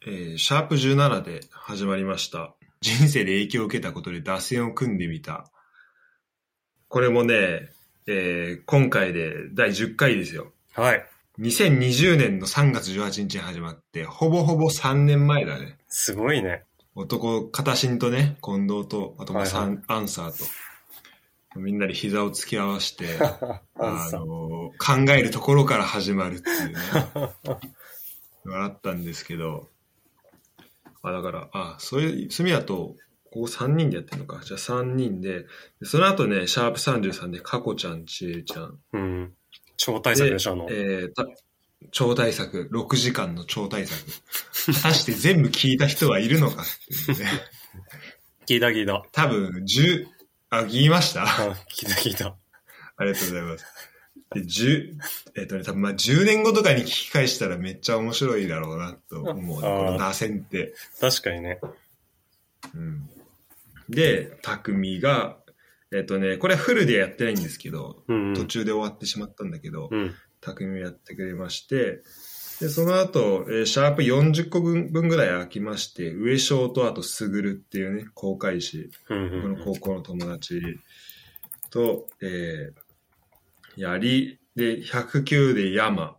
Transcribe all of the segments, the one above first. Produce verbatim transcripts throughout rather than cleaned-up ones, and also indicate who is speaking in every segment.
Speaker 1: えー、シャープじゅうななで始まりました。人生で影響を受けたことで打線を組んでみた。これもね、えー、今回でだいじゅっかいですよ。
Speaker 2: はい。
Speaker 1: にせんにじゅうねんのさんがつじゅうはちにちに始まって、ほぼほぼさんねんまえだね。
Speaker 2: すごいね。
Speaker 1: 男、片新とね、近藤と、あとまあ、
Speaker 2: はいはい、
Speaker 1: アンサーと、みんなで膝を突き合わせて、あの、考えるところから始まるっていうね、があったんですけど、あ、だから、あ、そういう、そういう意味だと、ここさんにんでやってるのか。じゃあさんにんで、その後ね、シャープさんじゅうさんで、かこちゃん、ちえちゃん。
Speaker 2: うん。超大作でしょ、あの。
Speaker 1: えー、た超大作、ろくじかんの超大作。果たして全部聞いた人はいるのかっていうね。
Speaker 2: 聞いた聞いた。
Speaker 1: 多分、じゅう、あ、聞きました？
Speaker 2: 聞いた聞いた。
Speaker 1: ありがとうございます。で、じゅう、えっとね、多分まあじゅうねんごとかに聞き返したらめっちゃ面白いだろうなと思う、ね。この打線って。
Speaker 2: 確かにね。
Speaker 1: うん。で、匠が、えっとね、これはフルでやってないんですけど、うんうん、途中で終わってしまったんだけど、うん、匠やってくれまして、で、その後、えー、シャープよんじゅっこぶんぐらい空きまして、上昇とあとすぐるっていうね、航海士、うんうんうん、僕の高校の友達と、えー、やり、で、ひゃくきゅうで山、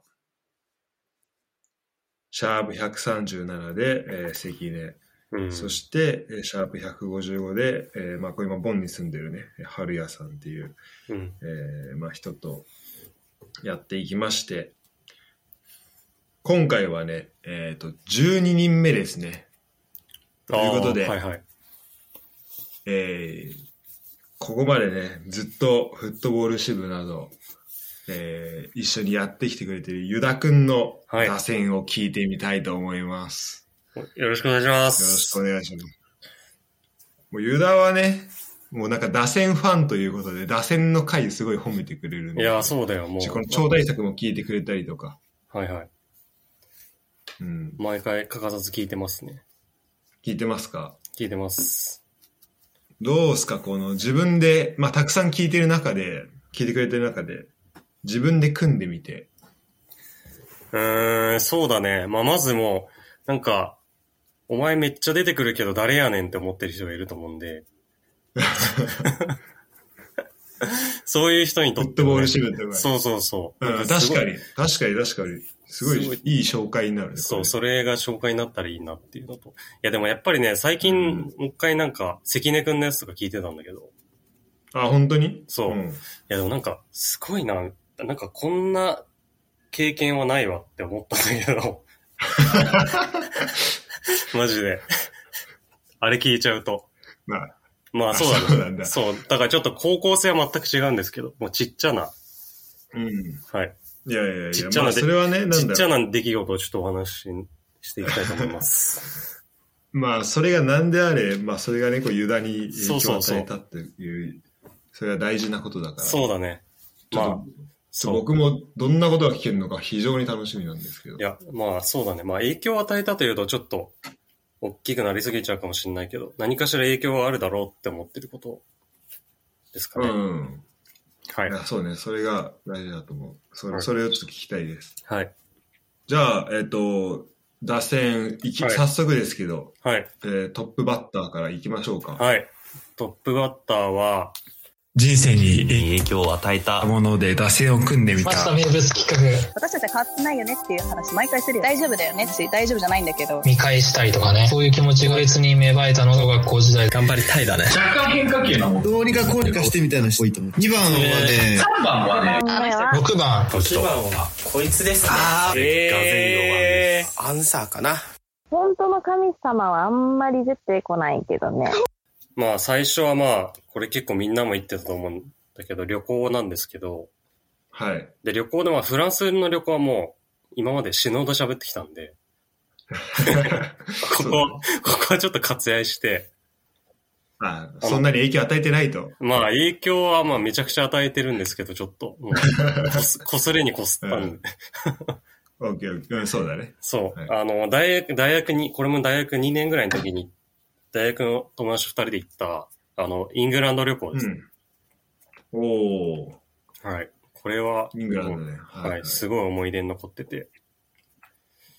Speaker 1: シャープひゃくさんじゅうななで、えー、関根、うん、そして、シャープひゃくごじゅうごで、えー、まあ、これ今、ボンに住んでるね、春屋さんっていう、うんえーまあ、人とやっていきまして、今回はね、えっと、じゅうににんめですね。ということで、はいはい、えー、ここまでね、ずっとフットボール支部など、えー、一緒にやってきてくれているユダくんの打線を聞いてみたいと思います。
Speaker 2: はい、よろしくお願いします。
Speaker 1: よろしくお願いします。もうユダはね、もうなんか打線ファンということで、打線の回すごい褒めてくれるんで。
Speaker 2: いや、そうだよ、もう。
Speaker 1: この超大作も聞いてくれたりとか。
Speaker 2: はいはい。うん。毎回欠かさず聞いてますね。
Speaker 1: 聞いてますか？
Speaker 2: 聞いてます。
Speaker 1: どうすかこの自分で、まあたくさん聞いてる中で、聞いてくれてる中で、自分で組んでみて。
Speaker 2: うーん、そうだね。まあまずもう、なんか、お前めっちゃ出てくるけど誰やねんって思ってる人がいると思うんで。そういう人にとって、ね。
Speaker 1: フットボール支部って
Speaker 2: そうそうそう。
Speaker 1: うん、確かに。確かに確かに。すごいいい紹介になるね。
Speaker 2: そう、それが紹介になったらいいなっていうのと。いやでもやっぱりね、最近、うん、もう一回なんか、関根くんのやつとか聞いてたんだけど。
Speaker 1: あ、本当に？
Speaker 2: そう。うん、いやでもなんか、すごいな、なんかこんな経験はないわって思ったんだけど。マジで。あれ聞いちゃうと。
Speaker 1: まあ。
Speaker 2: まあそうだね。そうなんだ。そう。だからちょっと高校生は全く違うんですけど、もうちっちゃな。
Speaker 1: うん。
Speaker 2: はい。
Speaker 1: いやいやいや、
Speaker 2: ちっちゃな、
Speaker 1: まあ、それはね、なんだろう。
Speaker 2: ちっちゃな出来事をちょっとお話ししていきたいと思います。
Speaker 1: まあ、それが何であれ、まあ、それがね、こう、ユダに影響を与えたっていう、そうそうそうそれは大事なことだから。
Speaker 2: そうだね。
Speaker 1: まあ、そう僕もどんなことが聞けるのか非常に楽しみなんですけど。
Speaker 2: いや、まあそうだね。まあ影響を与えたというとちょっと大きくなりすぎちゃうかもしれないけど、何かしら影響があるだろうって思ってることですかね。
Speaker 1: うん。
Speaker 2: はい。
Speaker 1: いやそうね。それが大事だと思う。それ、はい、それをちょっと聞きたいです。
Speaker 2: はい。
Speaker 1: じゃあ、えっと、打線、いき、はい、早速ですけど、
Speaker 2: はい。
Speaker 1: えー、トップバッターからいきましょうか。
Speaker 2: はい。トップバッターは、
Speaker 1: 人生に影響を与えたもので打線を組んでみた。
Speaker 3: マスター名物企画。
Speaker 4: 私たちは変わってないよねっていう話毎回するよ。大丈夫だよねって大丈夫じゃないんだけど。
Speaker 3: 見返したりとかね。そういう気持ちが別に芽生えたのが学校時代。
Speaker 5: 頑張りたいだね。
Speaker 6: 若干変化球なもん。
Speaker 5: どうにかこうにかしてみたいな人多いと思う。にばんはね。
Speaker 6: さんばんはね。
Speaker 3: ろくばん。
Speaker 5: ろくばんはこいつですね。
Speaker 2: あー。え
Speaker 5: ー。アンサーかな。
Speaker 7: 本当の神様はあんまり出てこないけどね。
Speaker 2: まあ最初はまあ、これ結構みんなも言ってたと思うんだけど、旅行なんですけど、
Speaker 1: はい。
Speaker 2: で、旅行でまあフランスの旅行はもう、今まで死ぬほど喋ってきたんで、ここ、ここはちょっと割愛して、
Speaker 1: ああ、そんなに影響与えてないと。
Speaker 2: まあ影響はまあめちゃくちゃ与えてるんですけど、ちょっと、もうこす、こすれにこすったんで。
Speaker 1: オッケーオッケー、そうだね。
Speaker 2: そう。はい、あの、大学、大学に、これも大学にねんぐらいの時に、大学の友達ふたりで行った、あの、イングランド旅行ですね。
Speaker 1: うん、おー。
Speaker 2: はい。これは、
Speaker 1: イングランドね。
Speaker 2: はい、はい。すごい思い出に残ってて。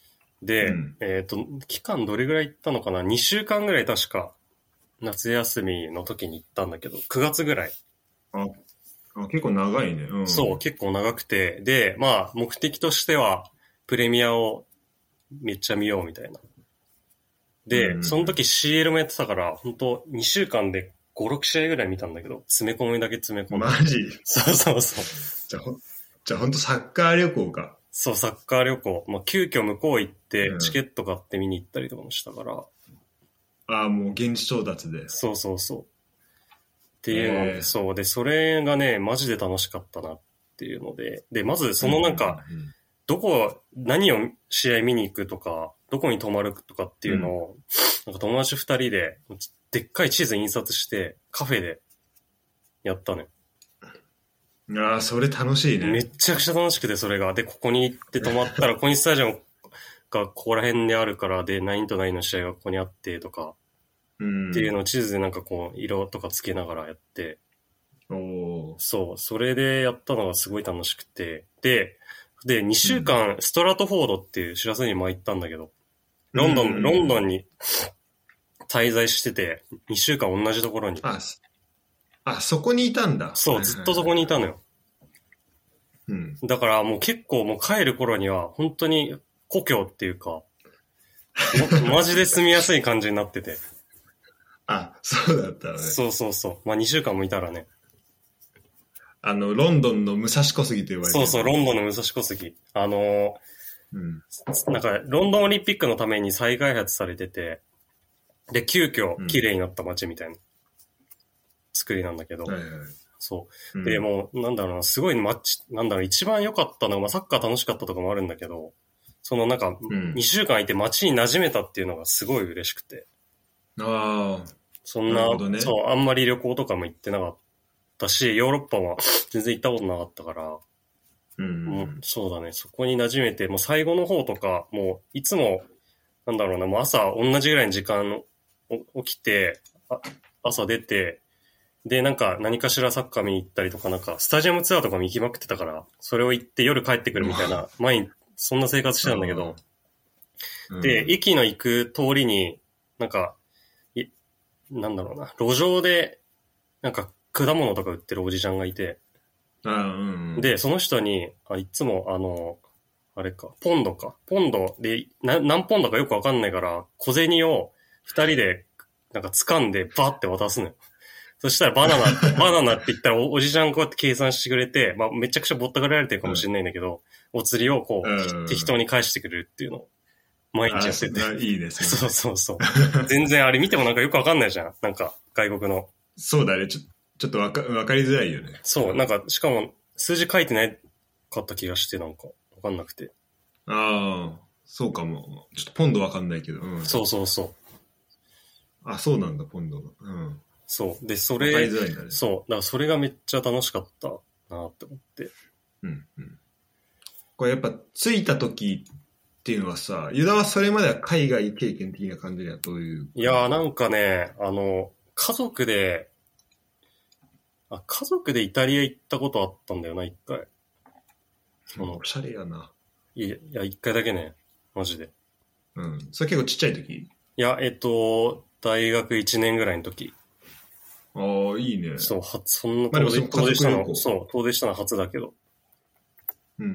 Speaker 2: で、
Speaker 1: うん、
Speaker 2: えっと、期間どれぐらい行ったのかな ?に 週間ぐらい確か夏休みの時に行ったんだけど、くがつぐらい。
Speaker 1: あ、あ結構長いね、うん。
Speaker 2: そう、結構長くて、で、まあ、目的としては、プレミアをめっちゃ見ようみたいな。で、うん、その時 シーエル もやってたから、本当にしゅうかんでご、ろく試合ぐらい見たんだけど、詰め込みだけ詰め込んで。
Speaker 1: マジ？
Speaker 2: そうそうそう。
Speaker 1: じゃあ、ほじゃあほんとサッカー旅行か。
Speaker 2: そう、サッカー旅行。まあ、急遽向こう行って、チケット買って見に行ったりとかもしたから。うん、
Speaker 1: ああ、もう現地調達で。
Speaker 2: そうそうそう。っていうので、そう。で、それがね、マジで楽しかったなっていうので、で、まずそのなんか、うんうんうん、どこ、何を試合見に行くとか、どこに泊まるとかっていうのを、うん、なんか友達二人で、でっかい地図印刷して、カフェでやったね。
Speaker 1: ああ、それ楽しいね。
Speaker 2: めっちゃくちゃ楽しくて、それが。で、ここに行って泊まったら、コインスタジアムがここら辺にあるから、で、ナインとナインの試合がここにあって、とか、うん、っていうのを地図でなんかこう、色とかつけながらやって、
Speaker 1: お
Speaker 2: そう、それでやったのがすごい楽しくて、で、で、にしゅうかん、ストラトフォードっていう知らずに前行ったんだけど、ロンドン、うん、ロンドンに滞在してて、にしゅうかん同じところに。
Speaker 1: あ、あ、そこにいたんだ。
Speaker 2: そう、ずっとそこにいたのよ。
Speaker 1: うん。
Speaker 2: だからもう結構もう帰る頃には、本当に故郷っていうか、マジで住みやすい感じになってて。
Speaker 1: あ、そうだったね。
Speaker 2: そうそうそう。まあにしゅうかんもいたらね。
Speaker 1: あの、ロンドンの武蔵小杉と言われてる。
Speaker 2: そうそう、ロンドンの武蔵小杉。あのー、
Speaker 1: うん、
Speaker 2: なんか、ロンドンオリンピックのために再開発されてて、で、急遽綺麗になった街みたいな作りなんだけど、
Speaker 1: うんはいはい、
Speaker 2: そう。で、うん、もう、なんだろうな、すごい街、なんだろう、一番良かったのが、まあ、サッカー楽しかったとかもあるんだけど、そのなんか、にしゅうかんいて街に馴染めたっていうのがすごい嬉しくて。
Speaker 1: ああ。
Speaker 2: そんな、なね、そう、あんまり旅行とかも行ってなかったし、ヨーロッパは全然行ったことなかったから、
Speaker 1: うん、
Speaker 2: もうそうだね、そこに馴染めて、もう最後の方とか、もういつも、なんだろうな、もう朝同じぐらいの時間起きて、あ朝出て、で、なんか何かしらサッカー見に行ったりとか、なんかスタジアムツアーとかも行きまくってたから、それを行って夜帰ってくるみたいな、前にそんな生活してたんだけど、
Speaker 1: うん、
Speaker 2: で、駅の行く通りに、なんか、いなんだろうな、路上で、なんか果物とか売ってるおじちゃんがいて、
Speaker 1: あうんうん、
Speaker 2: で、その人に、あいつもあの、あれか、ポンドか。ポンドで、な何ポンドかよくわかんないから、小銭を二人で、なんか掴んでバーって渡すのよ。そしたらバナナ、バナナって言ったら お, おじちゃんこうやって計算してくれて、まあめちゃくちゃぼったくられてるかもしれないんだけど、うん、お釣りをこう、うん、適当に返してくれるっていうのを毎日やってて。
Speaker 1: いいですね。
Speaker 2: そうそうそう。全然あれ見てもなんかよくわかんないじゃん。なんか外国の。
Speaker 1: そうだね。ちょちょっとわか、わかりづらいよね。
Speaker 2: そう、なんか、しかも、数字書いてないかった気がして、なんか、わかんなくて。
Speaker 1: ああ、そうかも。ちょっとポンドわかんないけど。うん、
Speaker 2: そうそうそう。
Speaker 1: あ、そうなんだ、ポンドが。うん。
Speaker 2: そう。で、それ、
Speaker 1: わかりづらいんだね。
Speaker 2: そう。だからそれがめっちゃ楽しかったなって思って。
Speaker 1: うんうん。これやっぱ、着いた時っていうのはさ、ユダはそれまでは海外経験的な感じではどういう？
Speaker 2: いやーなんかね、あの、家族で、あ、家族でイタリア行ったことあったんだよな、一回。
Speaker 1: そのおしゃれやな。
Speaker 2: いや、いや、一回だけね。マジで。
Speaker 1: うん。それ結構ちっちゃい時？
Speaker 2: いや、えっと、大学いちねんぐらいの時。
Speaker 1: ああ、いいね。
Speaker 2: そう、はそんな遠出、遠出したの、そう、遠出したの初だけど。
Speaker 1: うんうん。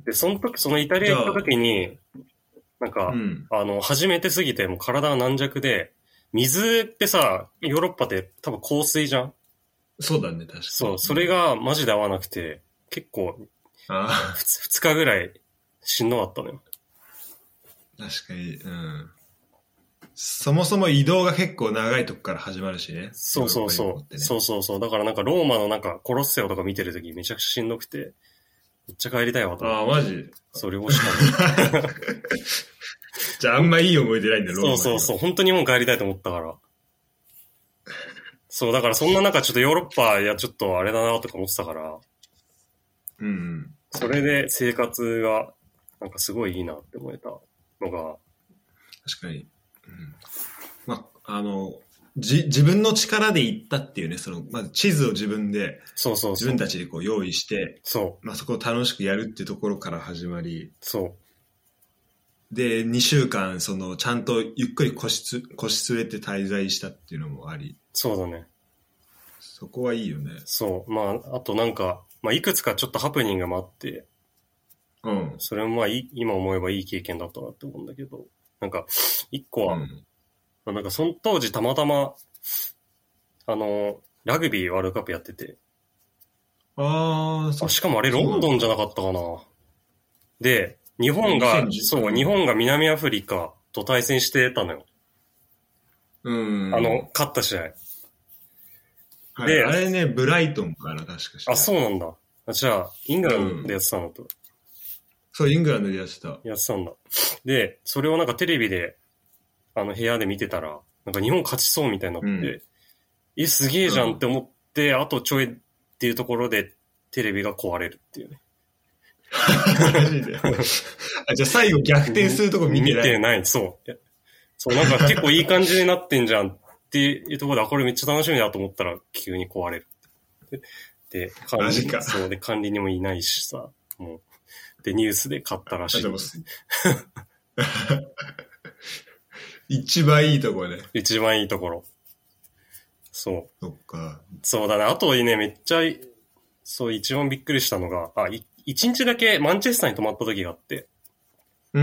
Speaker 2: で、その時、そのイタリア行った時に、なんか、うん、あの、初めてすぎて、もう体が軟弱で、水ってさ、ヨーロッパって多分硬水じゃん？
Speaker 1: そうだね、確かに。
Speaker 2: そう、それがマジで合わなくて、結構、
Speaker 1: あ
Speaker 2: ふつかぐらいしんどかったのよ。
Speaker 1: 確かに、うん。そもそも移動が結構長いとこから始まるしね。
Speaker 2: そうそうそう。ね、そうそうそう。だからなんかローマのなんかコロッセオとか見てるときめちゃくちゃしんどくて、めっちゃ帰りたいわと
Speaker 1: 思って。ああ、マジ？
Speaker 2: そう、旅行したの。
Speaker 1: じゃああんまいい思い出ないんだよ、
Speaker 2: ローマ。そうそうそう。本当にもう帰りたいと思ったから。そう、だからそんな中ちょっとヨーロッパ、いやちょっとあれだなとか思ってたから。
Speaker 1: うんうん。
Speaker 2: それで生活がなんかすごいいいなって思えたのが。
Speaker 1: 確かに。うん、まあ、あの、じ、自分の力で行ったっていうね、その、まず地図を自分で、
Speaker 2: そうそうそう。
Speaker 1: 自分たちでこう用意して、
Speaker 2: そう。
Speaker 1: まあそこを楽しくやるっていうところから始まり、
Speaker 2: そう。
Speaker 1: で、にしゅうかん、その、ちゃんとゆっくり腰つ、腰据えて滞在したっていうのもあり。
Speaker 2: そうだね。
Speaker 1: そこはいいよね。
Speaker 2: そう。まあ、あとなんか、まあ、いくつかちょっとハプニングもあって、
Speaker 1: うん。
Speaker 2: それもまあいい、今思えばいい経験だったなって思うんだけど、なんか、一個は、うん、まあ、なんかその当時たまたま、あの、ラグビーワールドカップやってて、
Speaker 1: ああ、
Speaker 2: しかもあれロンドンじゃなかったかな。で、日本が、そう、日本が南アフリカと対戦してたのよ。
Speaker 1: うん。
Speaker 2: あの、勝った試合。
Speaker 1: はい、で、あれね、ブライトンかな、確かし。
Speaker 2: あ、そうなんだ。じゃあ、イングランドでやってたのと、うん。
Speaker 1: そう、イングランドでやってた。
Speaker 2: やってたんだ。で、それをなんかテレビで、あの、部屋で見てたら、なんか日本勝ちそうみたいになって、うん、え、すげえじゃんって思って、うん、あとちょいっていうところでテレビが壊れるっていうね。
Speaker 1: マジで。あ、じゃあ最後逆転するとこ見てない。
Speaker 2: 見てない、そう。そう、なんか結構いい感じになってんじゃんっていうところで、あ、これめっちゃ楽しみだと思ったら急に壊れる。で、管理、そうで管理にもいないしさ、もう。で、ニュースで買ったらしい。
Speaker 1: 一番いいところね。
Speaker 2: 一番いいところ。そう。
Speaker 1: そっか。
Speaker 2: そうだね。あとね、めっちゃ、そう、一番びっくりしたのが、あ、い一日だけマンチェスターに泊まった時があって。
Speaker 1: うん。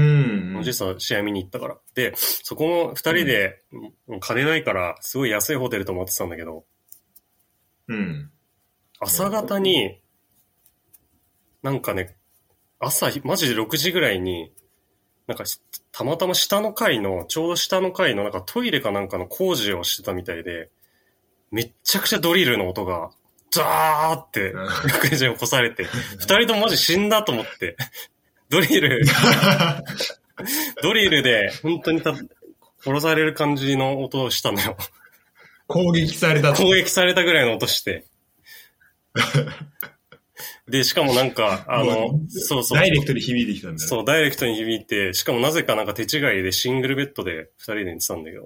Speaker 2: マンチェスター試合見に行ったから。で、そこも二人で、うん、金ないから、すごい安いホテル泊まってたんだけど。
Speaker 1: うん。
Speaker 2: 朝方に、なんかね、朝、マジでろくじぐらいに、なんか、たまたま下の階の、ちょうど下の階のなんかトイレかなんかの工事をしてたみたいで、めっちゃくちゃドリルの音が、ザーって、ろくじに起こされて、二人ともマジ死んだと思って、ドリル、ドリルで本当にた殺される感じの音をしたのよ。
Speaker 1: 攻撃された。
Speaker 2: 攻撃されたぐらいの音して。で、しかもなんか、あの、そうそう。
Speaker 1: ダイレクトに響いてきたんだよね。
Speaker 2: そう、ダイレクトに響いて、しかもなぜかなんか手違いでシングルベッドで二人で寝てたんだけど。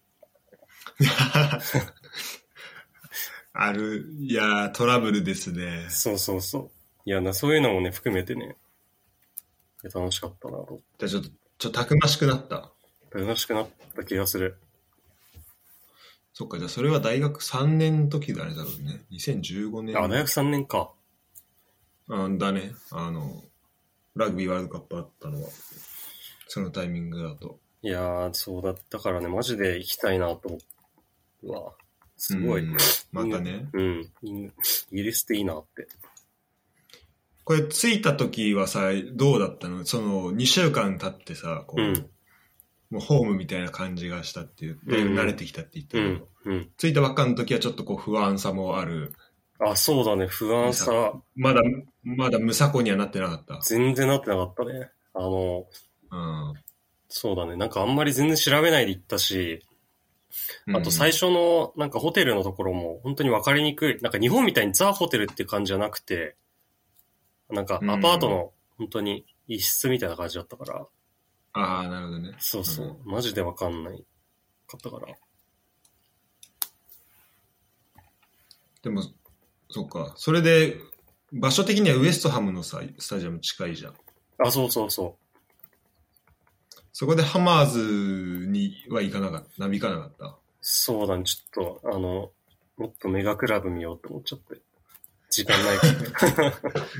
Speaker 1: ある、いやー、トラブルですね。
Speaker 2: そうそうそう。いやな、そういうのもね、含めてね、楽しかったなと。
Speaker 1: じゃあちょっと、ちょっとたくましくなった。
Speaker 2: たくましくなった気がする。
Speaker 1: そっか、じゃあそれは大学さんねんの時だね、多分ね。にせんじゅうごねん。
Speaker 2: あ、大学さんねんか。
Speaker 1: あだね。あの、ラグビーワールドカップあったのは、そのタイミングだと。
Speaker 2: いやー、そうだったからね、マジで行きたいなと思うわ。すごい。
Speaker 1: うん、またね。
Speaker 2: うん。イギリスっていいなって。
Speaker 1: これ着いた時はさ、どうだったの？そのにしゅうかん経ってさ、こう、うん、もうホームみたいな感じがしたっていう、で、うん、慣れてきたって言ったけど、うんうん、着いたばっかの時はちょっとこう不安さもある。
Speaker 2: あ、そうだね、不安さ。
Speaker 1: まだ、まだ無作法にはなってなかった。
Speaker 2: 全然なってなかったね。あの、
Speaker 1: うん、
Speaker 2: そうだね、なんかあんまり全然調べないで行ったし、あと最初のなんかホテルのところも本当に分かりにくい。なんか日本みたいにザ・ホテルっていう感じじゃなくて、なんかアパートの本当に一室みたいな感じだったから。
Speaker 1: ああ、なるほどね。
Speaker 2: そうそう。うん、マジで分かんないかったから。
Speaker 1: でも、そっか。それで、場所的にはウエストハムのさ、スタジアム近いじゃん。
Speaker 2: あ、そうそうそう。
Speaker 1: そこでハマーズには行かなかった、なびかなかった。
Speaker 2: そうだね、ちょっと、あの、もっとメガクラブ見ようと思っちゃって。時間ないから。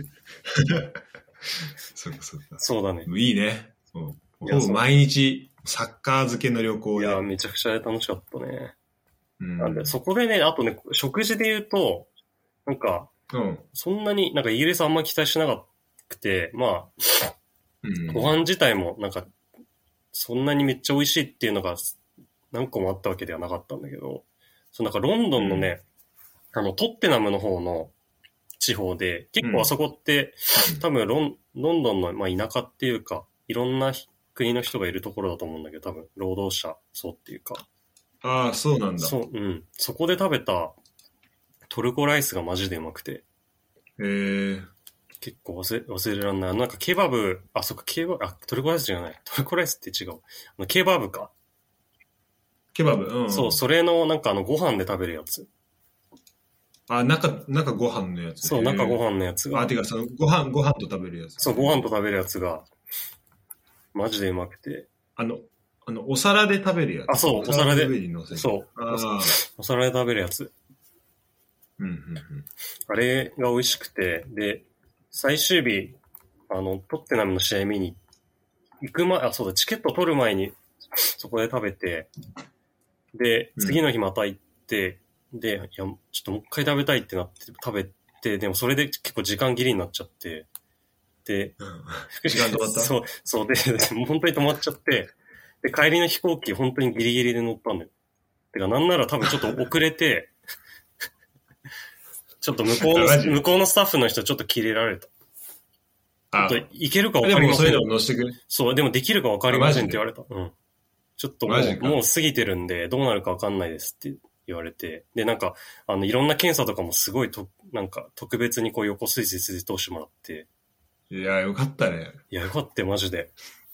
Speaker 1: そうかそうか。
Speaker 2: そうだね。
Speaker 1: いいね。ほぼ毎日サッカー漬けの旅行で。
Speaker 2: いや、めちゃくちゃ楽しかったね。
Speaker 1: うん、
Speaker 2: なんでそこでね、あとね、食事で言うと、なんか、
Speaker 1: うん、
Speaker 2: そんなに、なんかイギリスあんま期待しなくて、まあ、
Speaker 1: うん、
Speaker 2: ご飯自体もなんか、そんなにめっちゃ美味しいっていうのが何個もあったわけではなかったんだけど、そのなんかロンドンのね、うん、あの、トッテナムの方の地方で、結構あそこって、うん、多分ロン、ロンドンの、まあ、田舎っていうか、いろんな国の人がいるところだと思うんだけど、多分、労働者層っていうか。
Speaker 1: ああ、そうなんだ。
Speaker 2: そう、うん。そこで食べたトルコライスがマジでうまくて。
Speaker 1: へえ。
Speaker 2: 結構忘れ、忘れらんない。なんかケバブ、あ、そっか、ケバブ、あ、トルコライスじゃない。トルコライスって違う。あのケバブか。
Speaker 1: ケバブ、うん、うん。
Speaker 2: そう、それの、なんかあの、ご飯で食べるやつ。
Speaker 1: あ、中、中ご飯のやつ。
Speaker 2: そう、中ご飯のやつが。
Speaker 1: あ、てか、その、ご飯、ご飯と食べるやつ。
Speaker 2: そう、ご飯と食べるやつが、 マジでうまくて。
Speaker 1: あの、あの、お皿で食べるやつ。
Speaker 2: あ、そう、お皿で。
Speaker 1: 上に乗せる。
Speaker 2: そう。
Speaker 1: あ
Speaker 2: お皿で食べるやつ。
Speaker 1: うんうんうん。
Speaker 2: あれが美味しくて、で、最終日、あの、トッテナムの試合見に行く前、あ、そうだ、チケット取る前にそこで食べて、で、次の日また行って、うん、で、いや、ちょっともう一回食べたいってなって食べて、でもそれで結構時間切りになっちゃって、で、
Speaker 1: うん、時間止まった
Speaker 2: そう、そうで、本当に止まっちゃって、で、帰りの飛行機本当にギリギリで乗ったんだよ。てか、なんなら多分ちょっと遅れて、ちょっと向こうの、向こうのスタッフの人ちょっとキレられた。
Speaker 1: あ、
Speaker 2: ちょっといけるか分かりません。
Speaker 1: でもそういうの乗せてくれ。
Speaker 2: そう、でもできるか分かりませんって言われた。うん。ちょっともう、もう過ぎてるんで、どうなるか分かんないですって言われて。で、なんか、あの、いろんな検査とかもすごいと、なんか、特別にこう横水説で通してもらって。
Speaker 1: いや、よかったね。
Speaker 2: いや、よかったよ、マジで。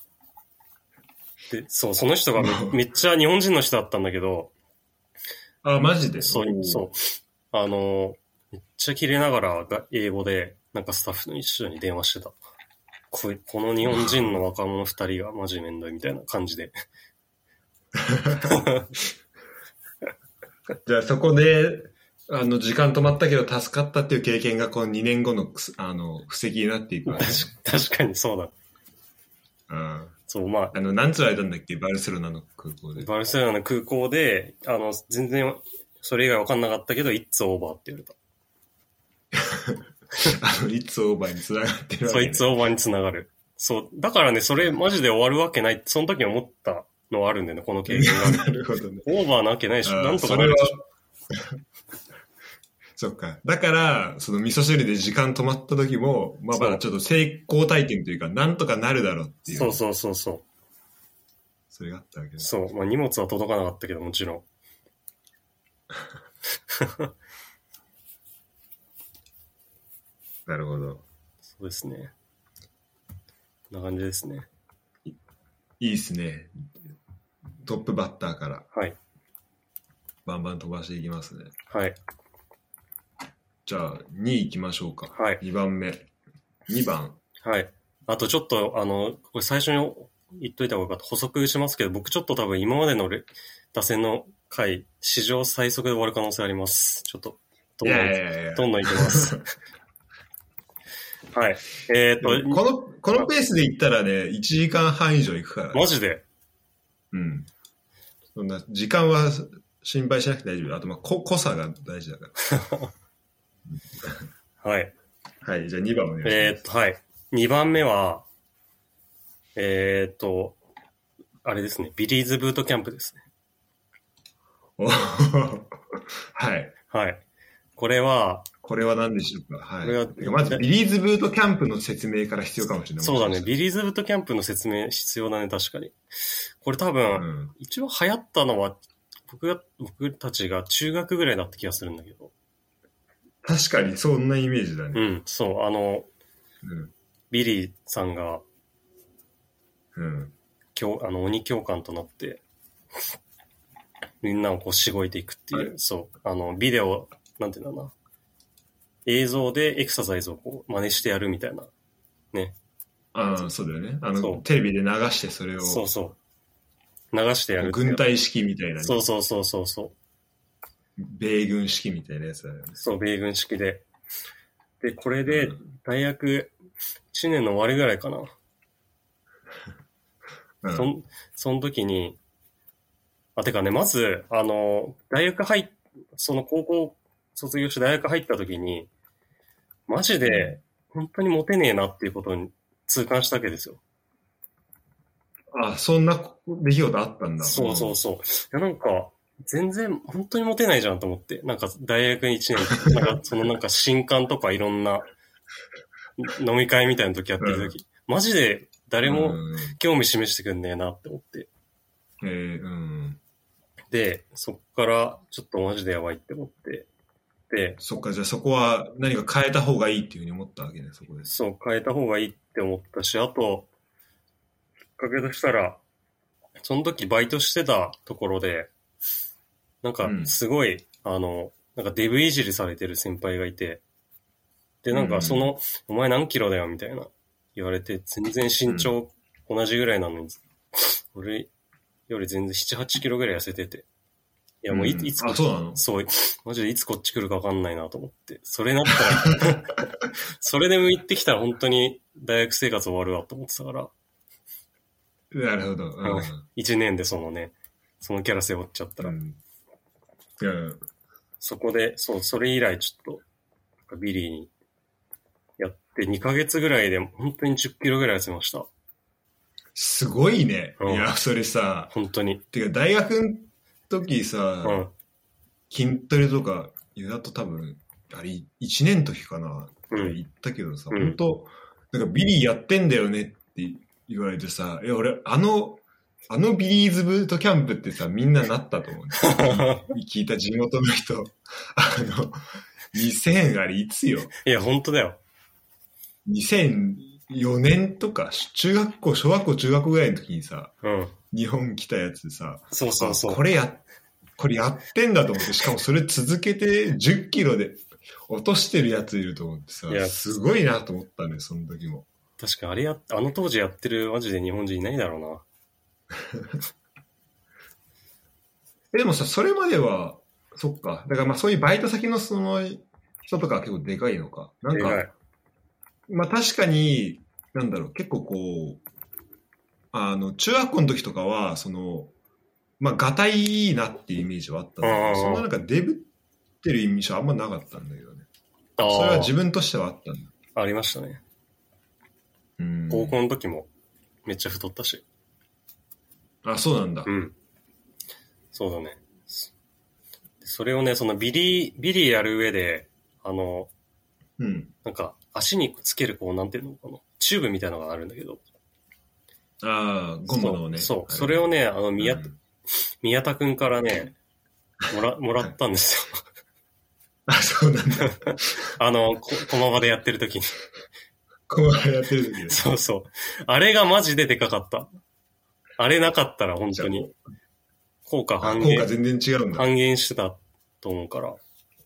Speaker 2: で、そう、その人が め, めっちゃ日本人の人だったんだけど。
Speaker 1: あ、マジで？
Speaker 2: そう、そう。あの、めっちゃキレながらが英語で、なんかスタッフの一緒に電話してた。こ, この日本人の若者二人がマジめんどいみたいな感じで。
Speaker 1: じゃあそこで、あの、時間止まったけど助かったっていう経験がこのにねんごの、あの、布石になっていくわけ、ね。
Speaker 2: 確かにそうだ。
Speaker 1: うん。
Speaker 2: そう、まあ。
Speaker 1: あの、何つられたんだっけバルセロナの空港で。
Speaker 2: バルセロナの空港で、あの、全然、それ以外分かんなかったけど、It's over って言われた。
Speaker 1: あの、It's over につながってるわけ、ね。
Speaker 2: そう、It's over につながる。そう。だからね、それマジで終わるわけないって、その時思ったのはあるんだよね、この経験が。
Speaker 1: なるほどね。
Speaker 2: オーバーなわけないでしょ。なんとかなるでしょ。
Speaker 1: そっか。だから、その味噌汁で時間止まった時も、まあまだちょっと成功体験というか、なんとかなるだろうっていう。
Speaker 2: そうそうそうそう。
Speaker 1: それがあったわけです。
Speaker 2: そう。まあ荷物は届かなかったけど、もちろん。
Speaker 1: なるほど。
Speaker 2: そうですね。こんな感じですね。
Speaker 1: いいですね。トップバッターから。
Speaker 2: はい。
Speaker 1: バンバン飛ばしていきますね。
Speaker 2: はい。
Speaker 1: じゃあ、にい行きましょうか。
Speaker 2: はい。
Speaker 1: にばんめ。にばん。
Speaker 2: はい。あとちょっと、あの、これ最初に言っといた方がよかった。補足しますけど、僕ちょっと多分今までの打線の回、史上最速で終わる可能性あります。ちょっと、どんどん、いやいやいやどんどんいきます。はい。えー、っと、
Speaker 1: この、このペースでいったらね、いちじかんはん以上いくから、ね。
Speaker 2: マジで？
Speaker 1: うん。そんな、時間は心配しなくて大丈夫。あと、まあ、こ濃さが大事だから。
Speaker 2: はい。
Speaker 1: はい、じゃあにばんお願いします。
Speaker 2: えー、っと、はい。にばんめは、えー、っと、あれですね、ビリーズブートキャンプですね。
Speaker 1: おはい。
Speaker 2: はい。これは、
Speaker 1: これは何でしょうか。はい。これはまず、ビリーズブートキャンプの説明から必要かもしれない。
Speaker 2: そうだね。ビリーズブートキャンプの説明必要だね、確かに。これ多分、うん、一番流行ったのは、僕が、僕たちが中学ぐらいだった気がするんだけど。
Speaker 1: 確かに、そんなイメージだね。
Speaker 2: うん、そう、あの、うん、ビリーさんが、
Speaker 1: うん。
Speaker 2: 教、あの、鬼教官となって、みんなをこう、しごいていくっていう、そう、あの、ビデオ、なんていうんだな。映像でエクササイズをこう真似してやるみたいな。ね。
Speaker 1: ああ、そうだよね。あの、テレビで流してそれを。
Speaker 2: そうそう。流してやる。
Speaker 1: 軍隊式みたいな、ね。
Speaker 2: そうそうそうそうそう。
Speaker 1: 米軍式みたいなやつだよね。
Speaker 2: そう、米軍式で。で、これで、大学いちねんの終わりぐらいかな。うん、そん、その時に、あ、てかね、まず、あの、大学入っ、その高校卒業して大学入った時に、マジで、本当にモテねえなっていうことに痛感したわけですよ。
Speaker 1: あ、そんな出来事あったんだ。
Speaker 2: そうそうそう。いや、なんか、全然、本当にモテないじゃんと思って。なんか、大学いちねん、なんか、そのなんか、新刊とかいろんな、飲み会みたいな時やってる時、うん、マジで誰も興味示してくんねえなって思って。
Speaker 1: えー、うん。
Speaker 2: で、そっから、ちょっとマジでやばいって思って。で、
Speaker 1: そっか、じゃあそこは何か変えた方がいいっていうふうに思ったわけね、そこで。
Speaker 2: そう、変えた方がいいって思ったし、あと、きっかけとしたら、その時バイトしてたところで、なんかすごい、うん、あの、なんかデブいじりされてる先輩がいて、で、なんかその、うん、お前何キロだよみたいな言われて、全然身長、 同じぐらいなのに、俺より全然なな、はちキロぐらい痩せてて。いやもうい,、うん、いつこっち、
Speaker 1: そうなの？
Speaker 2: そう、マジでいつこっち来るか分かんないなと思って。それなったら、それで向いてきたら本当に大学生活終わるわと思ってたから。
Speaker 1: なるほど。うん、
Speaker 2: いちねんでそのね、そのキャラ背負っちゃったら。うん
Speaker 1: うん、
Speaker 2: そこで、そう、それ以来ちょっと、ビリーにやってにかげつぐらいで本当にじゅっキロぐらい痩せました。
Speaker 1: すごいね。うん、いや、それさ、
Speaker 2: 本当に。
Speaker 1: てか大学の時さ、うん、筋トレとか、いや、だと多分、あれ、いちねんの時かな、うん、言ったけどさ、うん、本当なんかビリーやってんだよねって言われてさ、いや、俺、あの、あのビリーズブートキャンプってさ、みんななったと思うんですよ。聞いた地元の人。あの、にせんあれいつよ。
Speaker 2: いや、本当だよ。
Speaker 1: にせんよねんとか、中学校、小学校、中学校ぐらいの時にさ、
Speaker 2: うん、
Speaker 1: 日本来たやつさ、
Speaker 2: そうそうそう。
Speaker 1: これや、これやってんだと思って、しかもそれ続けてじゅっキロで落としてるやついると思ってさ、いやすごいなと思ったね、その時も。
Speaker 2: 確かあれや、あの当時やってるマジで日本人いないだろうな。
Speaker 1: えでもさ、それまでは、そっか。だからまあそういうバイト先のその人とかは結構でかいのか。なんか、まあ確かに、なんだろう、結構こう、あの、中学校の時とかは、その、まあ、がたいいいなっていうイメージはあったんだけど、そんななんかデブってる印象はあんまなかったんだけどね。それは自分としてはあったんだ。
Speaker 2: ありましたね。うん。高校の時もめっちゃ太ったし。
Speaker 1: あ、そうなんだ。
Speaker 2: うん。そうだね。それをね、そのビリー、ビリーやる上で、あの、
Speaker 1: うん。
Speaker 2: なんか足につけるこう、なんていうのかな、チューブみたいなのがあるんだけど。
Speaker 1: ああ、ゴムのね。
Speaker 2: そう。それをね、あの、宮、うん、宮田くんからね、もら、もらったんですよ。
Speaker 1: あ、そうなんだ。
Speaker 2: あの、こ、駒場でやってる時に。
Speaker 1: 駒場でやってる時に。
Speaker 2: そうそう。あれがマジででかかった。あれなかったら本当に、効果半減。
Speaker 1: 効果全然違うんだ。
Speaker 2: 半減してたと思うから。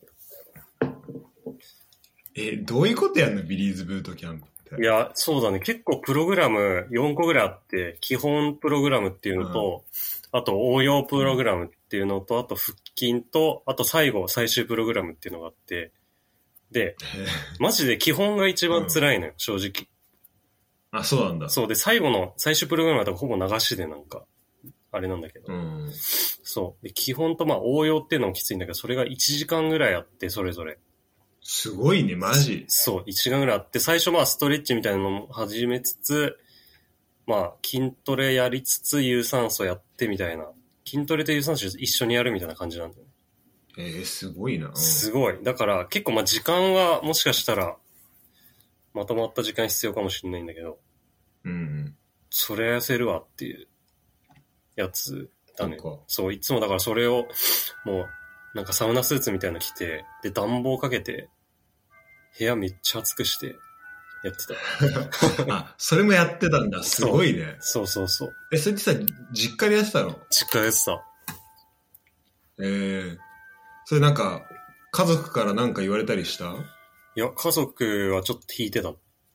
Speaker 1: え、どういうことやんのビリーズブートキャンプって。
Speaker 2: いや、そうだね。結構プログラムよんこぐらいあって、基本プログラムっていうのと、うん、あと応用プログラムっていうのと、あと腹筋と、あと最後最終プログラムっていうのがあって、で、マジで基本が一番辛いのよ、うん、正直。
Speaker 1: あ、そうなんだ。
Speaker 2: そうで、最後の最終プログラムだとほぼ流しでなんか、あれなんだけど。
Speaker 1: うん、
Speaker 2: そう。で、基本とまあ応用っていうのもきついんだけど、それがいちじかんぐらいあって、それぞれ。
Speaker 1: すごいね、マジ。
Speaker 2: そう、いちじかんぐらいあって、最初まあストレッチみたいなのも始めつつ、まあ筋トレやりつつ有酸素やってみたいな。筋トレと有酸素一緒にやるみたいな感じなんだよね。
Speaker 1: えー、すごいな。うん、
Speaker 2: すごい。だから結構まあ時間はもしかしたら、まとまった時間必要かもしれないんだけど、
Speaker 1: うん。
Speaker 2: それ痩せるわっていうやつだね。そう、いつもだからそれを、もう、なんかサウナスーツみたいなの着て、で、暖房かけて、部屋めっちゃ暑くしてやって
Speaker 1: た。あ、それもやってたんだ。すごいね。
Speaker 2: そうそうそう。
Speaker 1: え、それってさ、実家でやってたの？
Speaker 2: 実家でやってた。
Speaker 1: えー、それなんか、家族からなんか言われたりした？
Speaker 2: いや、家族はちょっと引いてた。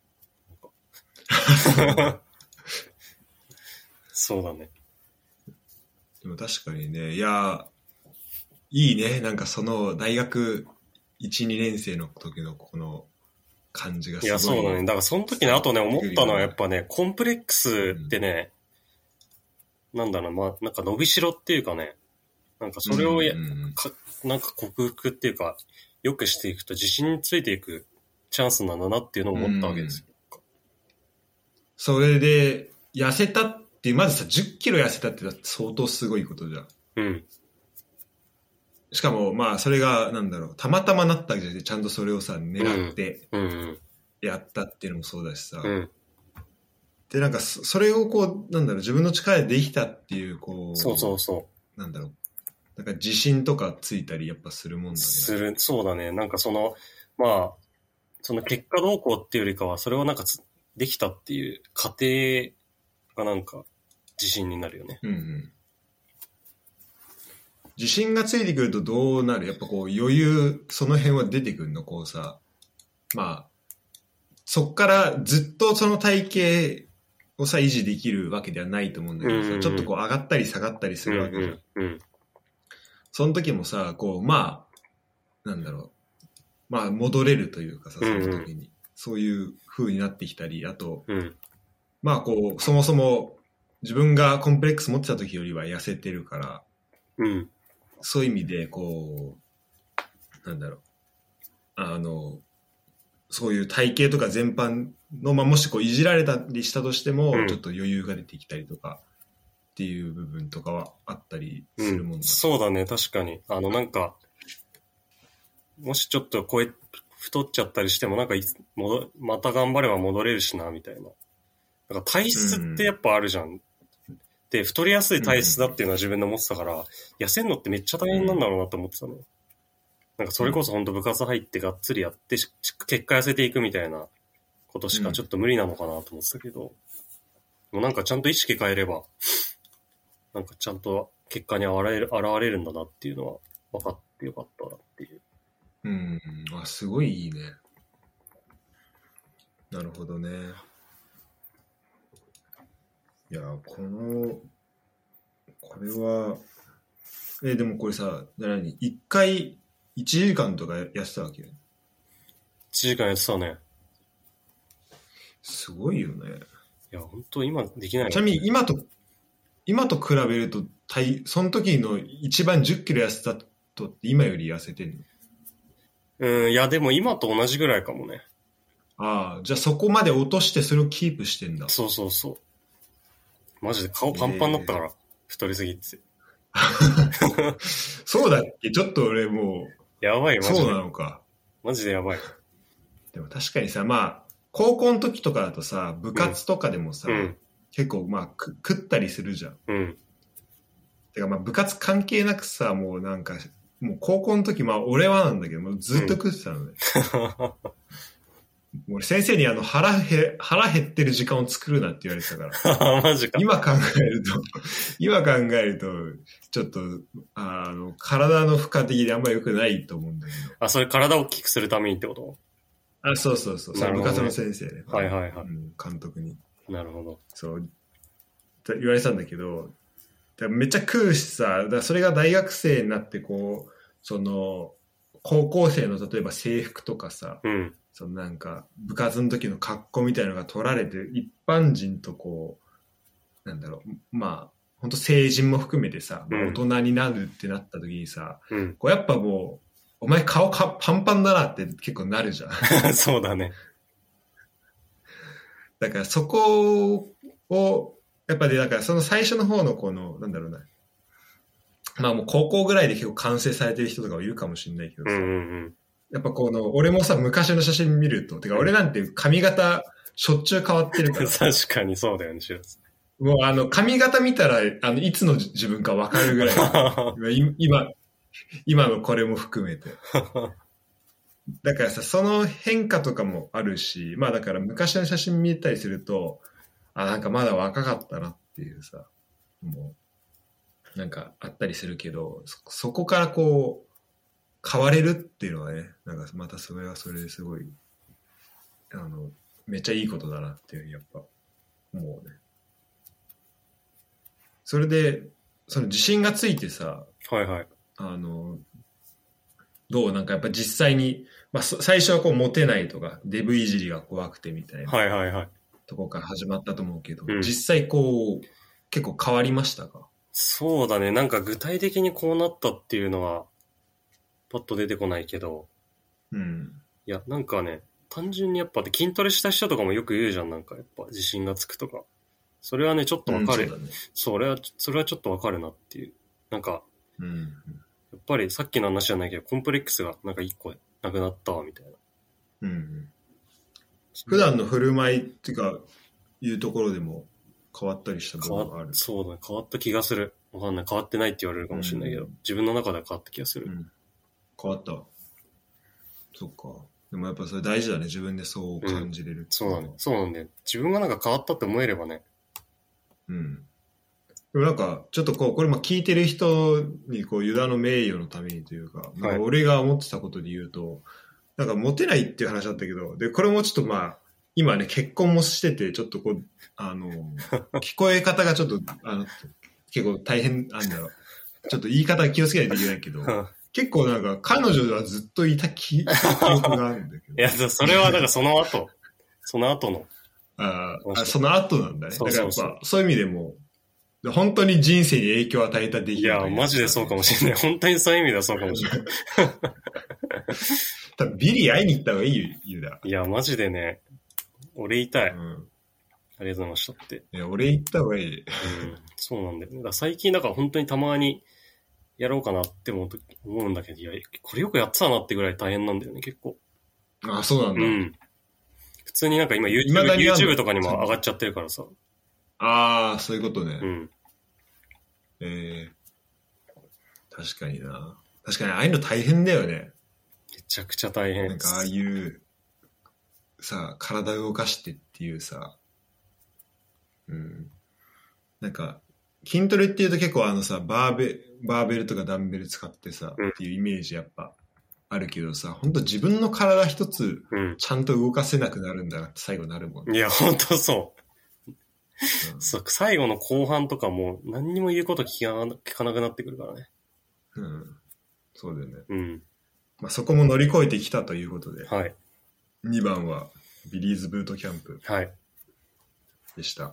Speaker 2: そうだね。
Speaker 1: でも確かにね、いや、いいね。なんかその大学いち、にねん生の時のこの感じがすごい。
Speaker 2: いや、そうだね。だからその時ね、あとね、思ったのはやっぱね、コンプレックスってね、うん、なんだろう、まあ、なんか伸びしろっていうかね、なんかそれをや、うんうんうん、かなんか克服っていうか、良くしていくと自信についていくチャンスなんだなっていうのを思ったわけですよ。うん、
Speaker 1: それで、痩せたっていう、まずさ、じゅっキロ痩せたって相当すごいことじゃん。
Speaker 2: うん。
Speaker 1: しかも、まあ、それが、なんだろう、たまたまなったわけじゃなくて、ちゃんとそれをさ、狙って、やったっていうのもそうだしさ。
Speaker 2: うん。
Speaker 1: で、なんか、それをこう、なんだろう、自分の力でできたっていう、こう、
Speaker 2: そうそうそう。
Speaker 1: なんだろう、なんか自信とかついたり、やっぱするもんだね。
Speaker 2: する、そうだね。なんかその、まあ、その結果どうこうっていうよりかは、それをなんかつできたっていう過程がなんか、自信になるよね。
Speaker 1: うんうん。自信がついてくるとどうなる？やっぱこう余裕、その辺は出てくるの？こうさ、まあ、そっからずっとその体型をさ維持できるわけではないと思うんだけどさ、うんうん、ちょっとこう上がったり下がったりするわけじゃん、うんうんうん、その時もさこうまあなんだろうまあ戻れるというかさその時に、うんうん、そういう風になってきたりあと、うん、まあこうそもそも自分がコンプレックス持ってた時よりは痩せてるから、うん、そういう意味でこうなんだろうあのそういう体型とか全般の、まあ、もしこういじられたりしたとしても、うん、ちょっと余裕が出てきたりとかっていう部分とかはあったりするもんだ、うん、
Speaker 2: そうだね確かにあのなんかもしちょっとこう太っちゃったりしてもなんかい戻また頑張れば戻れるしなみたいななんか体質ってやっぱあるじゃん、うん、で太りやすい体質だっていうのは自分で思ってたから、うん、痩せんのってめっちゃ大変なんだろうなと思ってたの、うんなんかそれこそ本当部活入ってがっつりやって結果痩せていくみたいなことしかちょっと無理なのかなと思ってたけど、うん、もうなんかちゃんと意識変えればなんかちゃんと結果に現れる、現れるんだなっていうのは分かってよかったなっていう。
Speaker 1: うんあすごいいいね。なるほどね。いやこのこれはえでもこれさ何一回いちじかんとかやってたわけ？い
Speaker 2: ちじかんやってたね。
Speaker 1: すごいよね。
Speaker 2: いや、本当今できない。
Speaker 1: ちなみに今と、今と比べると、その時の一番じゅっキロ痩せたとって今より痩せてんの？
Speaker 2: うん、いやでも今と同じぐらいかもね。
Speaker 1: ああ、じゃあそこまで落としてそれをキープしてんだ。
Speaker 2: そうそうそう。マジで顔パンパンだったから、えー、太りすぎて。
Speaker 1: そうだっけ？ちょっと俺もう。
Speaker 2: やばいマジで。
Speaker 1: そうなのか。
Speaker 2: マジでやばい。
Speaker 1: でも確かにさ、まあ、高校の時とかだとさ、部活とかでもさ、うん、結構まあく食ったりするじゃん。うん。てかまあ部活関係なくさ、もうなんか、もう高校の時、まあ俺はなんだけど、もうずっと食ってたのね。うん、俺先生にあの腹へ、腹減ってる時間を作るなって言われてたか
Speaker 2: ら。マジか。
Speaker 1: 今考えると、今考えると、ちょっと、あの、体の負荷的であんまり良くないと思うんだけど。
Speaker 2: あ、それ体を大きくするためにってこと？
Speaker 1: あ、そうそうそう。それ部活の先生ね。
Speaker 2: はいはいはい、
Speaker 1: うん。監督に。
Speaker 2: なるほど。
Speaker 1: そう。言われてたんだけど、めっちゃ食うしさ、だそれが大学生になってこう、その、高校生の例えば制服とかさ、うん、そのなんか部活の時の格好みたいなのが取られて、一般人とこう、なんだろう、まあ、本当成人も含めてさ、うん、大人になるってなった時にさ、うん、こうやっぱもう、お前顔かパンパンだなって結構なるじゃん。
Speaker 2: そうだね。
Speaker 1: だからそこを、やっぱりだからその最初の方のこの、なんだろうな。まあもう高校ぐらいで結構完成されてる人とかはいるかもしれないけどさ。うんうんうん、やっぱこの、俺もさ、昔の写真見ると、てか俺なんて髪型しょっちゅう変わってるから。
Speaker 2: 確かにそうだよね、シュラス。
Speaker 1: もうあの髪型見たら、あの、いつの自分かわかるぐらい。今、今のこれも含めて。だからさ、その変化とかもあるし、まあだから昔の写真見たりすると、あ、なんかまだ若かったなっていうさ、もう、なんかあったりするけど、そ, そこからこう、変われるっていうのはね、なんかまたそれはそれですごい、あの、めっちゃいいことだなっていう、やっぱ、思うね。それで、その自信がついてさ、
Speaker 2: はいはい。
Speaker 1: あの、どうなんかやっぱ実際に、まあ、最初はこうモテないとか、デブいじりが怖くてみたいな。
Speaker 2: はいはいはい。
Speaker 1: とこから始まったと思うけど、うん、実際こう、結構変わりましたか？
Speaker 2: そうだね。なんか具体的にこうなったっていうのは、パッと出てこないけど、うん。いや、なんかね、単純にやっぱ筋トレした人とかもよく言うじゃん。なんかやっぱ自信がつくとか。それはね、ちょっとわかる。うん、そうだね。それは、それはちょっとわかるなっていう。なんか、うん、やっぱりさっきの話じゃないけど、コンプレックスがなんか一個なくなったわ、みたいな。うん。
Speaker 1: 普段の振る舞いっていうか、いうところでも変わったりした部分がある。
Speaker 2: そうだね。変わった気がする。わかんない。変わってないって言われるかもしれないけど、うん、自分の中では変わった気がする。うん、
Speaker 1: 変わった。そっか。でもやっぱそれ大事だね。自分でそう感じれる、うん。
Speaker 2: そうだね。そうなんだよ。自分がなんか変わったって思えればね。
Speaker 1: うん。でもなんか、ちょっとこう、これも聞いてる人にこう、ユダの名誉のためにというか、はい、なんか俺が思ってたことで言うと、なんかモテないっていう話だったけど、で、これもちょっとまあ、 今ね、結婚もしてて、ちょっとこう、あの、聞こえ方がちょっと、あの、結構大変、なんだろう。ちょっと言い方気をつけないといけないけど、結構なんか、彼女はずっといた記憶があるんだけど。
Speaker 2: いや、それはだからその後、その後の。
Speaker 1: ああ、その後なんだね。
Speaker 2: そうそうそう。
Speaker 1: だからやっぱ、そういう意味でも、本当に人生に影響を与えた出来事。
Speaker 2: いや、マジでそうかもしれない。本当にそういう意味ではそうかもしれない。
Speaker 1: 多分ビリー会いに行った方がいいよ、ユーダ。
Speaker 2: いや、マジでね、俺言いたい。
Speaker 1: うん。
Speaker 2: ありがとうございましたって。
Speaker 1: いや、俺行った方がいい。うん。
Speaker 2: そうなんだよね。だから最近、だから本当にたまにやろうかなって思うんだけど、いや、これよくやってたなってぐらい大変なんだよね、結構。
Speaker 1: ああ、そうなんだ。
Speaker 2: うん。普通になんか今 YouTube, YouTube とかにも上がっちゃってるからさ。
Speaker 1: ああ、そういうことね。
Speaker 2: うん。
Speaker 1: えー、確かにな。確かにああいうの大変だよね。
Speaker 2: めちゃくちゃ大変。
Speaker 1: なんかああいうさ、体動かしてっていうさ、うん。なんか筋トレっていうと結構あのさ、バーベバーベルとかダンベル使ってさ、うん、っていうイメージやっぱあるけどさ、本当自分の体一つちゃんと動かせなくなるんだなって最後なるもんね。
Speaker 2: いや本当そう。うん、そう最後の後半とかも何にも言うこと聞かな、聞かなくなってくるからね。
Speaker 1: うん。そうだよね。
Speaker 2: うん。
Speaker 1: まあそこも乗り越えてきたということで。
Speaker 2: はい。
Speaker 1: にばんはビリーズブートキャンプ。
Speaker 2: はい。
Speaker 1: でした。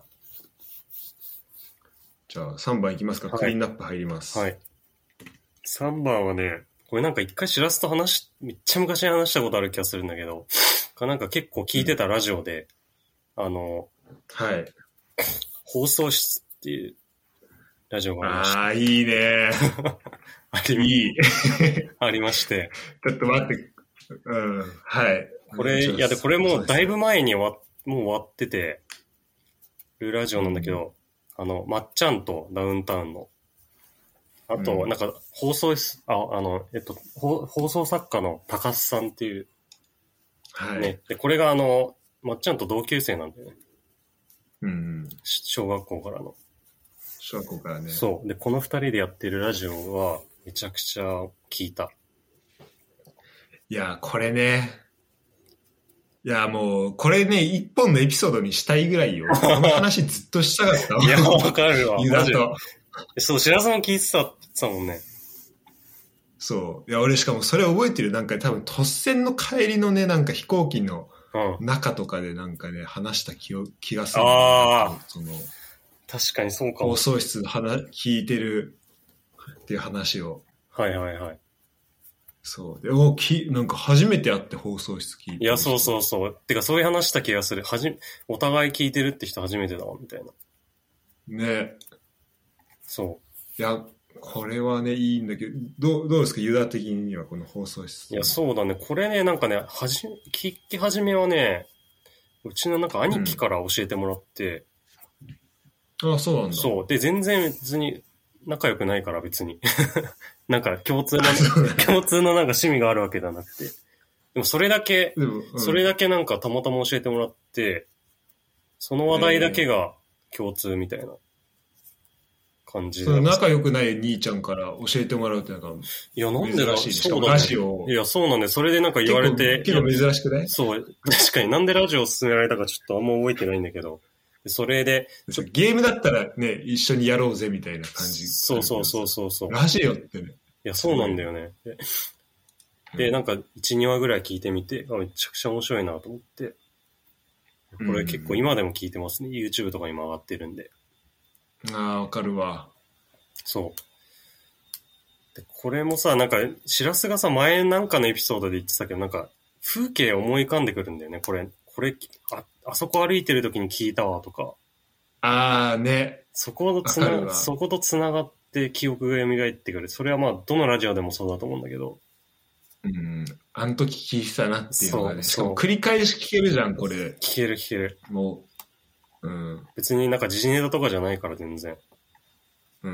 Speaker 1: じゃあさんばんいきますか。はい、クリーンナップ入ります。
Speaker 2: はい。さんばんはね、これなんか一回しらすと話、めっちゃ昔に話したことある気がするんだけど、なんか結構聞いてたラジオで、うん、あの、
Speaker 1: はい。
Speaker 2: 放送室っていうラジオがありました。
Speaker 1: ああ、いいね
Speaker 2: ありいいありまして。
Speaker 1: ちょっと待って、うん、はい。
Speaker 2: これ、いやで、これもうだいぶ前に終わ、もう終わってて、るラジオなんだけど、うん、あの、まっちゃんとダウンタウンの、あと、なんか、放送室、あ、あの、えっと、放送作家の高須さんっていう、
Speaker 1: はい。
Speaker 2: ね。で、これがあの、まっちゃんと同級生なんだよね。
Speaker 1: うん。
Speaker 2: 小学校からの。
Speaker 1: 小学校からね。
Speaker 2: そう。で、この二人でやってるラジオは、めちゃくちゃ聞いた。
Speaker 1: いや、これね。いや、もう、これね、一本のエピソードにしたいぐらいよ。この話ずっとしたかったわ。
Speaker 2: いや、わかるわ。
Speaker 1: ユダと。
Speaker 2: そう、白洲も聞いてたって言ってたもんね。
Speaker 1: そう。いや、俺しかもそれ覚えてる。なんか多分、突然の帰りのね、なんか飛行機の中とかでなんかね、話した気を気がする。
Speaker 2: ああ。
Speaker 1: その、
Speaker 2: 確かにそうかも。
Speaker 1: 放送室の話、聞いてるっていう話を。
Speaker 2: はいはいはい。
Speaker 1: そう。で、おき、なんか初めて会って放送室聞いて。
Speaker 2: いや、そうそうそう。てか、そういう話した気がする。はじ、お互い聞いてるって人初めてだわ、みたいな。
Speaker 1: ね。
Speaker 2: そう。
Speaker 1: いや、これはね、いいんだけど、どう、どうですか、ユダ的にはこの放送室。
Speaker 2: いや、そうだね。これね、なんかね、はじ、聞き始めはね、うちのなんか兄貴から教えてもらって、
Speaker 1: うん、あ、そうなんだ。
Speaker 2: そう。で、全然別に仲良くないから別に。なんか共通の、共通のなんか趣味があるわけじゃなくて。でもそれだけ、うん、それだけなんかたまたま教えてもらって、その話題だけが共通みたいな感じで。
Speaker 1: その仲良くない兄ちゃんから教えてもらうってなんか、
Speaker 2: いや、なんでだ、
Speaker 1: そうだ、ラジオ。
Speaker 2: いや、そうなんで、それでなんか言われて。
Speaker 1: 結構、結構珍しくない？
Speaker 2: そう、確かになんでラジオを勧められたかちょっとあんま覚えてないんだけど。それで
Speaker 1: ゲームだったらね一緒にやろうぜみたいな感じ。
Speaker 2: そうそうそうそうそう。
Speaker 1: ラジオってね。
Speaker 2: いやそうなんだよね。で、うん、でなんかいち、にわぐらい聞いてみて、あめちゃくちゃ面白いなと思って、これ結構今でも聞いてますね。YouTube とかにも上がってるんで。
Speaker 1: ああわかるわ。
Speaker 2: そう。でこれもさなんかしらすがさ前なんかのエピソードで言ってたけどなんか風景思い浮かんでくるんだよね。これこれああそこ歩いてる時に聞いたわとか。
Speaker 1: あーね。
Speaker 2: そことつな、そことつながって記憶が蘇ってくる。それはまあ、どのラジオでもそうだと思うんだけど。
Speaker 1: うん。あの時聞いてたなっていうのがね。しかも繰り返し聞けるじゃん、これ。
Speaker 2: 聞ける聞ける。
Speaker 1: もう。うん。
Speaker 2: 別になんか時事ネタとかじゃないから全然。
Speaker 1: うん。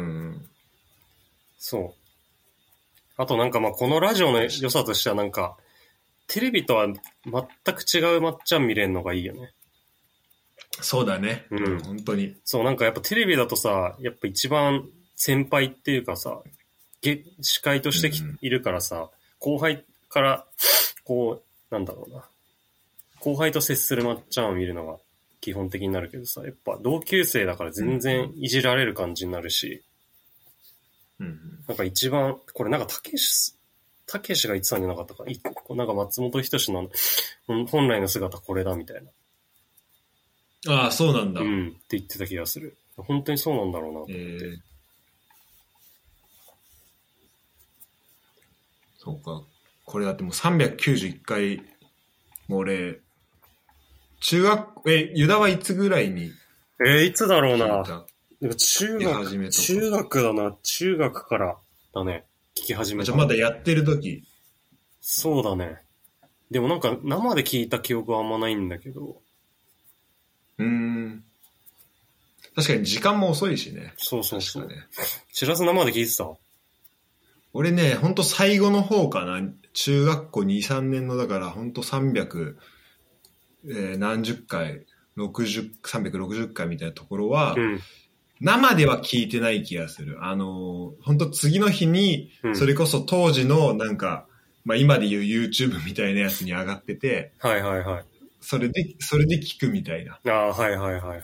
Speaker 2: そう。あとなんかまあ、このラジオの良さとしてはなんか、テレビとは全く違うまっちゃん見れるのがいいよね。
Speaker 1: そうだね。
Speaker 2: うん。
Speaker 1: 本当に。
Speaker 2: そう、なんかやっぱテレビだとさ、やっぱ一番先輩っていうかさ、司会としているからさ、うん、後輩から、こう、なんだろうな。 後輩と接するまっちゃんを見るのが基本的になるけどさ、やっぱ同級生だから全然いじられる感じになるし、
Speaker 1: うん、
Speaker 2: なんか一番、これなんかたけし、たけしが言ってたんじゃなかったか、いなんか松本人志の本来の姿これだみたい
Speaker 1: な。ああ、そうなんだ。
Speaker 2: うん、って言ってた気がする。本当にそうなんだろうなと思って。えー、
Speaker 1: そうか。これだってもうさんびゃくきゅうじゅういっかい、もう俺、中学、え、ユダはいつぐらいに
Speaker 2: えー、いつだろうな。でも中学、中学だな。中学からだね。聞き始めた。
Speaker 1: じゃあまだやってる時。
Speaker 2: そうだね。でもなんか生で聞いた記憶はあんまないんだけど。
Speaker 1: うーん。確かに時間も遅いしね。
Speaker 2: そうそうそう。ね、しらす生で聞いてた？
Speaker 1: 俺ね、ほんと最後の方かな。中学校に、さんねんのだからほんとさんびゃく、えー、何十回、ろくじゅう、さんびゃくろくじゅっかいみたいなところは、うん、生では聞いてない気がする。あのー、ほんと次の日に、それこそ当時のなんか、うん、まあ今で言う YouTube みたいなやつに上がってて、
Speaker 2: はいはいはい。
Speaker 1: それで、それで聞くみたいな。
Speaker 2: ああ、はいはいはいはい。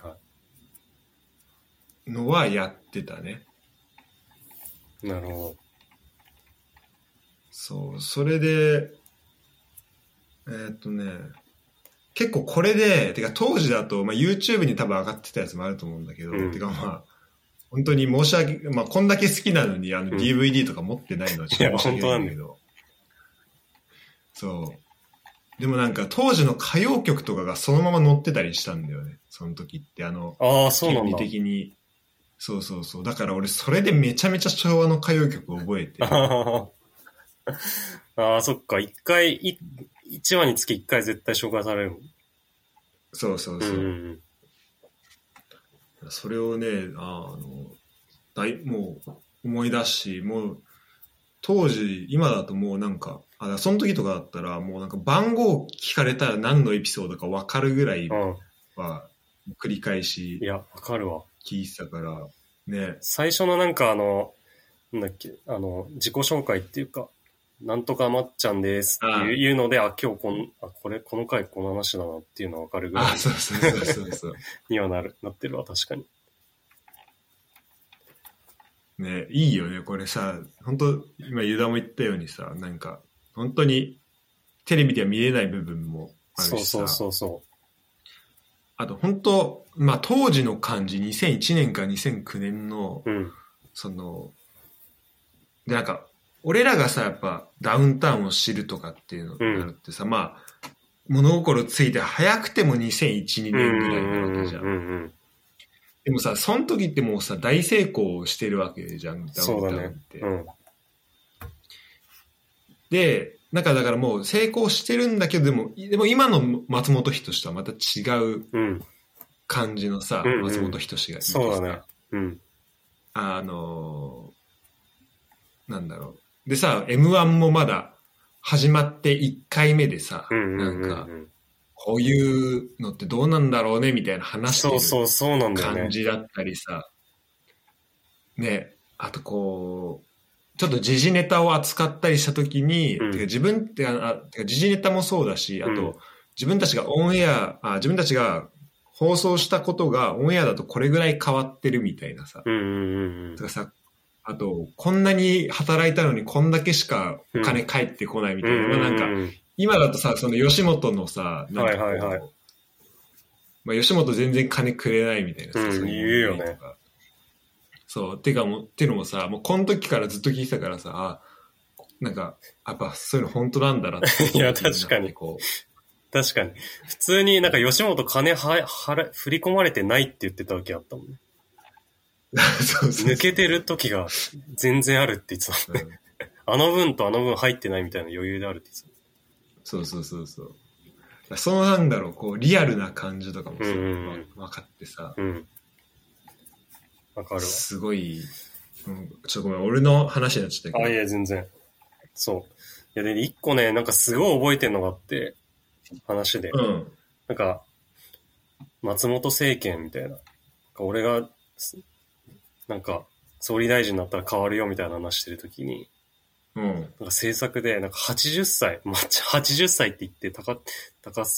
Speaker 1: のはやってたね。
Speaker 2: なるほど。
Speaker 1: そう、それで、えー、っとね、結構これで、てか当時だと、まあ、YouTube に多分上がってたやつもあると思うんだけど、うん、てかまあ、本当に申し訳、まあこんだけ好きなのにあの ディーブイディー とか持ってないのはちょっと申し訳ないんだけど、うん、そう。でもなんか当時の歌謡曲とかがそのまま載ってたりしたんだよね、その時って。あの、
Speaker 2: ああ、そうなんだ。
Speaker 1: 権利的に。そうそうそう。だから俺それでめちゃめちゃ昭和の歌謡曲を覚えて。
Speaker 2: ああ、そっか。一回、い一話につき一回絶対紹介されるもん。
Speaker 1: そうそうそう。
Speaker 2: うんうん、
Speaker 1: それをね、あの、大、もう思い出し、もう、当時、今だともうなんか、あ、その時とかだったら、もうなんか番号聞かれたら何のエピソードか分かるぐらいは、繰り返し、
Speaker 2: いや、分かるわ。
Speaker 1: 聞いてたから、ね。
Speaker 2: 最初のなんかあの、なんだっけ、あの、自己紹介っていうか、なんとかまっちゃんですっていうので、あ、今日こん、あ、これ、この回この話だなっていうのは分かるぐらい。
Speaker 1: あ、そうそうそうそうそう。
Speaker 2: にはなる、なってるわ、確かに。
Speaker 1: ね、いいよね、これさ、本当今ユダも言ったようにさ、なんか、本当にテレビでは見れない部分もあるしさ。
Speaker 2: そうそうそうそう。
Speaker 1: あと本当、まあ当時の感じ、にせんいちねんかにせんきゅうねんの、
Speaker 2: うん、そ
Speaker 1: の、で、なんか、俺らがさ、やっぱダウンタウンを知るとかっていうのになるってさ、うん、まあ、物心ついて早くてもにせんいち、にねんぐらいなわけじゃん。でもさ、その時ってもうさ、大成功してるわけじゃん、ダウンタウンって。そうだね。うん、で、なんかだからもう成功してるんだけど、でも、でも今の松本人志とはまた違う感じのさ、うん、松本人志がいてさ、
Speaker 2: そうだね。うん。
Speaker 1: あのー、なんだろう。でさ、エムワン もまだ始まっていっかいめでさ、うんうんうんうん、なんか、こういうのってどうなんだろうねみたいな話してる感じだったりさ、ね、あとこう、ちょっと時事ネタを扱ったりしたときに、うん、てか自分ってあ、てか時事ネタもそうだし、あと、うん、自分たちがオンエアあ、自分たちが放送したことがオンエアだとこれぐらい変わってるみたいなさ、
Speaker 2: うんうんうん、
Speaker 1: とかさ、あと、こんなに働いたのにこんだけしか金返ってこないみたいな、うん、まあ、なんか、今だとさ、その吉本のさ、なんかこう、はいはいはい、まあ、吉本全然金くれないみたいなさ、
Speaker 2: うん、
Speaker 1: そう
Speaker 2: いう言うよね。
Speaker 1: そう、てかもう、っていうのもさ、もうこの時からずっと聞いてたからさ、あ、なんか、やっぱそういうの本当なんだなって。
Speaker 2: いや、確かに。こう確かに。普通になんか吉本金は、は、振り込まれてないって言ってた時あったもんね。
Speaker 1: そうそうそう、
Speaker 2: 抜けてる時が全然あるって言ってたもんね。うん、あの分とあの分入ってないみたいな余裕であるって言ってた。
Speaker 1: そうそうそうそう。そのなんだろう、こう、リアルな感じとかもさ、うんうん、分かってさ。
Speaker 2: うん。わかるわ。
Speaker 1: すごい、うん、ちょっとごめん、俺の話になっちゃったけど。
Speaker 2: あ、いや、全然。そう。いや、で、一個ね、なんかすごい覚えてるのがあって、話で。
Speaker 1: うん。
Speaker 2: なんか、松本政権みたいな。俺が、なんか、総理大臣になったら変わるよみたいな話してるときに、
Speaker 1: うん。なん
Speaker 2: か政策で、なんかはちじゅっさい、まあ、はちじゅっさいって言って高、高、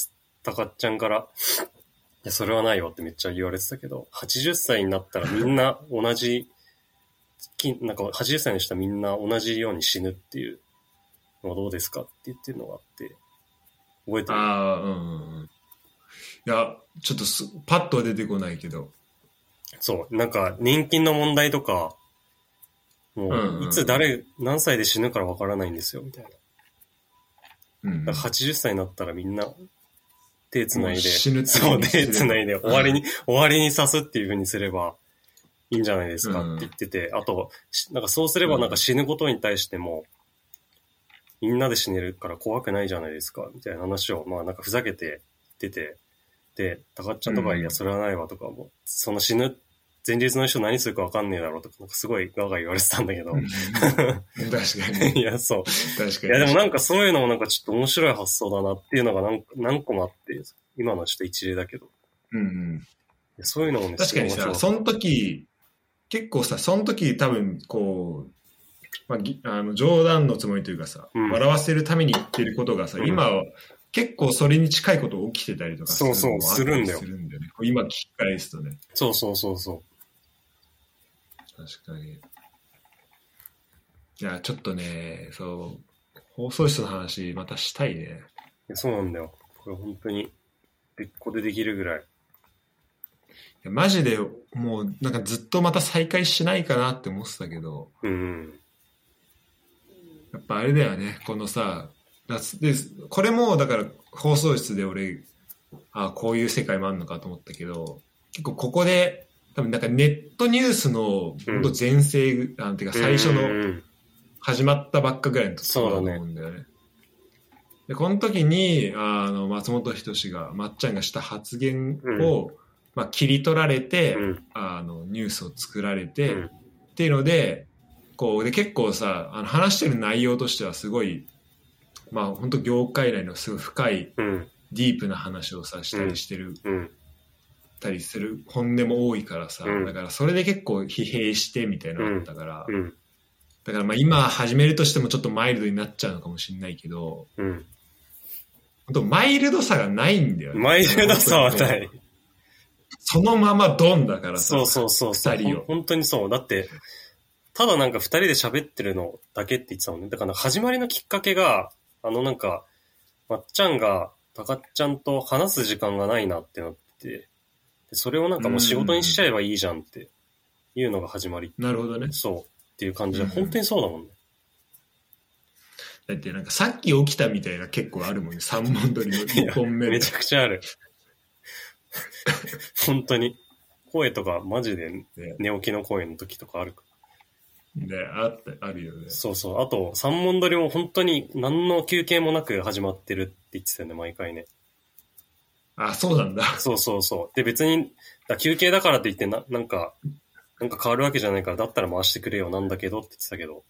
Speaker 2: たかっちゃんから、いや、それはないよってめっちゃ言われてたけど、はちじゅっさいになったらみんな同じ、なんかはちじゅっさいにしたらみんな同じように死ぬっていうのはどうですかって言ってるのがあって、覚えてる？
Speaker 1: ああ、うんうんうん。いや、ちょっとすパッとは出てこないけど。
Speaker 2: そう、なんか年金の問題とか、もういつ誰、何歳で死ぬからわからないんですよみたいな。うん、だからはちじゅっさいになったらみんな手つないで、
Speaker 1: 死ぬって
Speaker 2: そう、手つないで終わりに、うん、終わりに刺すっていう風にすればいいんじゃないですかって言ってて、うん、あと、なんかそうすればなんか死ぬことに対しても、みんなで死ねるから怖くないじゃないですかみたいな話を、まあなんかふざけて言ってて、で、たかっちゃんとか、うん、いや、それはないわとかも、その死ぬ、前日の人何するか分かんねえだろうとか、なんかすごいガーガー言われてたんだけど。
Speaker 1: 確かに。
Speaker 2: いや、そう。
Speaker 1: 確かに。
Speaker 2: いや、でもなんかそういうのもなんかちょっと面白い発想だなっていうのが何何個もあって、今のはちょっと一例だけど。
Speaker 1: うんうん。い
Speaker 2: やそういうのもね、
Speaker 1: 確かにさ、その時、結構さ、その時多分こう、まあ、あの冗談のつもりというかさ、うん、笑わせるために言ってることがさ、うん、今は結構それに近いこと起きてたりとかするのもあったりするんだよね。そうそう、今聞き返すとね。
Speaker 2: そうそうそうそう。
Speaker 1: 確かに。いや、ちょっとね、そう、放送室の話またしたいね。
Speaker 2: いや、そうなんだよ。これ本当に別個でできるぐらい。い
Speaker 1: やマジでもうなんかずっとまた再開しないかなって思ってたけど、
Speaker 2: うん、
Speaker 1: やっぱあれだよね、このさ、でこれもだから放送室で俺、あこういう世界もあるのかと思ったけど、結構ここで多分なんかネットニュースの本当全盛、うん、なんていうか最初の始まったばっかぐらいの時だと思うんだよね。ねでこの時にあの松本人志がまっちゃんがした発言を、うんまあ、切り取られて、うん、あのニュースを作られて、うん、っていうのでこうで結構さあの話してる内容としてはすごいまあ本当業界内のすごい深い、うん、ディープな話をさしたりしてる、うんうんたりする本音も多いからさ、うん、だからそれで結構疲弊してみたいなのあったから、うん、だからまあ今始めるとしてもちょっとマイルドになっちゃうのかもしれないけど、うん、本当マイルドさがないんだよね。
Speaker 2: マイルドさはない。
Speaker 1: そのままドンだからさ。
Speaker 2: そうそうそうそう。二人を。本当にそう。だってただなんか二人で喋ってるのだけって言ってたもんね。だから始まりのきっかけがあのなんかまっちゃんがたかっちゃんと話す時間がないなってなって。それをなんかもう仕事にしちゃえばいいじゃんっていうのが始まり。
Speaker 1: なるほどね。
Speaker 2: そうっていう感じで、うん、本当にそうだもんね。
Speaker 1: だってなんかさっき起きたみたいな結構あるもんね。三本撮りのいっぽんめ。
Speaker 2: めちゃくちゃある。本当に。声とかマジで寝起きの声の時とかあるか
Speaker 1: ら。ね、あってあるよね。
Speaker 2: そうそう。あと三本撮りも本当に何の休憩もなく始まってるって言ってたよね、毎回ね。
Speaker 1: あ、そうなんだ。
Speaker 2: そうそうそう。で、別に、だ休憩だからといってな、なんか、なんか変わるわけじゃないから、だったら回してくれよなんだけどって言ってたけど。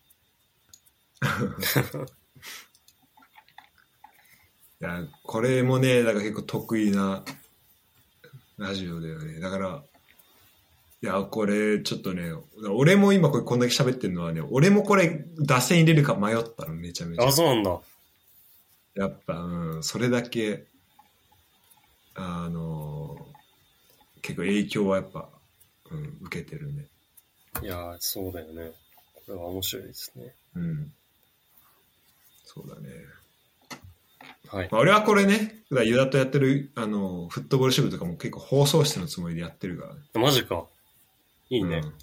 Speaker 1: いや、これもね、だから結構得意なラジオだよね。だから、いや、これちょっとね、俺も今これこんだけ喋ってるのはね、俺もこれ打線入れるか迷ったの、めちゃめちゃ。
Speaker 2: あ、そうなんだ。
Speaker 1: やっぱ、うん、それだけ、あの結構影響はやっぱ、うん、受けてるね。
Speaker 2: いやーそうだよね。これは面白いですね。
Speaker 1: うん。そうだね。
Speaker 2: はい。
Speaker 1: まあ、俺はこれね、ユダとやってるあのフットボール支部とかも結構放送室のつもりでやってるからね。
Speaker 2: マジか。いいね。うん、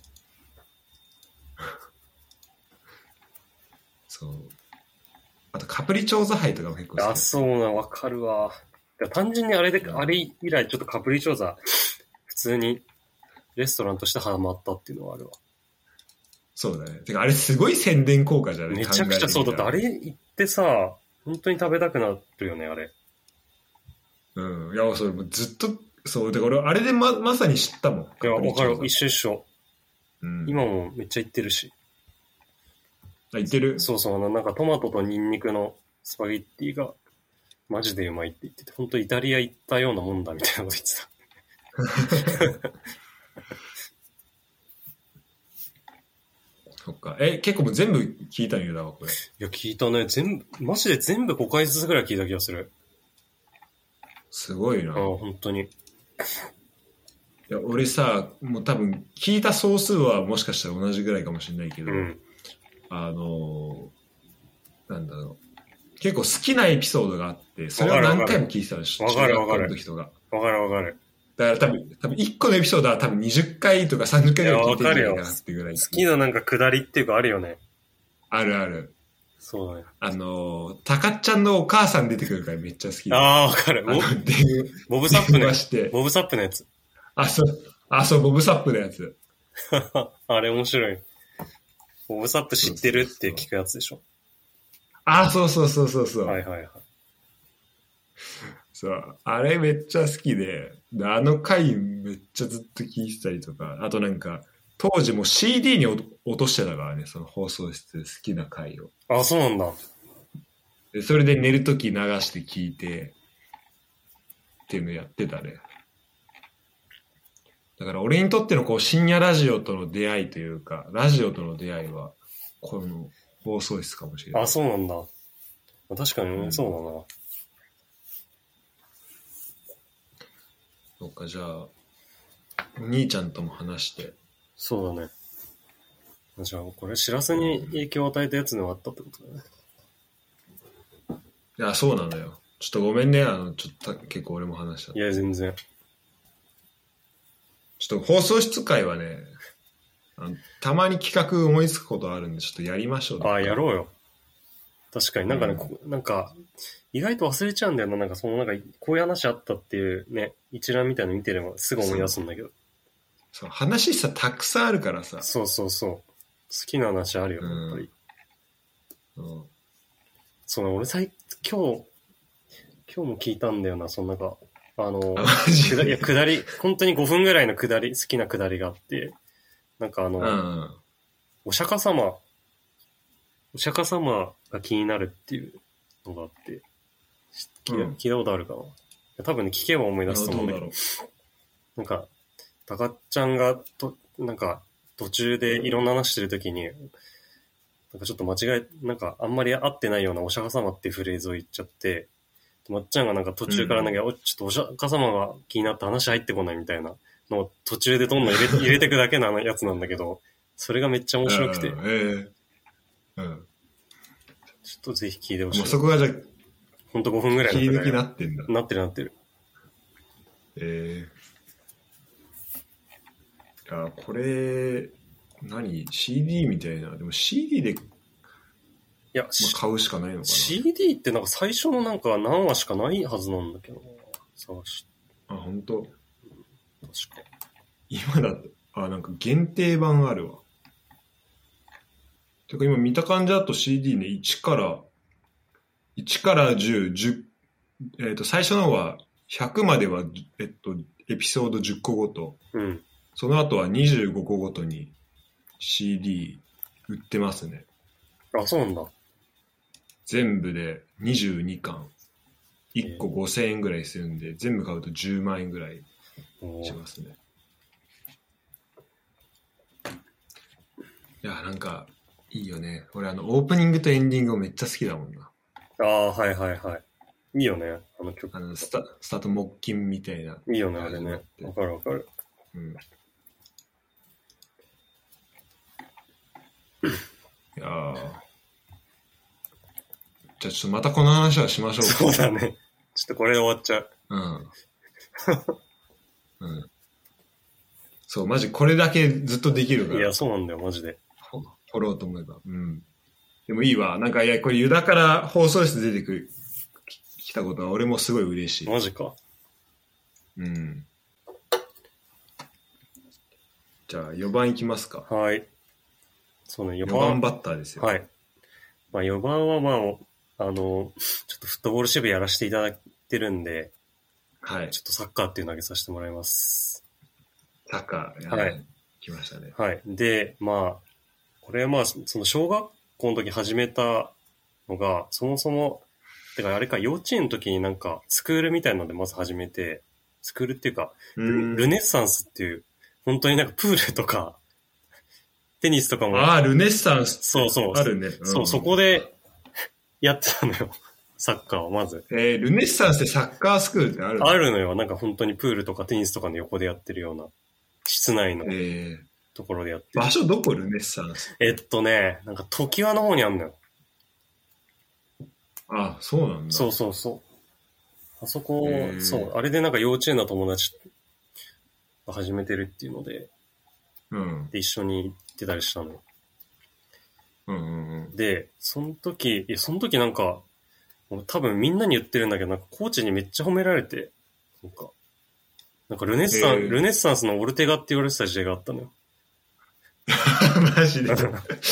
Speaker 1: そう。あとカプリチョーザ杯とかも結構好き。
Speaker 2: あ、そうな、わかるわ。単純にあれで、あれ以来ちょっとカプリチョーザ、普通にレストランとしてハマったっていうのはあるわ。
Speaker 1: そうだね。てかあれすごい宣伝効果じゃない？
Speaker 2: めちゃくちゃそうだって、あれ行ってさ、本当に食べたくなるよね、あれ。
Speaker 1: うん。いや、それもずっと、そう、だから俺、あれでま、まさに知ったもん。い
Speaker 2: や、わかる。一緒一緒。うん。今もめっちゃ行ってるし。
Speaker 1: あ、行ってる？
Speaker 2: そうそう、なんかトマトとニンニクのスパゲッティが、マジでうまいって言ってて、本当イタリア行ったようなもんだみたいなこと言ってた。
Speaker 1: そっか。え、結構もう全部聞いたんよだわ、これ。い
Speaker 2: や、聞いたね。全部、マジで全部ごかいずつぐらい聞いた気がする。
Speaker 1: すごいな。
Speaker 2: ああ、本当に。
Speaker 1: いや俺さ、もう多分聞いた総数はもしかしたら同じぐらいかもしれないけど、うん、あのー、なんだろう。結構好きなエピソードがあって、それを何回も聞いてたでしょ。
Speaker 2: わかるわかる。
Speaker 1: 中学校の時とか。
Speaker 2: わかるわかる。
Speaker 1: だから多分、多分いっこのエピソードは多分にじゅっかいとかさんじゅっかいぐらい聞いてるんじゃないかなっていうぐらい。
Speaker 2: 好きななんか下りっていうかあるよね。
Speaker 1: あるある。
Speaker 2: そうだね。
Speaker 1: あのー、たかっちゃんのお母さん出てくるからめっちゃ好き。
Speaker 2: ああ、わかる。ボボブサップのやつ。ボブサップのやつ。
Speaker 1: あ、そう、あ、そう、ボブサップのやつ。
Speaker 2: あれ面白い。ボブサップ知ってるって聞くやつでしょ。
Speaker 1: あ、そうそうそうそうそう。
Speaker 2: はいはいはい。
Speaker 1: そう、あれめっちゃ好きで、であの回めっちゃずっと聞いてたりとか、あとなんか、当時も シーディー に落としてたからね、その放送室で好きな回を。
Speaker 2: あ、そうなんだ。
Speaker 1: でそれで寝るとき流して聞いて、っていうのやってたね。だから俺にとってのこう深夜ラジオとの出会いというか、ラジオとの出会いは、この放送室かもしれない。
Speaker 2: あ、そうなんだ。確かにそうだな。うん、
Speaker 1: そうか、じゃあ、お兄ちゃんとも話して。
Speaker 2: そうだね。じゃあ、これ、しらすに影響を与えたやつでもあったってことだね。
Speaker 1: いや、そうなのよ。ちょっとごめんね、あの、ちょっと結構俺も話した。
Speaker 2: いや、全然。
Speaker 1: ちょっと放送室会はね、あのたまに企画思いつくことあるんで、ちょっとやりましょう。
Speaker 2: ああ、やろうよ。確かになんかね、うん、なんか、意外と忘れちゃうんだよな。なんかそのなんか、こういう話あったっていうね、一覧みたいなの見てればすぐ思い出すんだけど。
Speaker 1: そう、話さ、たくさんあるからさ。
Speaker 2: そうそうそう。好きな話あるよ、やっぱり。
Speaker 1: うん。
Speaker 2: そう、俺最、今日、今日も聞いたんだよな、そのなんか、あの、
Speaker 1: く
Speaker 2: だいや、下り、本当にごふんぐらいの下り、好きな下りがあって、なんかあの、
Speaker 1: うん、
Speaker 2: お釈迦様、お釈迦様が気になるっていうのがあって、聞い、うん、聞いたことあるかな。多分ね、聞けば思い出すと思うんだけど、なんか、たかっちゃんがと、なんか、途中でいろんな話してるときに、なんかちょっと間違え、なんかあんまり合ってないようなお釈迦様っていうフレーズを言っちゃって、まっちゃんがなんか途中からなんか、うん、ちょっとお釈迦様が気になって話入ってこないみたいなのを途中でどんどん入れ入れていくだけなやつなんだけど、それがめっちゃ面白くて。
Speaker 1: うん。えーうん、
Speaker 2: ちょっとぜひ聞いてほしい。
Speaker 1: もうそこがじゃあ、
Speaker 2: ほんとごふんぐらいの。
Speaker 1: 切り抜きなってんだ。
Speaker 2: なってるなってる。
Speaker 1: えー。いや、これ、何 ?シーディー みたいな。でも シーディー で、
Speaker 2: いや、
Speaker 1: まあ、買うしかないのかな。
Speaker 2: シーディー ってなんか最初のなんか何話しかないはずなんだけどな。探し。
Speaker 1: あ、本当。
Speaker 2: 確か。
Speaker 1: 今だと、あ、なんか限定版あるわ。てか今見た感じだと シーディー ね、いちから、いちからじゅう、じゅう、えっと、最初のはひゃくまでは、えっと、エピソードじゅっこごと。
Speaker 2: うん。
Speaker 1: その後はにじゅうごこごとに シーディー 売ってますね。
Speaker 2: あ、そうなんだ。
Speaker 1: 全部でにじゅうにかん。いっこごせんえんぐらいするんで、全部買うとじゅうまんえんぐらいしますね。いや、なんか、いいよね。俺、あの、オープニングとエンディングめっちゃ好きだもんな。
Speaker 2: ああ、はいはいはい。いいよね、あの曲。
Speaker 1: あの、スタ、スタート木琴みたいな。
Speaker 2: いいよね、あれね。わかるわかる。
Speaker 1: うん。いやー。じゃあちょっとまたこの話はしましょうか。
Speaker 2: そうだね。ちょっとこれで終わっちゃう。
Speaker 1: うん。うん。そう、マジこれだけずっとできるから。
Speaker 2: いや、そうなんだよ、マジで。
Speaker 1: 掘ろうと思えば。うん。でもいいわ。なんか、いや、これユダから放送室出てくる、来たことは俺もすごい嬉しい。
Speaker 2: マジか。
Speaker 1: うん。じゃあよばんいきますか。
Speaker 2: はい。そうね、よばん。
Speaker 1: よばんバッターですよ。
Speaker 2: はい。まあよばんはまあ、あの、ちょっとフットボール支部やらせていただいてるんで、
Speaker 1: はい。
Speaker 2: ちょっとサッカーっていうのを挙げさせてもらいます。
Speaker 1: サッカー、
Speaker 2: はい。
Speaker 1: 来ましたね。
Speaker 2: はい。で、まあ、これはまあ、その小学校の時始めたのが、そもそも、てかあれか、幼稚園の時になんか、スクールみたいなのでまず始めて、スクールっていうか、ル、ルネッサンスっていう、本当になんかプールとか、テニスとかも。
Speaker 1: ああ、ルネッサンス。
Speaker 2: そうそう。
Speaker 1: あるね。
Speaker 2: うん、そう、そこでやってたのよ。 サッカーはまず。
Speaker 1: えー、ルネッサンスでサッカースクールってあるの？
Speaker 2: あるのよ。なんか本当にプールとかテニスとかの横でやってるような、室内のところでやってる。
Speaker 1: えー、場所どこルネッサンス？
Speaker 2: えっとね、なんか常盤の方にあるのよ。
Speaker 1: あ、そうなんだ。
Speaker 2: そうそうそう。あそこ、そう、あれでなんか幼稚園の友達が始めてるっていうので、
Speaker 1: うん。
Speaker 2: で、一緒に行ってたりしたのよ。
Speaker 1: うんうんうん。
Speaker 2: で、その時、いや、その時なんか、多分みんなに言ってるんだけど、なんかコーチにめっちゃ褒められて、なんか、なんかルネッサン、
Speaker 1: えー、
Speaker 2: ルネッサンスのオルテガって言われてた時代があったのよ。
Speaker 1: マジで。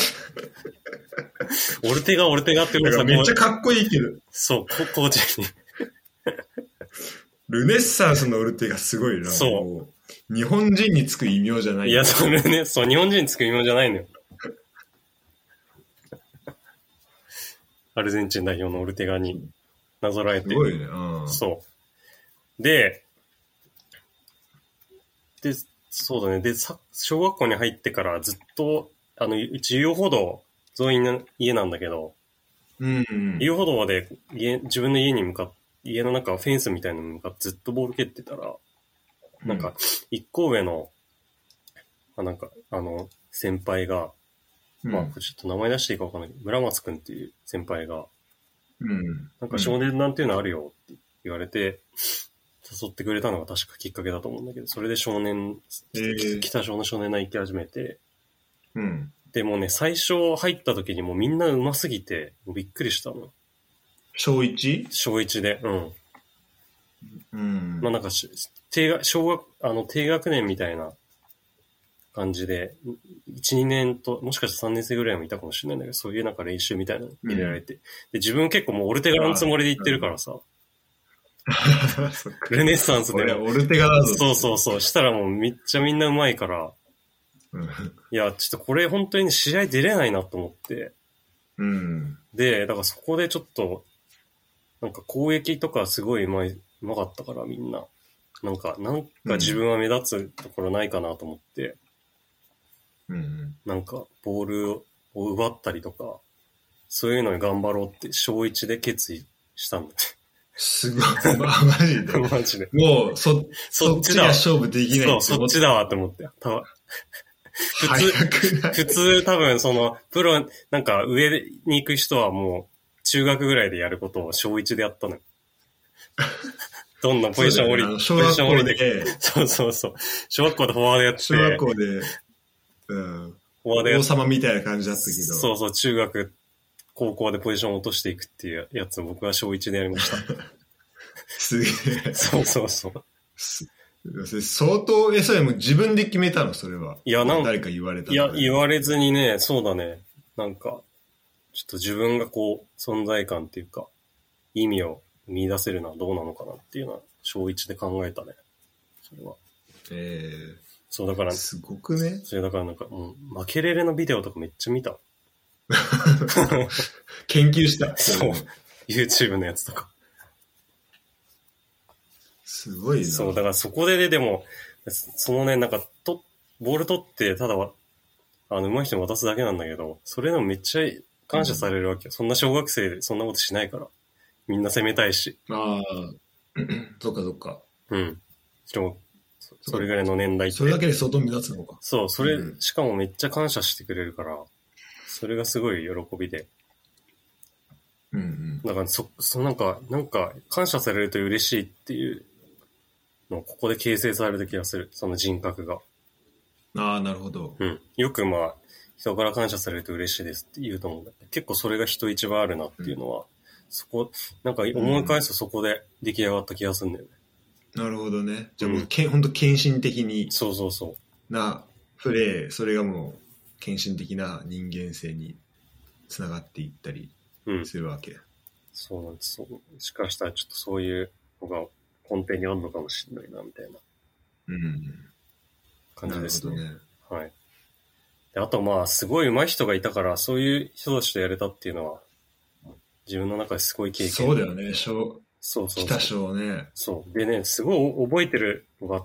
Speaker 2: オルテガ、オルテガって言われてた。
Speaker 1: めっちゃかっこいいけど。
Speaker 2: そう、コーチに。
Speaker 1: ルネッサンスのオルテガすごいな。
Speaker 2: そう。
Speaker 1: 日本人につく異名じゃない。
Speaker 2: いや、それね、そう、日本人につく異名じゃないのよ。アルゼンチン代表のオルテガになぞらえて。
Speaker 1: すごいね。うん、
Speaker 2: そう。で、で、そうだね。で、さ小学校に入ってからずっと、あの、うち遊歩道沿いの家なんだけど、
Speaker 1: うんうん、
Speaker 2: 遊歩道で家自分の家に向かって、家の中フェンスみたいなのに向かってずっとボール蹴ってたら、うん、なんか、一個上の、あ、なんか、あの、先輩が、うん、まあ、ちょっと名前出していいかわかんないけど、村松くんっていう先輩が、
Speaker 1: うん、
Speaker 2: なんか少年なんていうのあるよって言われて、誘ってくれたのが確かきっかけだと思うんだけど、それで少年、えー、北小の少年団行き始めて、
Speaker 1: うん、
Speaker 2: でもね、最初入った時にもうみんな上手すぎて、びっくりしたの。
Speaker 1: 小 いち？
Speaker 2: 小いちで、うん。
Speaker 1: うん。
Speaker 2: まあなんか、低学、小学、あの、低学年みたいな感じで、いち、にねんと、もしかしたらさんねん生ぐらいもいたかもしれないんだけど、そういうなんか練習みたいなの入れられて。うん、で、自分結構もうオルテガのつもりで行ってるからさ。ルネッサンスで。
Speaker 1: オルテガだぞ。
Speaker 2: そうそうそう。したらもうめっちゃみんな上手いから、
Speaker 1: うん、い
Speaker 2: や、ちょっとこれ本当に試合出れないなと思って。
Speaker 1: うん。
Speaker 2: で、だからそこでちょっと、なんか攻撃とかすごいうまい、うまかったからみんな。なんか、なんか自分は目立つところないかなと思って、
Speaker 1: うん、
Speaker 2: なんかボールを奪ったりとか、そういうのに頑張ろうって小いちで決意したんだ。
Speaker 1: すごい。マジで。
Speaker 2: マジで。
Speaker 1: もう、そ、そっちが勝負できない。
Speaker 2: そう、そっちだわって思って。た普通、普通多分その、プロ、なんか上に行く人はもう、中学ぐらいでやることを小いちでやったのよ。どんどんポジション降り、ね、
Speaker 1: 小学校で、
Speaker 2: そうそうそう。小学校でフォワードやって、
Speaker 1: 小学校で、うん、フォワード王様みたいな感じだったけど。
Speaker 2: そうそう、中学、高校でポジションを落としていくっていうやつを僕は小いちでやりました。
Speaker 1: すげえ。
Speaker 2: そうそうそう。
Speaker 1: 相当、え、それも自分で決めたのそれは。
Speaker 2: いや、なんか、
Speaker 1: 誰か言われたの？
Speaker 2: いや、言われずにね、そうだね。なんか、ちょっと自分がこう、存在感っていうか、意味を見出せるのはどうなのかなっていうのは、小いちで考えたね。それは。
Speaker 1: ええー。
Speaker 2: そう、だから、
Speaker 1: すごくね。
Speaker 2: それだからなんか、うん、負けれれのビデオとかめっちゃ見た。
Speaker 1: 研究した。
Speaker 2: そう。YouTube のやつとか。
Speaker 1: すごいな。
Speaker 2: そう、だからそこでね、でも、そのね、なんか、と、ボール取って、ただは、あの、上手い人に渡すだけなんだけど、それでもめっちゃ感謝されるわけよ。うん、そんな小学生でそんなことしないから。みんな攻めたいし。
Speaker 1: ああ、そっかそっか。
Speaker 2: うん。しかも、それぐらいの年代って。
Speaker 1: それだけで相当目立つのか。
Speaker 2: そう、それ、うん、しかもめっちゃ感謝してくれるから、それがすごい喜びで。
Speaker 1: うんうん。
Speaker 2: だからそ、そのなんか、なんか、感謝されると嬉しいっていうのをここで形成される気がする。その人格が。
Speaker 1: ああ、なるほど。
Speaker 2: うん。よくまあ、人から感謝されると嬉しいですって言うと思うんだけど、結構それが人一番あるなっていうのは、うん、そこ、なんか思い返すとそこで出来上がった気がするんだよね。
Speaker 1: うん、なるほどね。じゃあもう、け、うん、ほんと献身的に。
Speaker 2: そうそうそう。
Speaker 1: な、プレー、それがもう、献身的な人間性につながっていったりするわけ。うん、
Speaker 2: そうなんです。もしかしたらちょっとそういうのが根底にあるのかもしれないな、みたいな。
Speaker 1: うん。
Speaker 2: 感じですね。
Speaker 1: なるほどね。
Speaker 2: はい。であとまあ、すごい上手い人がいたから、そういう人たちとやれたっていうのは、自分の中ですごい経験。
Speaker 1: そうだよね、小。
Speaker 2: そうそうそう。
Speaker 1: 北小ね。
Speaker 2: そう。でね、すごい覚えてるのがあって、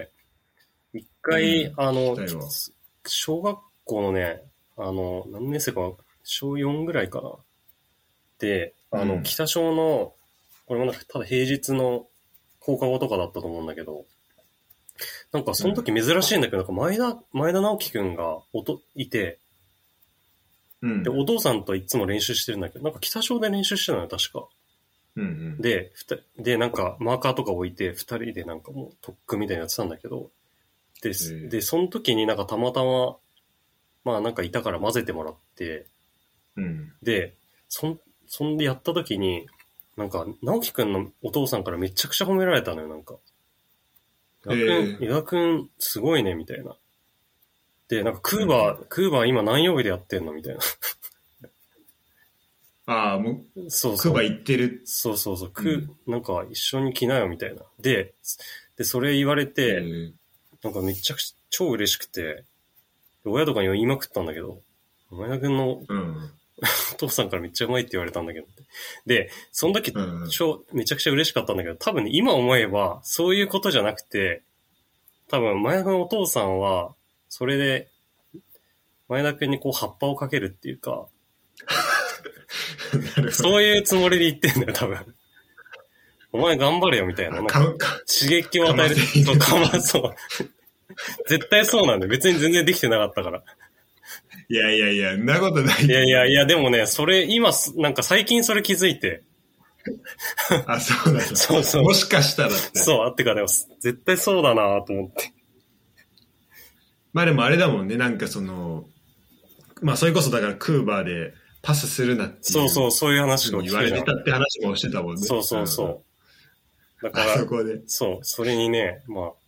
Speaker 2: 一回、うん、あの、小学校のね、あの、何年生か、小よんぐらいかな。 で、あの、
Speaker 1: うん
Speaker 2: 北小の、これもなんかただ平日の放課後とかだったと思うんだけど、なんかその時珍しいんだけど、なんか前田、前田直樹くんがおといて、
Speaker 1: うん
Speaker 2: で、お父さんといつも練習してるんだけど、なんか北小で練習してたのよ、確か。
Speaker 1: うんうん
Speaker 2: で、ふたで、なんかマーカーとか置いて、二人でなんかもう特訓みたいなやつなんだけど、で、
Speaker 1: ー
Speaker 2: で、その時になんかたまたま、まあなんかいたから混ぜてもらって、
Speaker 1: うん
Speaker 2: で、そん、そんでやった時に、なんか、直樹くんのお父さんからめちゃくちゃ褒められたのよ、なんか。伊田くん、
Speaker 1: へー
Speaker 2: 伊田くん、すごいね、みたいな。で、なんか、クーバー、クーバー今何曜日でやってんのみたいな。
Speaker 1: ああ、もう、
Speaker 2: そうそう。
Speaker 1: クバ行ってる。
Speaker 2: そうそうそう。ク
Speaker 1: うん
Speaker 2: なんか、一緒に来なよ、みたいな。で、で、それ言われ
Speaker 1: え
Speaker 2: て、
Speaker 1: ー
Speaker 2: なんかめちゃくちゃ超嬉しくて、親とかには言いまくったんだけど、前田くんの
Speaker 1: うん。
Speaker 2: お父さんからめっちゃうまいって言われたんだけど。で、その時、
Speaker 1: うんうん
Speaker 2: 超めちゃくちゃ嬉しかったんだけど、多分ね、今思えば、そういうことじゃなくて、多分、前田くんのお父さんは、それで、前田くんにこう、葉っぱをかけるっていうか、
Speaker 1: なるほど。
Speaker 2: そういうつもりで言ってんだよ、多分。お前頑張れよ、みたいな。なんか
Speaker 1: かか
Speaker 2: 刺激を与える。
Speaker 1: かませ
Speaker 2: そう、かまそう。絶対そうなんだよ。別に全然できてなかったから。
Speaker 1: いやいやいや、そんなことない。
Speaker 2: いやいやいや、でもね、それ、今す、なんか最近それ気づいて。
Speaker 1: あ、そうだそう
Speaker 2: そうそう
Speaker 1: もしかしたらって。
Speaker 2: そう、あってかでも、絶対そうだなと思って。
Speaker 1: まあでもあれだもんね、なんかその、まあそれこそだからクーバーでパスするなっていう。
Speaker 2: そうそう、そういう話を聞
Speaker 1: 言われて
Speaker 2: くじゃん。
Speaker 1: たって話もしてたもんね。
Speaker 2: そうそうそう。だ
Speaker 1: うん。
Speaker 2: から
Speaker 1: あそ、こで。
Speaker 2: そう、それにね、まあ、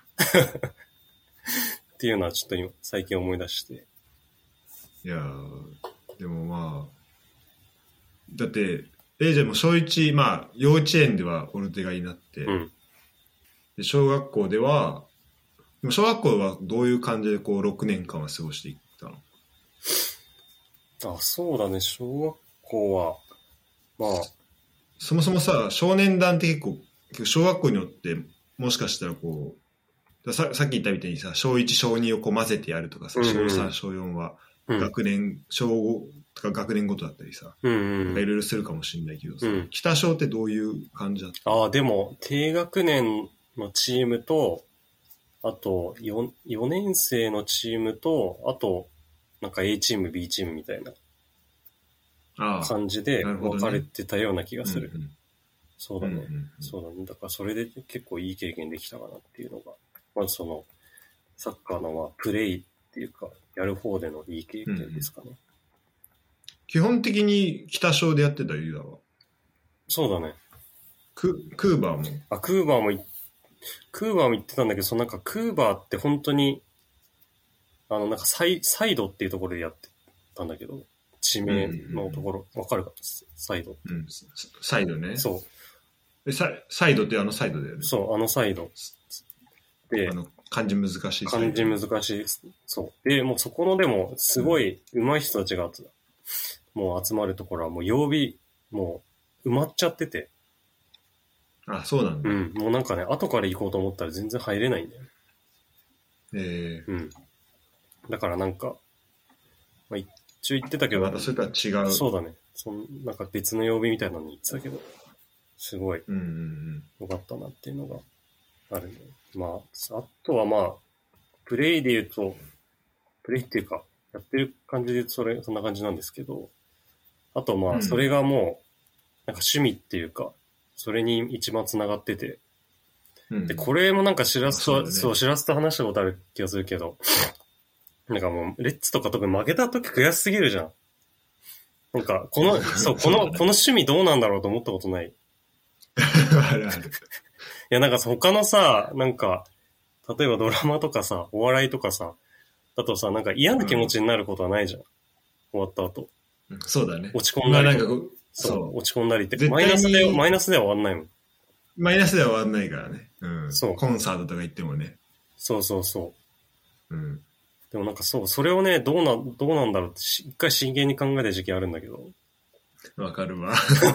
Speaker 2: っていうのはちょっと今、最近思い出して。
Speaker 1: いやーでもまあ、だって、え、じゃあもう小一、まあ幼稚園ではオルテガになって、
Speaker 2: うん。
Speaker 1: で小学校では、でも小学校はどういう感じでこうろくねんかんは過ごしていったの？
Speaker 2: あ、そうだね、小学校は、まあ、
Speaker 1: そもそもさ、少年団って結構、結構小学校によってもしかしたらこう、ささっき言ったみたいにさ、小いち、小にをこう混ぜてやるとかさ、
Speaker 2: うんうん
Speaker 1: 小さん、小よんは
Speaker 2: うん。
Speaker 1: 学年、小ごとか学年ごとだったりさ、
Speaker 2: うんうん
Speaker 1: いろいろするかもしれないけどさ、
Speaker 2: うん
Speaker 1: 北小ってどういう感じだった？
Speaker 2: ああ、でも、低学年のチームと、あと4、よねん生のチームと、あと、なんか A チーム、B チームみたいな
Speaker 1: ああ、
Speaker 2: 感じで
Speaker 1: なるほどね
Speaker 2: 分かれてたような気がする。
Speaker 1: うんうん
Speaker 2: そうだね、
Speaker 1: うんうんうん
Speaker 2: そうだね。だからそれで結構いい経験できたかなっていうのが、まずその、サッカーのまあプレイっていうか、やる方でのいい経験ですかね。
Speaker 1: 基本的に北小でやってたユダは。
Speaker 2: そうだね。
Speaker 1: ククーバーも。
Speaker 2: あ、クーバーもい、クーバーも言ってたんだけど、そのなんかクーバーって本当に、あのなんかサイサイドっていうところでやってたんだけど、地名のところ、わかるかサイド。
Speaker 1: うん、サイドね。
Speaker 2: そう。
Speaker 1: でササイドってあのサイドだよね。
Speaker 2: そう、あのサイド。で
Speaker 1: あ、の漢字難しいサイド。
Speaker 2: 漢字難しい。そう。で、もうそこのでも、すごい上手い人たちが、もう集まるところはもう曜日、もう埋まっちゃってて。
Speaker 1: あ、そうなんだ。
Speaker 2: うん。もうなんかね、後から行こうと思ったら全然入れないんだよね。
Speaker 1: え
Speaker 2: うん。だからなんか、まあ、一応言ってたけ
Speaker 1: ー、
Speaker 2: ど、
Speaker 1: またそれとは違う。
Speaker 2: そうだね。そんなんか別の曜日みたいなのに言ってたけど、すごい
Speaker 1: うんうんうん。
Speaker 2: 良かったなっていうのがあるね。まあ、あとはまあ、プレイで言うと、プレイっていうか、やってる感じでそれ、そんな感じなんですけど、あとまあ、
Speaker 1: うん
Speaker 2: それがもう、なんか趣味っていうか、それに一番繋がってて、
Speaker 1: うん、
Speaker 2: で、これもなんか知らすと、
Speaker 1: そうだね
Speaker 2: そう、知らすと話したことある気がするけど、なんかもう、レッツとか特に負けた時悔しすぎるじゃん。なんか、この、そう、この、この趣味どうなんだろうと思ったことない。
Speaker 1: あるある。
Speaker 2: いや、なんかさ他のさ、なんか、例えばドラマとかさ、お笑いとかさ、だとさ、なんか嫌な気持ちになることはないじゃん。終わった後。
Speaker 1: うんそうだね。
Speaker 2: 落ち込んだりとか。
Speaker 1: まあなんかこう
Speaker 2: そう、
Speaker 1: そう。
Speaker 2: 落ち込んだりって。
Speaker 1: 絶対に
Speaker 2: マイナスで、マイナスでは終わんないもん。
Speaker 1: マイナスでは終わんないからね。うん。
Speaker 2: そう
Speaker 1: コンサートとか行ってもね。
Speaker 2: そうそうそう。
Speaker 1: うん。
Speaker 2: でもなんかそう、それをね、どうな、どうなんだろうってし、一回真剣に考えた時期あるんだけど。
Speaker 1: わかるわ。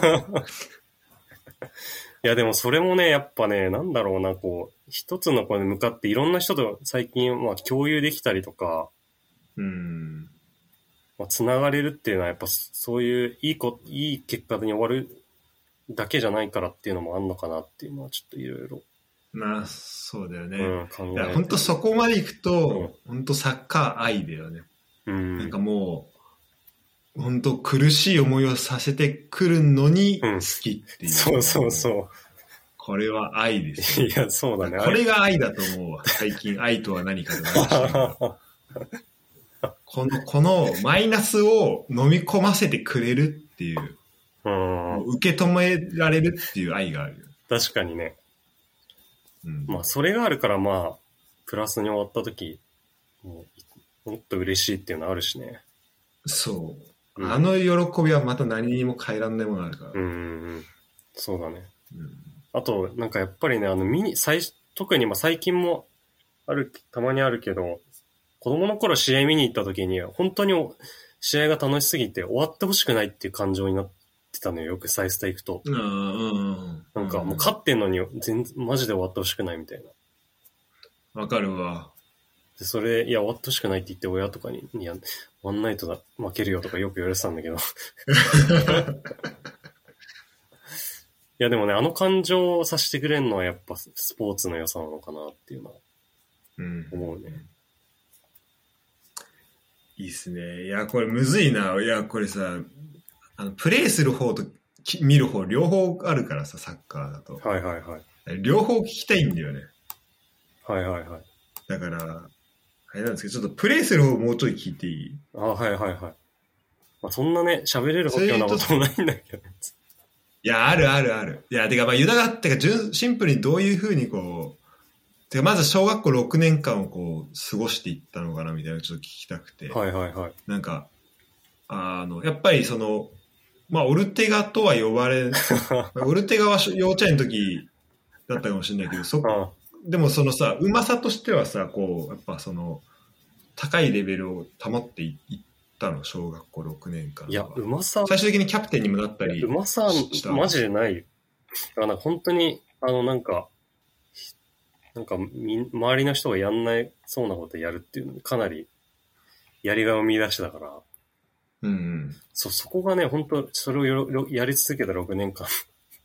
Speaker 2: いやでもそれもね、やっぱね、なんだろうな、こう、一つの子に向かっていろんな人と最近、まあ共有できたりとか、
Speaker 1: うん。
Speaker 2: まあ、つながれるっていうのはやっぱそういういいこ、いい結果に終わるだけじゃないからっていうのもあんのかなっていうのはちょっといろいろ。
Speaker 1: まあ、そうだよね。
Speaker 2: うん、考えて。いや、
Speaker 1: 本当そこまで行くと、本、う、当、ん、サッカー愛だよね。
Speaker 2: うん。
Speaker 1: なんかもう、本当苦しい思いをさせてくるのに好きっていう、
Speaker 2: うん。そうそうそう。
Speaker 1: これは愛です、
Speaker 2: ね。いや、そうだね。
Speaker 1: これが愛だと思うわ。最近、愛とは何かじゃないこの、このマイナスを飲み込ませてくれるっていう、
Speaker 2: うん、
Speaker 1: 受け止められるっていう愛があるよ。
Speaker 2: 確かにね。
Speaker 1: うん、
Speaker 2: まあ、それがあるから、まあ、プラスに終わった時、もうもっと嬉しいっていうのあるしね。
Speaker 1: そう。うん、あの喜びはまた何にも変えらんないものがあるから。
Speaker 2: うんうん。そうだね。
Speaker 1: うん、
Speaker 2: あと、なんかやっぱりね、あの、ミニ、最、特にまあ最近もある、たまにあるけど、子供の頃試合見に行った時に、本当に試合が楽しすぎて終わってほしくないっていう感情になってたのよ、よくサイスタ行くと。
Speaker 1: うんうんうん、
Speaker 2: なんかもう勝ってんのに全然、マジで終わってほしくないみたいな。
Speaker 1: わかるわ。
Speaker 2: で、それ、いや、終わってほしくないって言って親とかに、いや、終わんないとだ負けるよとかよく言われてたんだけど。いや、でもね、あの感情をさせてくれるのはやっぱスポーツの良さなのかなっていうのは思うね。
Speaker 1: うんいいっすね。いや、これむずいな。いや、これさ、あの、プレイする方と見る方、両方あるからさ、サッカーだと。
Speaker 2: はいはいはい。
Speaker 1: 両方聞きたいんだよね。
Speaker 2: はいはいはい。
Speaker 1: だから、あれなんですけど、ちょっとプレイする方もうちょい聞いていい？
Speaker 2: あ、はいはいはい。まあ、そんなね、喋れるほどなこともないんだけど。
Speaker 1: いや、あるあるある。いや、てか、まあ、ユダが、てか、シンプルにどういうふうにこう、てかまず小学校ろくねんかんをこう過ごしていったのかなみたいなのをちょっと聞きたくて、
Speaker 2: はいはいはい、
Speaker 1: なんかあのやっぱりそのまあオルテガとは呼ばれオルテガは幼稚園の時だったかもしれないけどそでもそのさうまさとしてはさこうやっぱその高いレベルを保っていったの小学校ろくねんかん。
Speaker 2: いやうまさ
Speaker 1: 最終的にキャプテンにもなったり
Speaker 2: うまさマジでないよ。だから本当にあのなんかなんかみ、周りの人がやんないそうなことやるっていうのにかなりやりがいを見出してたから。
Speaker 1: うんうん。
Speaker 2: そ、そこがね、本当それをよろやり続けたろくねんかん。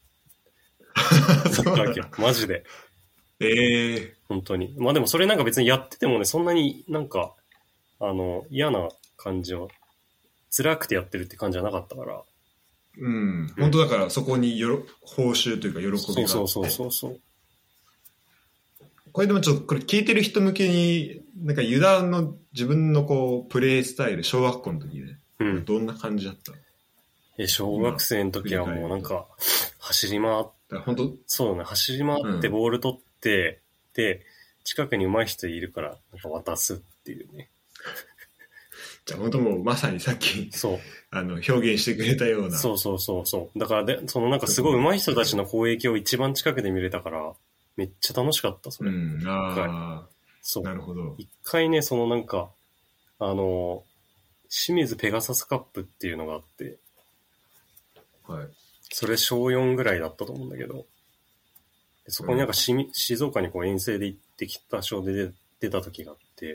Speaker 2: だったわけよ。マジで。
Speaker 1: ええー。
Speaker 2: 本当に。まあでもそれなんか別にやっててもね、そんなになんか、あの、嫌な感じを、辛くてやってるって感じじゃなかったから。
Speaker 1: うん。うん、本当だからそこによろ報酬というか喜びがあって。
Speaker 2: そうそうそうそう。
Speaker 1: これでもちょっとこれ聞いてる人向けになんかユダの自分のこうプレイスタイル小学校の時ね、うん、どんな感じだった？
Speaker 2: え小学生の時はもうなんか走り回って
Speaker 1: 本当
Speaker 2: そうね走り回ってボール取って、うん、で近くに上手い人いるからなんか渡すっていうね。
Speaker 1: じゃあ本当もうまさにさっき
Speaker 2: そう
Speaker 1: あの表現してくれたような。
Speaker 2: そうそうそうそうだからでそのなんかすごい上手い人たちの攻撃を一番近くで見れたから。めっちゃ楽しかった、それ。
Speaker 1: うん、ああ、
Speaker 2: そう。
Speaker 1: なるほど。
Speaker 2: 一回ね、そのなんか、あの、清水ペガサスカップっていうのがあって、
Speaker 1: はい。
Speaker 2: それしょうよんぐらいだったと思うんだけど、そこになんかしみ、うん、静岡にこう遠征で行ってきた賞で出、出た時があって、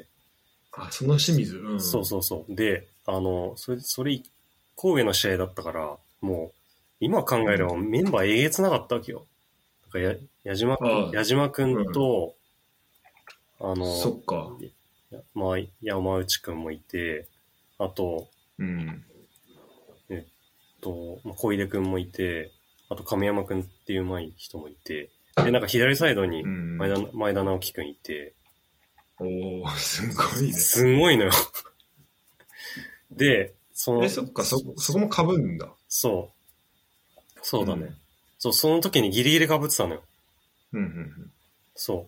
Speaker 1: あ、その清水、うん、
Speaker 2: そうそうそう。で、あの、それ、それ一個上の試合だったから、もう、今考えればメンバーえげつなかったわけよ。や矢島くん、矢島くんと、うん、あの、
Speaker 1: そっか。
Speaker 2: まあ、山内くんもいて、あと、
Speaker 1: うん、
Speaker 2: えっと、小出くんもいて、あと亀山くんっていう上手い人もいて、で、なんか左サイドに前田、うん、前田直樹くんいて、
Speaker 1: おー、すごいね。
Speaker 2: すごいのよ。で、その、
Speaker 1: え、そっか、そ、そこも被るんだ。
Speaker 2: そう。そうだね。うんそう、その時にギリギリ被ってたのよ。
Speaker 1: うんうんうん。
Speaker 2: そう。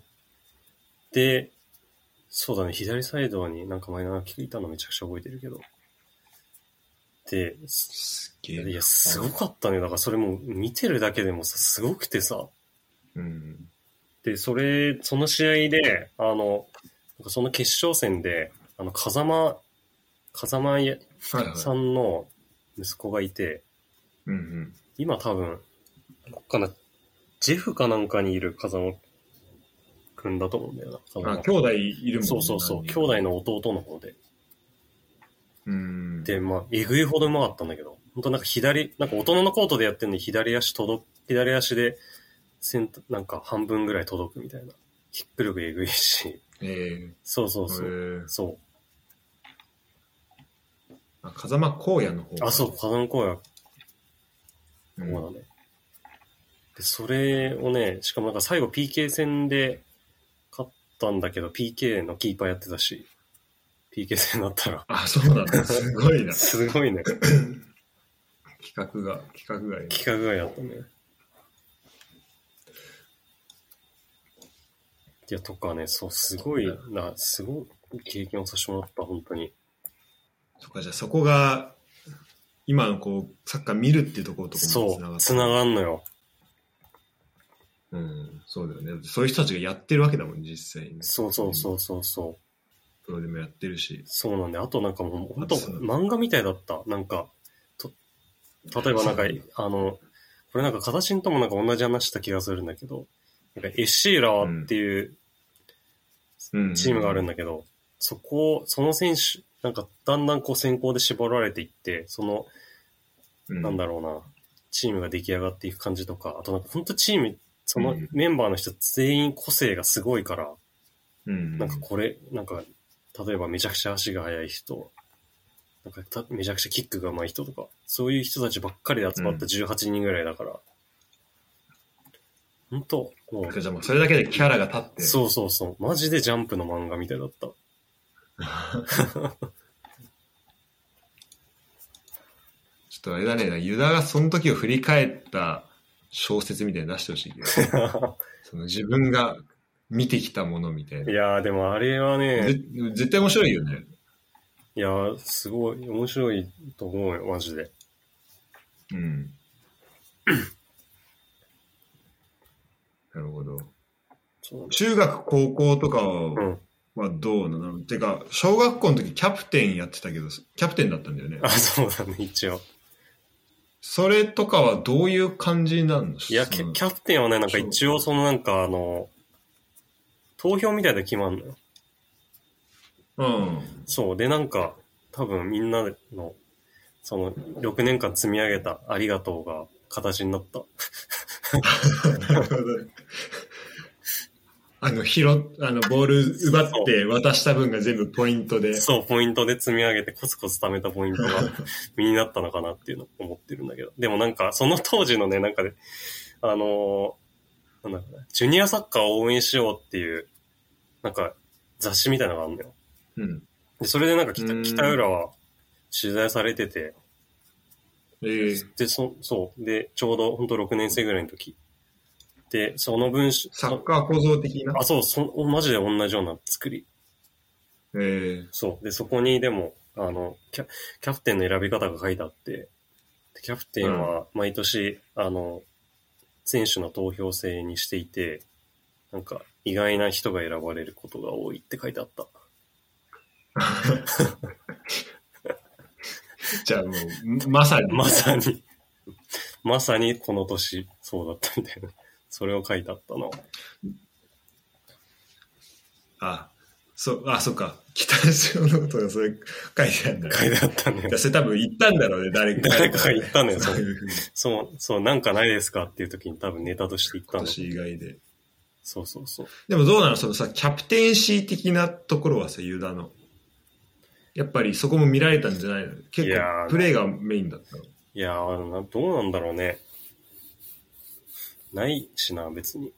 Speaker 2: で、そうだね、左サイドになんか前の聞いたのめちゃくちゃ覚えてるけど。で、
Speaker 1: すげえ。
Speaker 2: いや、すごかったね。だからそれも見てるだけでもさ、すごくてさ。
Speaker 1: うん。
Speaker 2: で、それ、その試合で、あの、その決勝戦で、あの、風間、風間さんの息子がいて、
Speaker 1: うんうん、
Speaker 2: 今多分、こっかな、ジェフかなんかにいる風間くんだと思うんだよな。
Speaker 1: あ、兄弟いるもんね。
Speaker 2: そうそうそう、兄弟の弟の方で。
Speaker 1: うん。
Speaker 2: で、まあ、えぐいほどうまかったんだけど、本当なんか左、なんか大人のコートでやってるのに左足届く、左足で、センなんか半分ぐらい届くみたいな。キック力えぐいし。
Speaker 1: えー、
Speaker 2: そうそうそう。
Speaker 1: えー、
Speaker 2: そう。
Speaker 1: あ、風間荒野の方。
Speaker 2: あ、そう、風間荒野。
Speaker 1: うん、
Speaker 2: そうだね。で、それをね、しかもなんか最後 ピーケー 戦で勝ったんだけど、ピーケー のキーパーやってたし、ピーケー 戦だったら。
Speaker 1: あ、そうなんだ。すごいな。
Speaker 2: すごいね。
Speaker 1: 企画が、企画外。
Speaker 2: 企画外だったね。いや、とかね、そう、すごいな、すごい経験をさせてもらった、本当に。
Speaker 1: そっか、じゃあそこが、今のこう、サッカー見るっていうところとかも
Speaker 2: そう、繋がんのよ。
Speaker 1: うん、そうだよね。そういう人たちがやってるわけだもん、実際に。
Speaker 2: そうそうそうそうそう。
Speaker 1: プロでもやってるし。
Speaker 2: そうなんで、あとなんかもう、あと漫画みたいだった。なんか、と例えばなんか、あの、これなんか形ともなんか同じ話した気がするんだけど、なんかエッシーラーっていうチームがあるんだけど、うんうん、そこ、その選手、なんかだんだんこう選考で絞られていって、その、うん、なんだろうな、チームが出来上がっていく感じとか、あとなんか本当チーム、そのメンバーの人全員個性がすごいから、うん、なんかこれ、なんか、例えばめちゃくちゃ足が速い人、なんかためちゃくちゃキックが上手い人とか、そういう人たちばっかりで集まったじゅうはちにんぐらいだから、うん、本当も
Speaker 1: う。じゃあもうそれだけでキャラが立って。
Speaker 2: そうそうそう。マジでジャンプの漫画みたいだった。
Speaker 1: ちょっとあれだね、ユダがその時を振り返った小説みたいに出してほしいけど、その自分が見てきたものみたいな。
Speaker 2: いやーでもあれはね、
Speaker 1: 絶対面白いよね。
Speaker 2: いやーすごい面白いと思うよ、マジで。
Speaker 1: うん。なるほど。中学高校とかは、はどうなの、うん、てか小学校の時キャプテンやってたけどキャプテンだったんだよね。
Speaker 2: あ、そうだね、一応。
Speaker 1: それとかはどういう感じなの？
Speaker 2: いや、キャプテンはね、なんか一応そのなんかあの投票みたいで決まんのよ。
Speaker 1: うん。そう
Speaker 2: で、なんか多分みんなのそのろくねんかん積み上げたありがとうが形になった。
Speaker 1: なるほど。あの、拾っ、あの、ボール奪って渡した分が全部ポイントで。
Speaker 2: そう、ポイントで積み上げてコツコツ貯めたポイントが身になったのかなっていうのを思ってるんだけど。でもなんか、その当時のね、なんかね、あのー、なんだろうね、ジュニアサッカーを応援しようっていう、なんか、雑誌みたいなのがあるんだよ。
Speaker 1: うん。
Speaker 2: で、それでなんか北、北浦は取材されてて、
Speaker 1: えー、
Speaker 2: で、そ、そう。で、ちょうどほんとろくねん生ぐらいの時。で、その文章。
Speaker 1: サッカー構造的な？
Speaker 2: あ、そう、そマジで同じような作り。
Speaker 1: えー、
Speaker 2: そう。で、そこにでも、あの、キャ、キャプテンの選び方が書いてあって、キャプテンは毎年、うん、あの、選手の投票制にしていて、なんか、意外な人が選ばれることが多いって書いてあった。
Speaker 1: じゃあもう、まさに。
Speaker 2: まさに。まさにこの年、そうだったみたいな。それを書いてあったの。
Speaker 1: あ、そ、あ、そっか。北潮のことがそれ書いてあるんだよ。
Speaker 2: 書いてあったね。
Speaker 1: それ多分言ったんだろうね、誰か。
Speaker 2: 誰かが言ったのよ、そう。そう、そう、なんかないですかっていう時に多分ネタとして言ったの。
Speaker 1: 今年以外で。
Speaker 2: そうそうそう。
Speaker 1: でもどうなのそのさ、キャプテンシー的なところはさ、ユダの。やっぱりそこも見られたんじゃないの？結構プレーがメインだったの？
Speaker 2: いやー、どうなんだろうね。ないしな、別に。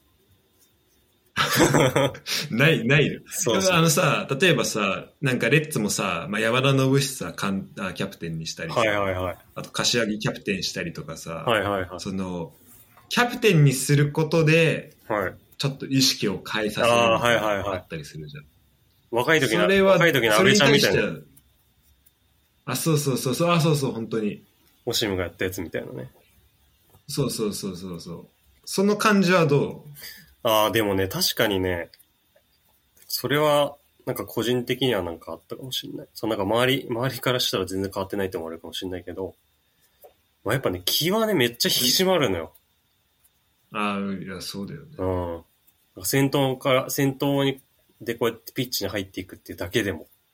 Speaker 1: ない、ないよ。
Speaker 2: そうそう。
Speaker 1: あのさ、例えばさ、なんかレッツもさ、まあ、山田信久さ、かんあキャプテンにしたりさ、
Speaker 2: はいはいはい。
Speaker 1: あと柏木キャプテンしたりとかさ、
Speaker 2: はいはいはい。
Speaker 1: その、キャプテンにすることで、
Speaker 2: はい。
Speaker 1: ちょっと意識を変えさせるみたいなのがあったりするじゃん。
Speaker 2: 若い時の、
Speaker 1: それは
Speaker 2: 若い時の安倍ちゃんみたいな。
Speaker 1: あ、そうそうそうそう、あ、そうそう、本当に。
Speaker 2: オシムがやったやつみたいなね。
Speaker 1: そうそうそうそうそう。その感じはどう？
Speaker 2: ああ、でもね、確かにね、それは、なんか個人的にはなんかあったかもしれない。そう、なんか周り、周りからしたら全然変わってないと思われるかもしれないけど、まあ、やっぱね、気はね、めっちゃ引き締まるのよ。
Speaker 1: ああ、いや、そうだよね。
Speaker 2: うん。先頭から、先頭に、でこうやってピッチに入っていくっていうだけでも。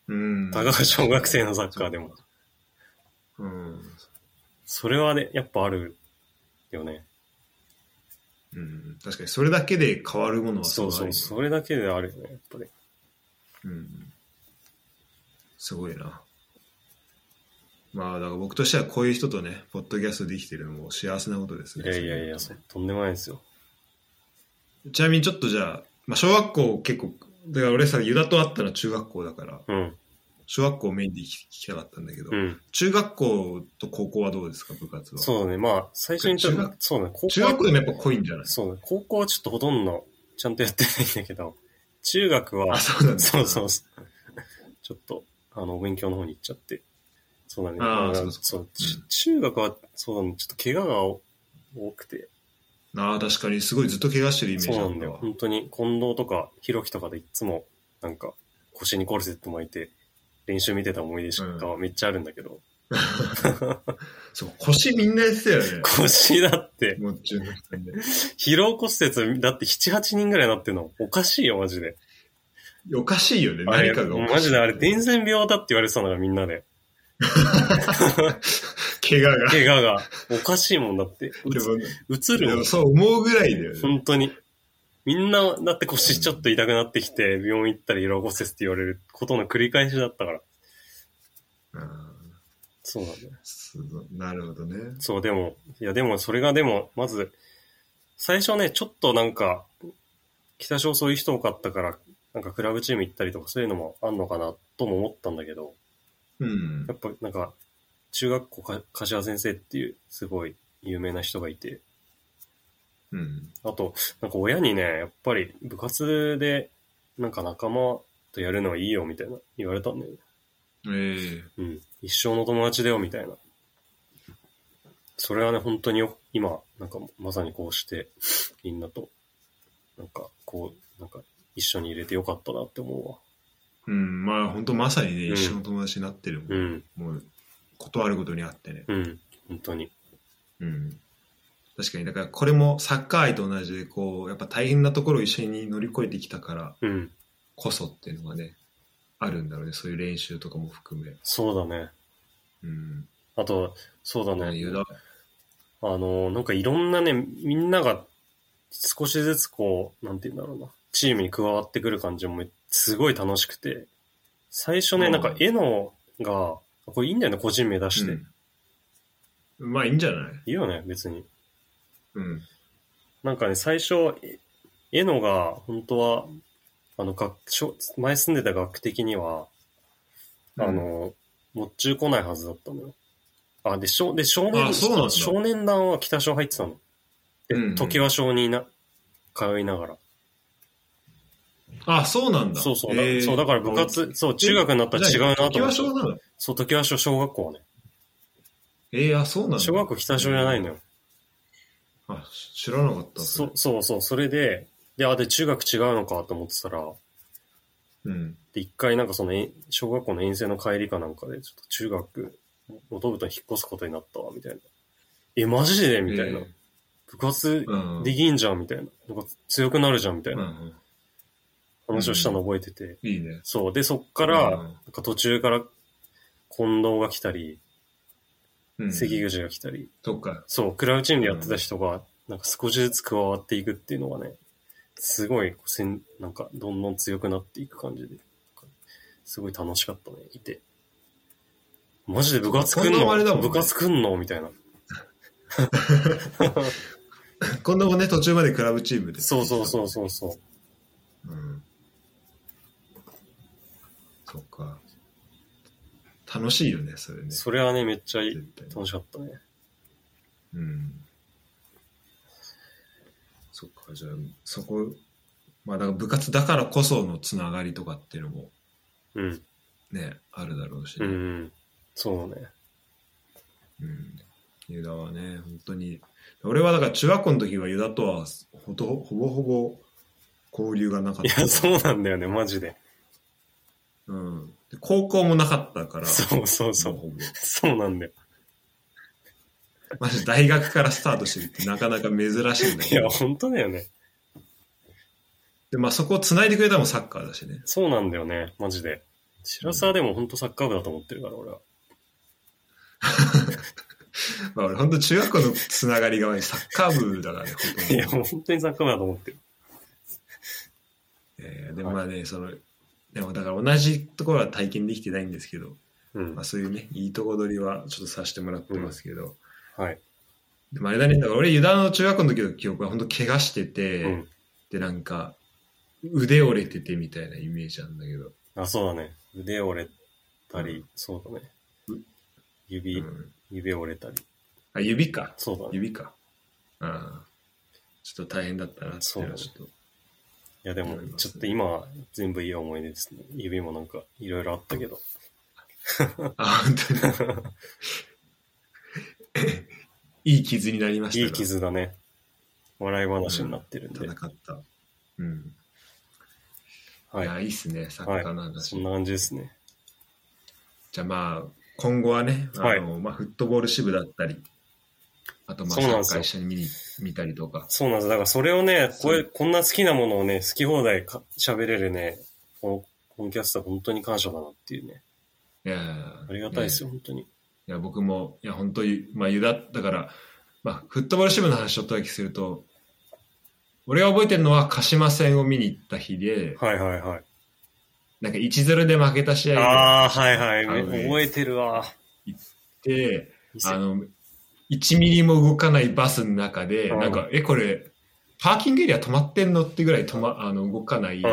Speaker 1: うん。
Speaker 2: たかが小学生のサッカーでも。
Speaker 1: うん。
Speaker 2: それはね、やっぱあるよね。
Speaker 1: うん。確かにそれだけで変わるものは
Speaker 2: そうそう、それだけであるよね、やっぱり。
Speaker 1: うん。すごいな。まあだから僕としてはこういう人とね、ポッドキャストできてるのも幸せなことですね。
Speaker 2: いやいやいや、とんでもないですよ。
Speaker 1: ちなみにちょっとじゃあ、まあ、小学校結構、だから俺さ、ユダと会ったのは中学校だから、
Speaker 2: うん、
Speaker 1: 小学校メインで聞きたかったんだけど、
Speaker 2: うん、
Speaker 1: 中学校と高校はどうですか、部活は。
Speaker 2: そうだね、まあ最初にちょっと、そうね、高校
Speaker 1: 中学校でもやっぱ濃いんじゃない？
Speaker 2: そうね、高校はちょっとほとんどちゃんとやってないんだけど、中学は、
Speaker 1: あ、そうなんだ。
Speaker 2: そうそうそう。ちょっと、あの、お勉強の方に行っちゃって。そうだね。
Speaker 1: ああ、そうそう。
Speaker 2: そう、うん、中学は、そうだね、ちょっと怪我が多くて。
Speaker 1: ああ、確かにすごいずっと怪我してるイメージ
Speaker 2: そうなんだよ。本当に、近藤とか、ひろきとかでいつも、なんか、腰にコルセット巻いて、練習見てた思い出しかめっちゃあるんだけど。
Speaker 1: うん、そう、腰みんなやってたよね。
Speaker 2: 腰だって。
Speaker 1: もう中学生で。
Speaker 2: 疲労骨折、だってなな、はちにんぐらいなってるの。おかしいよ、マジで。
Speaker 1: おかしいよね、何かがおかしい。
Speaker 2: マジであれ、伝染病だって言われてたのがみんなで。
Speaker 1: 怪我が。
Speaker 2: 怪我が。おかしいもんだって。うつ、うつる
Speaker 1: の。でもそう思うぐらいだよね。
Speaker 2: 本当に。みんな、だって腰ちょっと痛くなってきて、病院行ったら疲労骨折って言われることの繰り返しだったから。
Speaker 1: あ
Speaker 2: そうなんだよ。
Speaker 1: なるほどね。
Speaker 2: そう、でも、いやでもそれがでも、まず、最初ね、ちょっとなんか、北小そういう人多かったから、なんかクラブチーム行ったりとかそういうのもあんのかなとも思ったんだけど、
Speaker 1: うん、
Speaker 2: やっぱなんか中学校か柏先生っていうすごい有名な人がいて、
Speaker 1: うん、
Speaker 2: あとなんか親にね、やっぱり部活でなんか仲間とやるのはいいよみたいな言われたんだよね。
Speaker 1: えー、
Speaker 2: うん、一生の友達だよみたいな。それはね本当に今なんかまさにこうしてみんなとなんかこうなんか一緒に入れてよかったなって思うわ。
Speaker 1: うん、まあ本当まさにね、うん、一緒の友達になってるもん。
Speaker 2: うん、
Speaker 1: もうことあることにあってね。
Speaker 2: うん、本当に。
Speaker 1: うん。確かにだからこれもサッカー愛と同じでこうやっぱ大変なところを一緒に乗り越えてきたからこそっていうのがね、あるんだろうね。そういう練習とかも含め。
Speaker 2: そうだね。
Speaker 1: うん。
Speaker 2: あとそうだね。
Speaker 1: ユダ。
Speaker 2: あのなんかいろんなねみんなが少しずつこうなんて言うんだろうな。チームに加わってくる感じもすごい楽しくて、最初ね、なんか絵のが、これいいんだよね、個人名出して。
Speaker 1: うん、まあいいんじゃない？
Speaker 2: いいよね、別に。
Speaker 1: うん。
Speaker 2: なんかね、最初、絵のが、本当は、あの、学、前住んでた学的には、うん、あの、もっちゅう来ないはずだったのよ。あ、で、少で少年、少年団は北小入ってたの。で、うんうん、時は小にな、通いながら。
Speaker 1: あ、そうなんだ。
Speaker 2: そうそう。えー、そう、だから部活、そう、中学になったら違うなと思って。
Speaker 1: 時は小なの？
Speaker 2: そう、時は小小学校ね。
Speaker 1: えー、あ、そうなんだ。
Speaker 2: 小学校北小じゃないのよ。
Speaker 1: あ、知らなかった。
Speaker 2: そ、そうそう、それで、で、あ、で、中学違うのかと思ってたら、
Speaker 1: うん。
Speaker 2: で、一回なんかその、小学校の遠征の帰りかなんかで、ちょっと中学、元々に引っ越すことになったわ、みたいな。え、マジでみたいな。えー、部活できんじゃん、みたいな。なんか強くなるじゃん、みたいな。うんうん話をしたの覚えてて、
Speaker 1: うん、いいね。
Speaker 2: そうでそっから、うん、なんか途中から近藤が来たり、うん、関口が来たり、
Speaker 1: そっか。
Speaker 2: そうクラブチームでやってた人がなんか少しずつ加わっていくっていうのがね、すごいせんなんかどんどん強くなっていく感じで、すごい楽しかったねいて。マジで部活来んの、ね、部活来んのみたいな。
Speaker 1: 今度もね途中までクラブチームで。
Speaker 2: そうそうそうそうそう。
Speaker 1: うんそっか。楽しいよね、それね。
Speaker 2: それはね、めっちゃいい楽しかったね。
Speaker 1: うん。そっか、じゃあ、そこ、まあ、だから部活だからこそのつながりとかっていうのも、
Speaker 2: うん。
Speaker 1: ね、あるだろうし、ね。
Speaker 2: うん、うん。そうね。
Speaker 1: うん。ユダはね、本当に、俺はだから中学校の時はユダとはほとほぼほぼ交流がなかった。
Speaker 2: いや、そうなんだよね、マジで。
Speaker 1: うん、高校もなかったから。
Speaker 2: そうそうそう。そうなんだよ。
Speaker 1: マジ大学からスタートしてるってなかなか珍しいんだけど。
Speaker 2: いや、本当だよね。
Speaker 1: で、まあそこを繋いでくれたのもサッカーだしね。
Speaker 2: そうなんだよね、マジで。 白沢でも本当サッカー部だと思ってるから俺は。
Speaker 1: まあ俺本当中学校のつながりがサッカー部だからね、ほとんど。
Speaker 2: いやもう本当にサッカー部だと思ってる。
Speaker 1: えー、でもまあね、その、でもだから同じところは体験できてないんですけど、うん、まあそういうね、いいとこ取りはちょっとさせてもらってますけど、
Speaker 2: うん、はい。
Speaker 1: でもあれだね、だから俺、ユダの中学校の時の記憶は本当怪我してて、うん、で、なんか、腕折れててみたいなイメージなんだけど。
Speaker 2: あ、そうだね。腕折れたり、うん、そうだね。指、うん、指折れたり。
Speaker 1: あ、指か。
Speaker 2: そうだね。
Speaker 1: 指か。ああ。ちょっと大変だったなっていうのはちょっと。
Speaker 2: いやでも、ちょっと今は全部いい思い出ですね。指もなんかいろいろあったけど。
Speaker 1: あ、本当に。いい傷になりました。
Speaker 2: いい傷だね。笑い話になってるんで。
Speaker 1: うん、戦った。うん。はい。いや、いいっすね、サッカーの話、はい。
Speaker 2: そんな感じですね。
Speaker 1: じゃあまあ、今後はね、あの、はい、まあ、フットボール支部だったり、あとまあ、サッカー一緒に見に、見たりとか。
Speaker 2: そうなんです。だからそれをね、これ、こんな好きなものをね、好き放題か喋れるね、このコンキャスター本当に感謝だなっていうね。
Speaker 1: いや
Speaker 2: ありがたいですよ、本当に。
Speaker 1: いや、僕も、いや、本当に、まあ、ユダ、だから、まあ、フットボール支部の話ちょっとだけすると、俺が覚えてるのは鹿島戦を見に行った日で、
Speaker 2: はいはいはい。
Speaker 1: なんかいちゼロで負けた試合で、
Speaker 2: ああ、はいはい、覚えてるわ。
Speaker 1: 行って、あの、いちミリも動かないバスの中で、なんか、え、これ、パーキングエリア止まってんのってぐらい止ま、あの、動かない、あ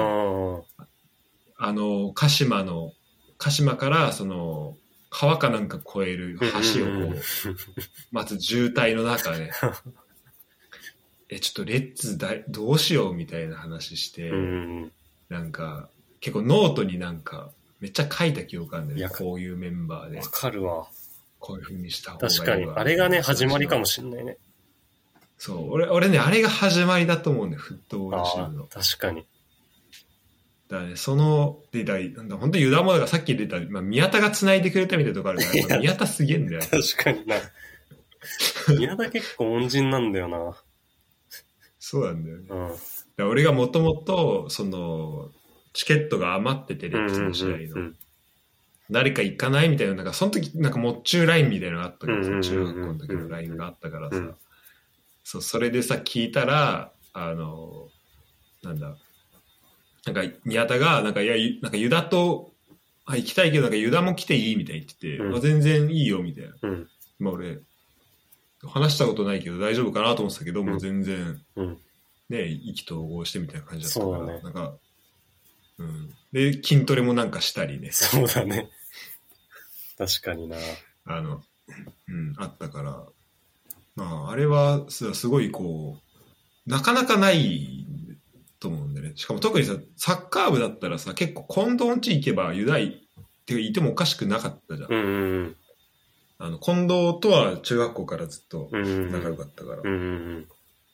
Speaker 1: の、鹿島の、鹿島から、その、川かなんか越える橋をこう、待つ渋滞の中で、え、ちょっとレッツだどうしようみたいな話して、なんか、結構ノートになんか、めっちゃ書いた記憶あるんだよね。こういうメンバーで。
Speaker 2: わかるわ。
Speaker 1: こういう風にした方がいいわ。
Speaker 2: 確かに。あれがね、始まりかもしれないね。
Speaker 1: そう。俺、俺ね、あれが始まりだと思うんだよ。フットボールシーンの。
Speaker 2: 確かに。
Speaker 1: だからね、その、で、だなんだ、本当にユダもだからさっき出た、まあ、宮田が繋いでくれたみたいなとこあるから、宮田すげえんだよ。
Speaker 2: 確かにな。宮田結構恩人なんだよな。
Speaker 1: そうなんだよね。
Speaker 2: うん。だ
Speaker 1: から俺がもともと、その、チケットが余ってて、レッツの試合の。うんうんうん、誰か行かないみたいな、なんかその時、なんかもっちゅうラインみたいなのがあったから、うんうんうん、中学校の時のラインがあったからさ、うん、そう、それでさ、聞いたら、あの、なんだ、なんか宮田が、なんか、いや、なんかユダと、あ、行きたいけど、なんかユダも来ていいみたいに言ってて、うん、全然いいよみたいな。うん、まあ俺、話したことないけど大丈夫かなと思ってたけど、うん、もう全然、うん、ね、意気投合してみたいな感じだったから、ね、なんか、うん。で、筋トレもなんかしたりね。
Speaker 2: そうだね。確かにな。
Speaker 1: あの、うん、あったから、まあ、あれはすごいこう、なかなかないと思うんでね。しかも特にさ、サッカー部だったらさ、結構近藤ん家行けばユダイっていてもおかしくなかったじゃん。
Speaker 2: うんうんうん、
Speaker 1: あの、近藤とは中学校からずっと仲良かったから。
Speaker 2: うんうんうん、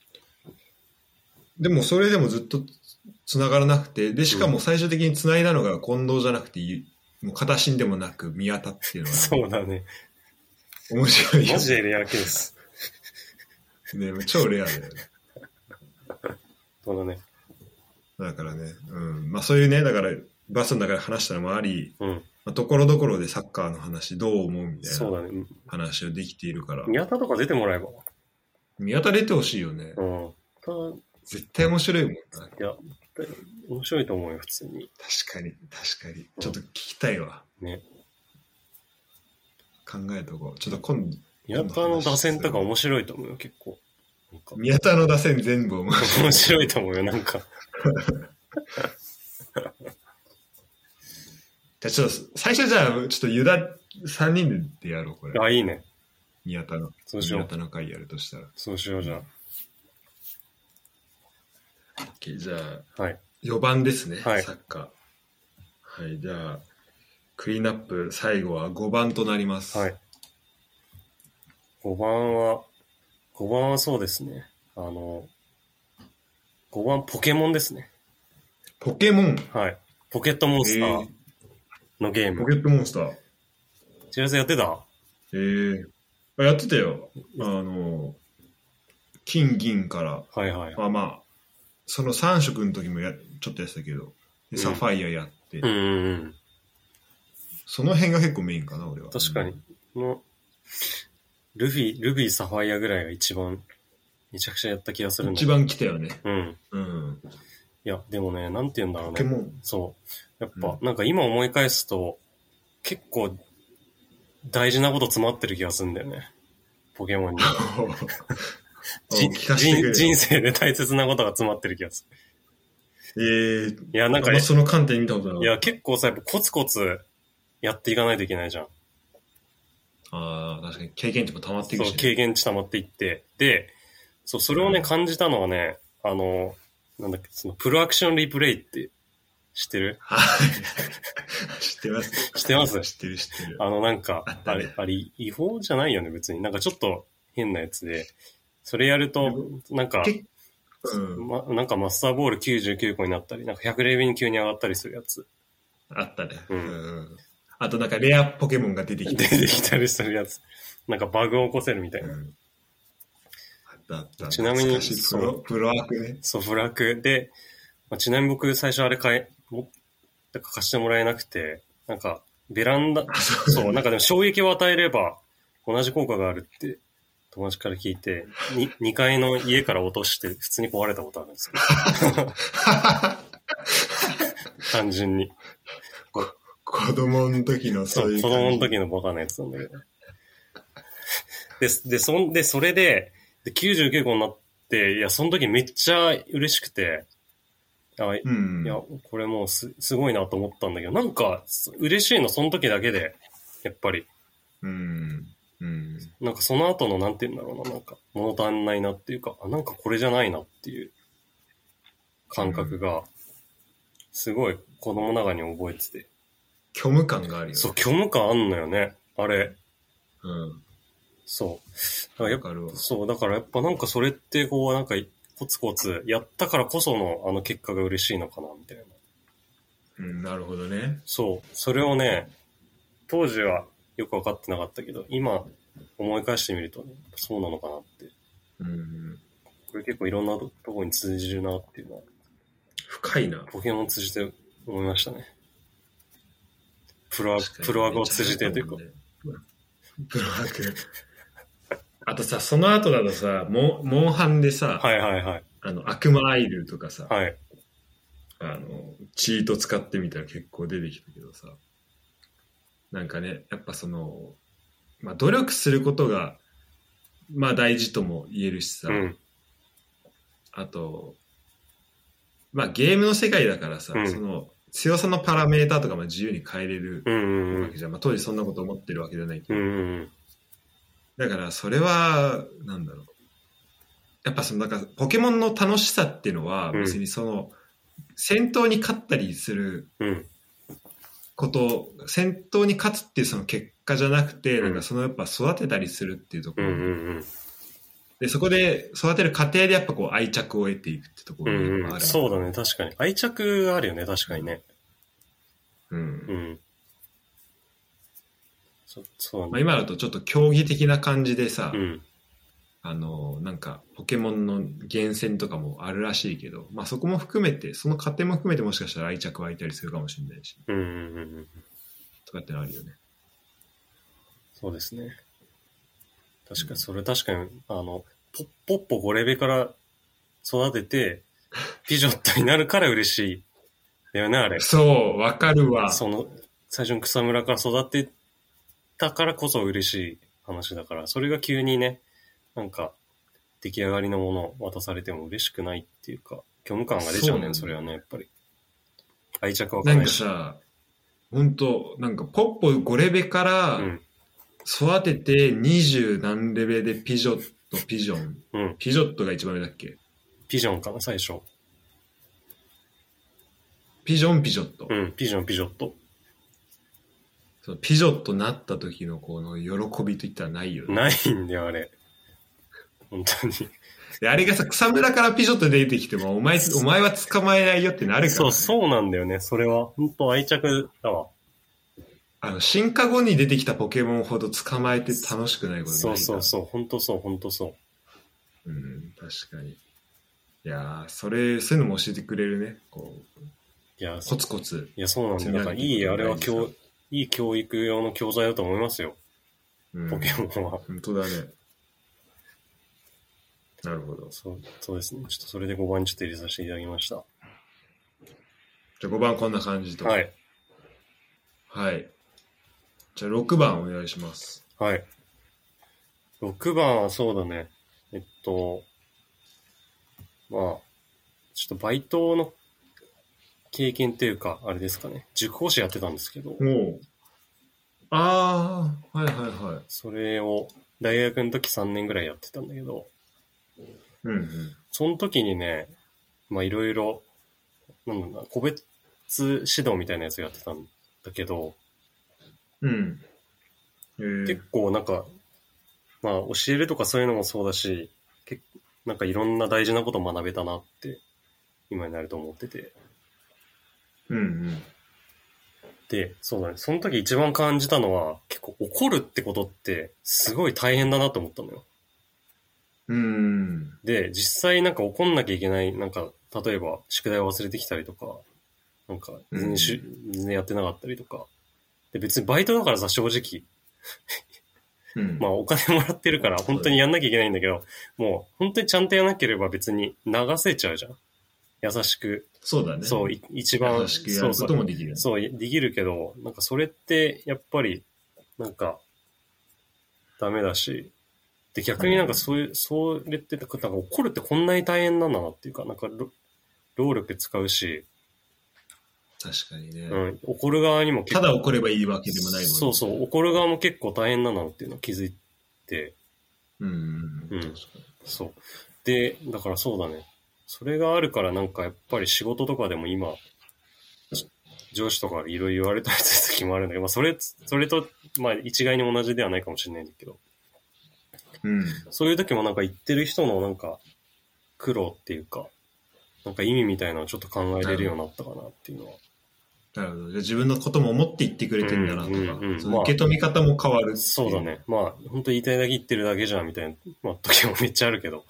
Speaker 1: でもそれでもずっと繋がらなくて、で、しかも最終的に繋いだのが近藤じゃなくて、もう片心でもなく宮田っていうのは、ね。
Speaker 2: そうだね。
Speaker 1: 面白いよ。
Speaker 2: マジでレアケース。
Speaker 1: ね、超レアだよね。
Speaker 2: そうだね。
Speaker 1: だからね、うん。まあそういうね、だからバスの中で話したのもあり、
Speaker 2: うん、
Speaker 1: まあ、ところどころでサッカーの話どう思うみたいな話をできているから。
Speaker 2: ね、宮田とか出てもらえば。
Speaker 1: 宮田出てほしいよね。
Speaker 2: うん。
Speaker 1: 絶対面白いもんな。い
Speaker 2: や、面白いと思うよ、普通に。
Speaker 1: 確かに、確かに。ちょっと聞きたいわ。
Speaker 2: ね。
Speaker 1: 考えとこう。ちょっと今度。
Speaker 2: 宮田の打線とか面白いと思うよ、結構。
Speaker 1: 宮田の打線全部面白い。
Speaker 2: 面白いと思うよ、なんか。
Speaker 1: じゃあちょっと、最初じゃあ、ちょっとユダさんにんでやろう、これ。
Speaker 2: あ、いいね。
Speaker 1: 宮田の。
Speaker 2: そうしよう。
Speaker 1: 宮田の回やるとしたら。
Speaker 2: そうしよう、じゃあ。
Speaker 1: OK、じゃあ、
Speaker 2: はい、
Speaker 1: よばんですね、
Speaker 2: はい、
Speaker 1: サッカー。はい、じゃあ、クリーンアップ、最後はごばんとなります。
Speaker 2: はい。ごばんは、ごばんはそうですね。あの、ごばんポケモンですね。
Speaker 1: ポケモン？
Speaker 2: はい。ポケットモンスターのゲーム。
Speaker 1: ポケットモンスター。
Speaker 2: 知らせやってた？
Speaker 1: えー、あ、やってたよ。あの、金銀から。
Speaker 2: はいはい。
Speaker 1: まあまあ、そのさん色の時もやちょっとやってたけど、でサファイアやって、
Speaker 2: うんうんうん、
Speaker 1: その辺が結構メインかな、俺は。
Speaker 2: 確かに。のルフィ、ルビー、サファイアぐらいが一番、めちゃくちゃやった気がするんだ。
Speaker 1: 一番来たよね。
Speaker 2: うん。
Speaker 1: うん。
Speaker 2: いや、でもね、なんて言うんだろうね。
Speaker 1: ポケモン。
Speaker 2: そう。やっぱ、うん、なんか今思い返すと、結構、大事なこと詰まってる気がするんだよね。ポケモンに。人, 人生で大切なことが詰まってる気がす
Speaker 1: る。えー、
Speaker 2: いや、なんか、
Speaker 1: ね、その観点見たことない。
Speaker 2: いや、結構さ、やっぱコツコツやっていかないといけないじゃん。
Speaker 1: ああ、確かに経験値も溜まっていくし、ね。
Speaker 2: そう、経験値溜まっていって。で、そう、それをね、うん、感じたのはね、あの、なんだっけ、その、プロアクションリプレイって知ってる？
Speaker 1: 知ってます。
Speaker 2: 知ってます
Speaker 1: 知ってる知ってる。
Speaker 2: あの、なんか、あ, ね、あれ、あれ、違法じゃないよね、別に。なんかちょっと変なやつで、それやると、なんか、うんま、なんかマスターボールきゅうじゅうきゅうこになったり、なんかひゃくレベルに急に上がったりするやつ。
Speaker 1: あったね。
Speaker 2: うん。
Speaker 1: うん、あとなんかレアポケモンが出てきたり。
Speaker 2: 出てきたりするやつ。なんかバグを起こせるみたいな。うん、
Speaker 1: あったあった。
Speaker 2: ちなみに、
Speaker 1: プロ、プロアクね。
Speaker 2: そう、プロアクで、まあ、ちなみに僕最初あれ買え、も、なんか貸してもらえなくて、なんかベランダ、そう、なんかでも衝撃を与えれば同じ効果があるって友達から聞いて、ににかいの家から落として普通に壊れたことあるんですよ。単純に。
Speaker 1: 子供の時のそういう。
Speaker 2: そう、子供の時のバカなやつなんだけど。で、で、そんで、それで、できゅうじゅうきゅうこになって、いや、その時めっちゃ嬉しくて、あ、うん、いや、これもうす、すごいなと思ったんだけど、なんか、嬉しいのその時だけで、やっぱり。
Speaker 1: うん。うん。
Speaker 2: なんかその後の、なんて言うんだろうな、なんか、物足んないなっていうか、あ、なんかこれじゃないなっていう感覚が、すごい子供ながらに覚えてて。
Speaker 1: 虚無感があるよね。
Speaker 2: そう、虚無感あんのよね、あれ。
Speaker 1: うん。
Speaker 2: そう。だからやっぱ、そう、だからやっぱなんかそれってこう、なんか、コツコツやったからこそのあの結果が嬉しいのかなみたいな。
Speaker 1: うん、なるほどね。
Speaker 2: そう。それをね、当時はよく分かってなかったけど、今思い返してみると、ね、そうなのかなって。
Speaker 1: うん。
Speaker 2: これ結構いろんなところに通じるなっていうのは。
Speaker 1: 深いな。
Speaker 2: ポケモンを通じて思いましたね。プロアク、プロアクを通じてというか。
Speaker 1: プロアク。あとさ、その後だとさ、モン、モンハンでさ、
Speaker 2: はいはいはい。
Speaker 1: あの、悪魔アイルとかさ、
Speaker 2: はい。
Speaker 1: あの、チート使ってみたら結構出てきたけどさ、なんかね、やっぱその、まあ、努力することが、まあ大事とも言えるしさ、うん、あと、まあゲームの世界だからさ、うん、その、強さのパラメーターとかも自由に変えれるわけじゃん。まあ当時そんなこと思ってるわけじゃないけど、
Speaker 2: うんうんうん、
Speaker 1: だからそれはなんだろう、やっぱそのなんかポケモンの楽しさっていうのは別にその、うん、戦闘に勝ったりすること、うん、戦闘に勝つっていうその結果じゃなくて、うん、なんかそのやっぱ育てたりするっていうところ、
Speaker 2: うんうんうん、
Speaker 1: でそこで育てる過程でやっぱこう愛着を得ていくってところがある、
Speaker 2: うんうん、そうだね、確かに愛着があるよね、確かにね。
Speaker 1: うん。うん。
Speaker 2: そそうね、
Speaker 1: まあ、今だとちょっと競技的な感じでさ、
Speaker 2: うん、
Speaker 1: あのなんかポケモンの厳選とかもあるらしいけど、まあそこも含めて、その過程も含めてもしかしたら愛着湧いたりするかもしれないし、
Speaker 2: うんうんうんうん、
Speaker 1: とかってのあるよね。
Speaker 2: そうですね。確かに、それ確かに、あの、ポ, ポッポごレベから育てて、ピジョットになるから嬉しい。だよね、あれ。
Speaker 1: そう、わかるわ。
Speaker 2: その、最初に草むらから育てたからこそ嬉しい話だから、それが急にね、なんか、出来上がりのものを渡されても嬉しくないっていうか、虚無感が出ちゃうね、それはね、やっぱり。愛着はわかんないし。
Speaker 1: なんかさ、ほんと、なんかポッポごレベから、うん育てて二十何レベでピジョット、ピジョン、
Speaker 2: うん。
Speaker 1: ピジョットが一番上だっけ？
Speaker 2: ピジョンかな、最初。
Speaker 1: ピジョン、ピジョット。
Speaker 2: うん、ピジョン、ピジョット。
Speaker 1: そのピジョットなった時のこの喜びといったらないよね。
Speaker 2: ないんだよ、あれ。本当に。
Speaker 1: であれがさ、草むらからピジョット出てきても、お前、お前は捕まえないよってなるから、ね。
Speaker 2: そう、そうなんだよね。それは。本当愛着だわ。
Speaker 1: あの進化後に出てきたポケモンほど捕まえて楽しくないことないから。
Speaker 2: そうそうそう、本当そう、本当そう。
Speaker 1: うん、確かに。いやー、それ、そういうのも教えてくれるね。こう。
Speaker 2: いや、
Speaker 1: コツコツ。
Speaker 2: いや、そうなんだ。だからいい、あれは今日、 いい教育用の教材だと思いますよ。
Speaker 1: うん、
Speaker 2: ポケモンは。
Speaker 1: 本当だね。なるほど。
Speaker 2: そう、そうですね。ちょっとそれでごばんちょっと入れさせていただきました。
Speaker 1: じゃあごばんこんな感じと。
Speaker 2: はい。
Speaker 1: はい。じゃあろくばんお願いします。
Speaker 2: はい。ろくばんはそうだね。えっと、まあ、ちょっとバイトの経験っていうか、あれですかね。塾講師やってたんですけど。
Speaker 1: おう。ああ、はいはいはい。
Speaker 2: それを大学の時さんねんぐらいやってたんだけど、
Speaker 1: うんうん。
Speaker 2: その時にね、まあいろいろ、なんだろうな、個別指導みたいなやつやってたんだけど、
Speaker 1: うん。えー、
Speaker 2: 結構なんか、まあ教えるとかそういうのもそうだし、結なんかいろんな大事なことを学べたなって今になると思ってて。
Speaker 1: うんうん。
Speaker 2: で、そうだね。その時一番感じたのは、結構怒るってことってすごい大変だなと思ったのよ。
Speaker 1: うん。
Speaker 2: で、実際なんか怒んなきゃいけない、なんか例えば宿題を忘れてきたりとか、なんか全然し、うん、全然やってなかったりとか。で、別にバイトだからさ、正直。
Speaker 1: うん、
Speaker 2: まあお金もらってるから本当にやんなきゃいけないんだけど、もう本当にちゃんとやらなければ別に流せちゃうじゃん。優しく。
Speaker 1: そうだね。
Speaker 2: そう、一番。
Speaker 1: 優しくやることもできる。
Speaker 2: そう、そう、できるけど、なんかそれってやっぱり、なんか、ダメだし、で、逆になんかそういう、それって、なんか怒るってこんなに大変なんだなっていうか、なんか、労力使うし、
Speaker 1: 確かにね。
Speaker 2: うん、怒る側にも
Speaker 1: 結構。ただ怒ればいいわけでもないもんね。
Speaker 2: そうそう、怒る側も結構大変なんだなっていうのを気づいて、
Speaker 1: うん、
Speaker 2: うん。そう。で、だからそうだね。それがあるからなんかやっぱり仕事とかでも今、上司とかいろいろ言われたりする時もあるんだけど、まあそれ、それと、まあ一概に同じではないかもしれないんだけど、
Speaker 1: うん。
Speaker 2: そういう時もなんか言ってる人のなんか苦労っていうか、なんか意味みたいなのをちょっと考えれるようになったかなっていうのは。
Speaker 1: なるほど。じゃあ自分のことも思って言ってくれてんだなとか、うんうんうん、その受け止め方も変わる、まあ。
Speaker 2: そうだね。まあ本当言いたいだけ言ってるだけじゃんみたいな、まあ時もめっちゃあるけど。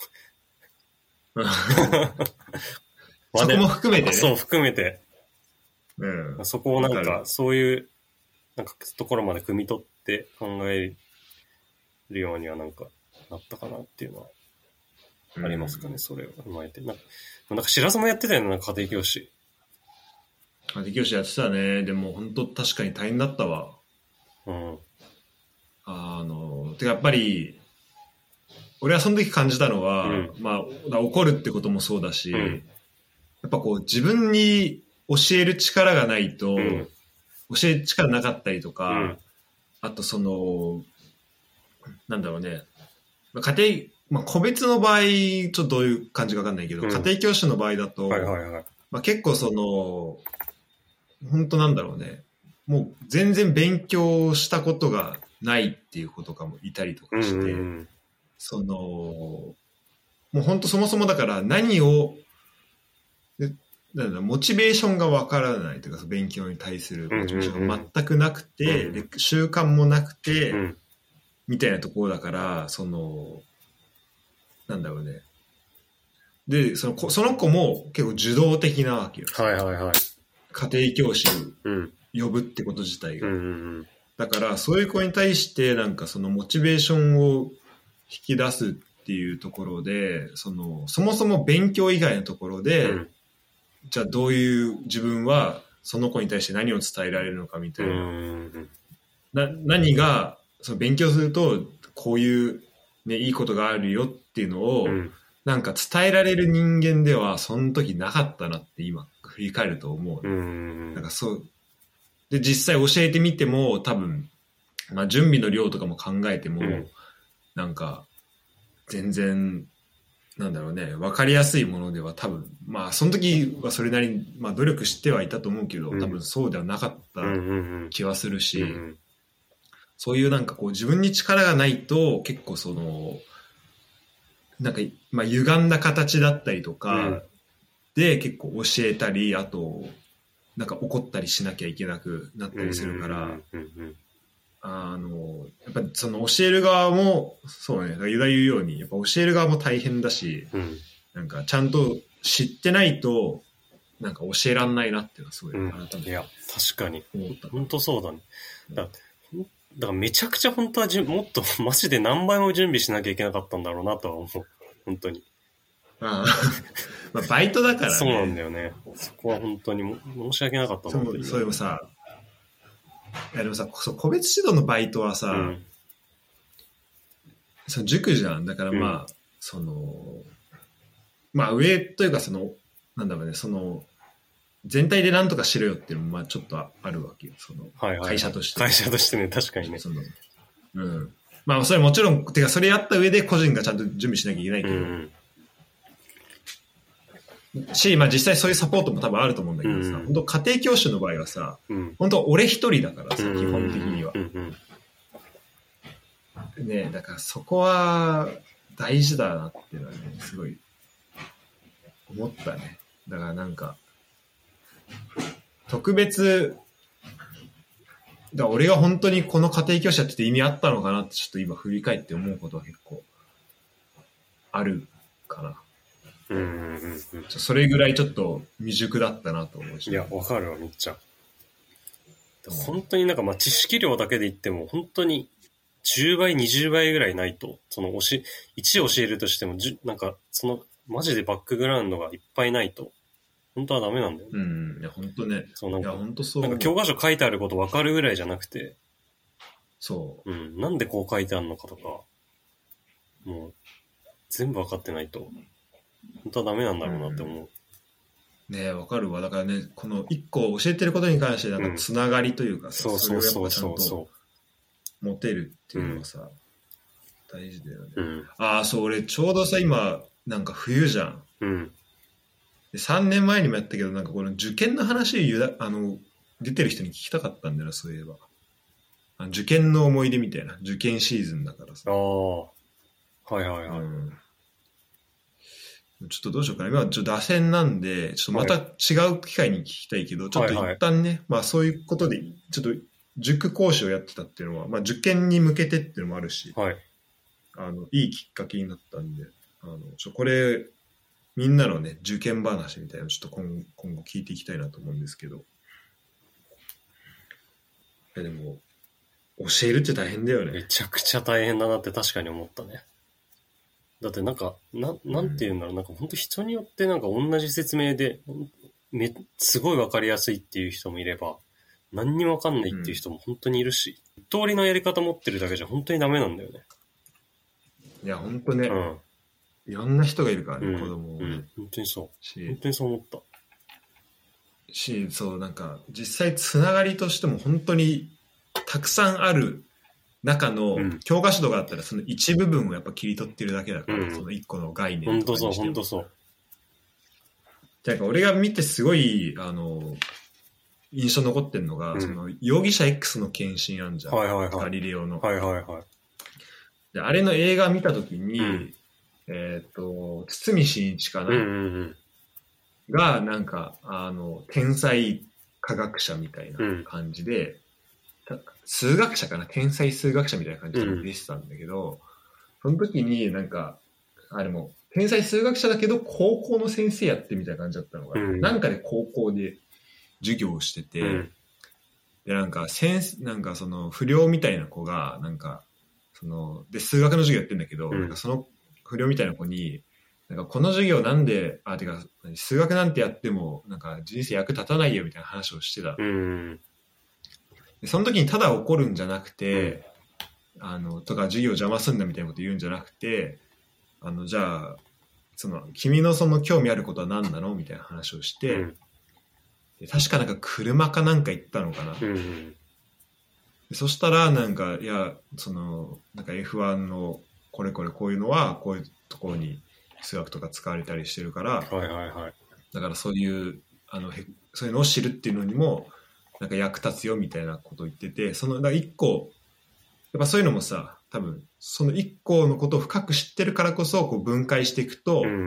Speaker 1: そこも含めてね。
Speaker 2: そう、含めて。
Speaker 1: うん、
Speaker 2: そこをなんか、そういう、なんか、ところまで汲み取って考えるようにはなんか、なったかなっていうのは、ありますかね、うん、それを踏まえて。なんか、なんか、しらすもやってたよね、なんか家庭教師。
Speaker 1: 家庭教師やってたね。でも、本当確かに大変だったわ。
Speaker 2: うん。
Speaker 1: あの、てかやっぱり、俺はその時感じたのは、うん、まあ、怒るってこともそうだし、うん、やっぱこう、自分に教える力がないと、うん、教える力なかったりとか、うん、あとその、なんだろうね、家庭、まあ、個別の場合、ちょっとどういう感じかわかんないけど、うん、家庭教師の場合だと、
Speaker 2: はいはいはい、
Speaker 1: まあ、結構その、本当なんだろうね、もう全然勉強したことがないっていう子とかもいたりとかして、うんうんうん、その、もう本当そもそもだから何を、なんだモチベーションがわからないというか、勉強に対するモチベーションが全くなくて、うんうんうん、で習慣もなくて、うん、みたいなところだから、その、なんだろうね。で、その、その子も結構受動的なわけよ。
Speaker 2: はいはいはい。
Speaker 1: 家庭教師を呼ぶってこと自体が。
Speaker 2: うんうんうん、
Speaker 1: だから、そういう子に対して、なんかそのモチベーションを引き出すっていうところで、その、そもそも勉強以外のところで、うん、じゃあどういう自分はその子に対して何を伝えられるのかみたいな。
Speaker 2: うんうん
Speaker 1: な何が、その勉強すると、こういう、ね、いいことがあるよっていうのを、うん、なんか伝えられる人間ではその時なかったなって今振り返ると思う。
Speaker 2: うん、
Speaker 1: なんかそうで実際教えてみても多分、まあ、準備の量とかも考えても、うん、なんか全然なんだろうね分かりやすいものでは多分まあその時はそれなりに、まあ、努力してはいたと思うけど、うん、多分そうではなかった気はするし、
Speaker 2: うんうんうん、
Speaker 1: そういうなんかこう自分に力がないと結構そのなんか、まあ、歪んだ形だったりとかで結構教えたり、あとなんか怒ったりしなきゃいけなくなったりするから、あのやっぱりその教える側もそうね、ユダ言うようにやっぱ教える側も大変だし、
Speaker 2: うん、
Speaker 1: なんかちゃんと知ってないとなんか教えらんないなっていうのはすごい改めて、
Speaker 2: うん、いや確かに
Speaker 1: 思った。
Speaker 2: 本当そうだね。だからだからめちゃくちゃ本当はじゅもっとマジで何倍も準備しなきゃいけなかったんだろうなとは思う。本当に。
Speaker 1: あまあバイトだからね。
Speaker 2: そうなんだよね。そこは本当に申し訳なかったなっていう。
Speaker 1: それもさ、いやでもさ、そ個別指導のバイトはさ、うん、その塾じゃん。だからまあ、うん、その、まあ上というかその、なんだろうね、その、全体で何とかしろよっていうのもまあちょっとあるわけよ。その、会社として。
Speaker 2: 会社としてね、確かにね。
Speaker 1: そのうん。まあそれもちろん、てかそれやった上で個人がちゃんと準備しなきゃいけないけど、うんし、まあ実際そういうサポートも多分あると思うんだけどさ、うん、本当家庭教師の場合はさ、うん、本当俺一人だからさ、うん、基本的には。うんうん、ねえ、だからそこは大事だなっていうのはね、すごい思ったね。だからなんか、特別、だから俺が本当にこの家庭教師やってて意味あったのかなってちょっと今振り返って思うことは結構あるかな。うんうんうんうん、それぐらいちょっと未熟だったなと思うし。
Speaker 2: いや、わかるわ、めっちゃ。本当になんかまあ知識量だけで言っても、本当にじゅうばい、にじゅうばいぐらいないと、その教え、いち教えるとしても、なんかそのマジでバックグラウンドがいっぱいないと、本当はダメなんだよね。
Speaker 1: うん、いや、本当ね。
Speaker 2: そうなんか、
Speaker 1: いや、本当そう。
Speaker 2: なんか教科書書いてあることわかるぐらいじゃなくて、
Speaker 1: そう。
Speaker 2: うん、なんでこう書いてあるのかとか、もう、全部わかってないと、本当はダメなんだろうなって思う。
Speaker 1: うん、ねえ、わかるわ。だからね、この一個教えてることに関して、なんかつながりというかさ、うん、それをやっぱちゃんと持てるっていうのはさ、うん、大事だよね。うん、ああ、そう、俺ちょうどさ、今、なんか冬じゃん。うん、でさんねんまえにもやったけど、なんかこの受験の話ゆだあの出てる人に聞きたかったんだよな、そういえば。あの受験の思い出みたいな、受験シーズンだからさ。
Speaker 2: ああ、はいはいはい。
Speaker 1: うんちょっとどうしようかな。今はちょっと打線なんで、ちょっとまた違う機会に聞きたいけど、はい、ちょっと一旦ね、はいはい、まあそういうことで、ちょっと塾講師をやってたっていうのは、まあ受験に向けてっていうのもあるし、はい、あの、いいきっかけになったんで、あの、ちょこれ、みんなのね、受験話みたいなのちょっと 今, 今後聞いていきたいなと思うんですけど、いやでも、教えるって大変だよね。
Speaker 2: めちゃくちゃ大変だなって確かに思ったね。だってなんか、な、なんて言うんだろう、なんか本当人によってなんか同じ説明で、め、すごいわかりやすいっていう人もいれば、何にもわかんないっていう人も本当にいるし、うん、通りのやり方持ってるだけじゃ本当にダメなんだよね。
Speaker 1: いや、本当ね、うん、いろんな人がいるからね、うん、子供を、ね。
Speaker 2: うん、本当にそう。本当にそう思った。
Speaker 1: し、そう、なんか、実際つながりとしても本当にたくさんある中の教科書とかあったらその一部分をやっぱ切り取ってるだけだから、うん、その一個の概念とかにしても。
Speaker 2: 本当そう、本当そう。
Speaker 1: なんか俺が見てすごいあの印象残ってるのが、うん、その容疑者 X の検診あんじゃん、
Speaker 2: はいはいはい、
Speaker 1: ガリレオの。
Speaker 2: はいはいはい。
Speaker 1: であれの映画見たときに、うん、えっ、ー、と堤真一かな、うんうんうん、がなんかあの天才科学者みたいな感じで。うん数学者かな天才数学者みたいな感じで出てたんだけど、うん、その時になんかあれも天才数学者だけど高校の先生やってみたいな感じだったのが、うん、なんかで高校で授業をしてて、うん、でなんか先なんかその不良みたいな子がなんかそので数学の授業やってんだけど、うん、なんかその不良みたいな子になんかこの授業なんであてか数学なんてやってもなんか人生役立たないよみたいな話をしてた。うんでその時にただ怒るんじゃなくて、うん、あのとか授業邪魔すんだみたいなこと言うんじゃなくて、あのじゃあその君のその興味あることは何なのみたいな話をして、うん、で確かなんか車かなんか行ったのかな、うんうん、でそしたらなんかいやそのなんか エフワン のこれこれこういうのはこういうところに数学とか使われたりしてるから、
Speaker 2: はいはいはい、
Speaker 1: だからそういうあのそういうのを知るっていうのにもなんか役立つよみたいなことを言ってて、そのだから一個やっぱそういうのもさ、多分その一個のことを深く知ってるからこそこう分解していくと、うんうんうん、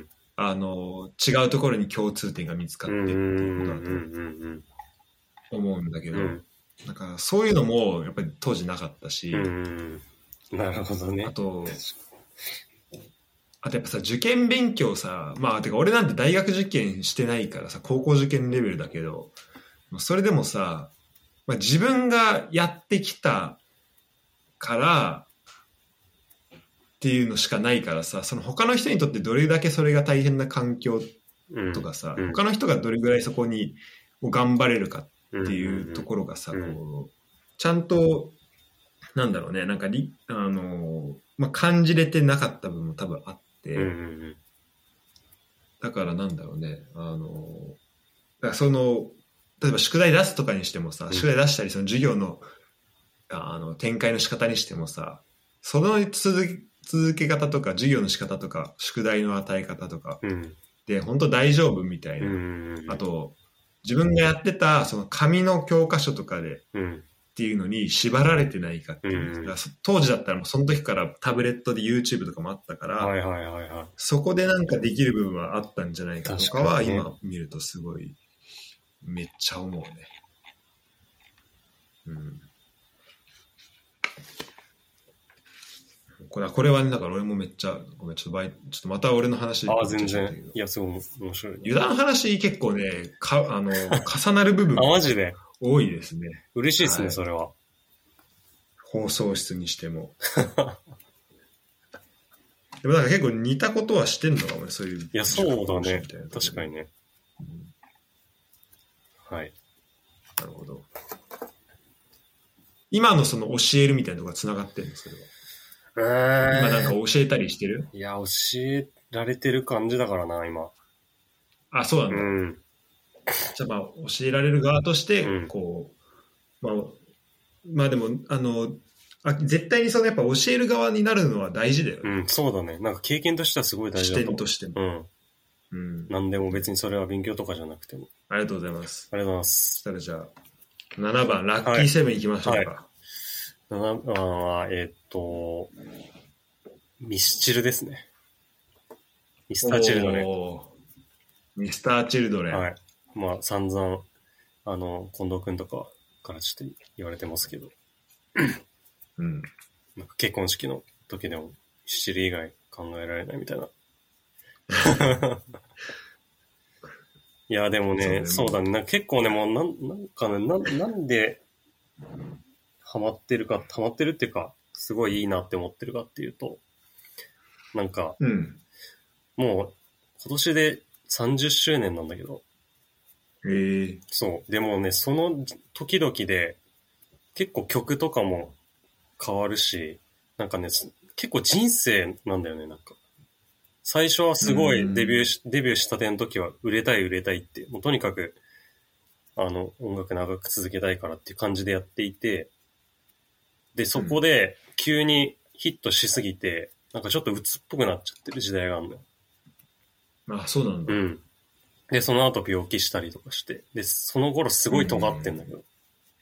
Speaker 1: あの違うところに共通点が見つかってっていうことだと思うんだけど、うん、なんかそういうのもやっぱり当時なかったし、
Speaker 2: うんうん、なるほどね。
Speaker 1: あとあとやっぱさ、受験勉強さ、まあ、てか俺なんて大学受験してないからさ、高校受験レベルだけど、それでもさ、まあ、自分がやってきたからっていうのしかないからさ、その他の人にとってどれだけそれが大変な環境とかさ、うん、他の人がどれぐらいそこに頑張れるかっていうところがさ、うんうんうん、こうちゃんとなんだろうね、なんかりあの、まあ、感じれてなかった部分も多分あって、うんうんうん、だからなんだろうね、あの、だからその例えば宿題出すとかにしてもさ、宿題出したりその授業の、あの展開の仕方にしてもさ、その続け、続け方とか授業の仕方とか宿題の与え方とか、うん、で本当大丈夫みたいな、うんうんうん、あと自分がやってたその紙の教科書とかで、うん、っていうのに縛られてないかっていう、うん、だから当時だったらもうその時からタブレットで YouTube とかもあったから、はいはいはいはい、そこでなんかできる部分はあったんじゃないかとかは今見るとすごいめっちゃ思うね。うん。これこれはね、だから俺もめっちゃ、ごめん、ちょっとバイ、ちょっとまた俺の話。
Speaker 2: ああ、全然。いや、すごい面白い、ね。
Speaker 1: ユダの話結構ね、か、あの、重なる部分
Speaker 2: あ、マジで
Speaker 1: 多いですね。
Speaker 2: 嬉しいですね、はい、それは。
Speaker 1: 放送室にしても。でもなんか結構似たことはしてんのかもね、そういう。い
Speaker 2: や、そうだね。確かにね。うん、はい。
Speaker 1: なるほど。今のその教えるみたいなところが繋がってるんですけど。えー、今なんか教えたりしてる？
Speaker 2: いや、教えられてる感じだからな、今。
Speaker 1: あ、そうなんだ。うん、じゃあまあ、教えられる側として、こう、うん、まあ、まあでも、あの、あ絶対にそのやっぱ教える側になるのは大事だよね。
Speaker 2: うん、そうだね。なんか経験としてはすごい大事だと思う。
Speaker 1: 視点としても。うん。
Speaker 2: うん。なんでも別にそれは勉強とかじゃなくても。
Speaker 1: ありがとうございます。
Speaker 2: ありがとうございます。
Speaker 1: そしたらじゃあ、ななばん、ラッキーセブンいきましょうか。はいはい
Speaker 2: ななばんは、えー、っと、ミスチルですね。ミスターチルドレン。
Speaker 1: ミスターチルドレン。
Speaker 2: はい。まあ、散々、あの、近藤くんとかからちょっと言われてますけど。
Speaker 1: うん。
Speaker 2: なんか結婚式の時でも、ミスチル以外考えられないみたいな。いや、でもね、そうだね。なんか結構ね、もうなん、なんかね、な、なんで、ハマってるか、ハマってるっていうか、すごいいいなって思ってるかっていうと、なんか、うん、もう今年でさんじゅっしゅうねんなんだけど、
Speaker 1: へー、
Speaker 2: そう。でもね、その時々で結構曲とかも変わるし、なんかね、結構人生なんだよね、なんか。最初はすごいデビューし、デビューしたての時は売れたい売れたいって、もうとにかく、あの、音楽長く続けたいからっていう感じでやっていて、で、そこで急にヒットしすぎて、なんかちょっと鬱っぽくなっちゃってる時代があるのよ。
Speaker 1: あ、そうなんだ。
Speaker 2: うん。で、その後病気したりとかして、で、その頃すごい尖ってんだけど。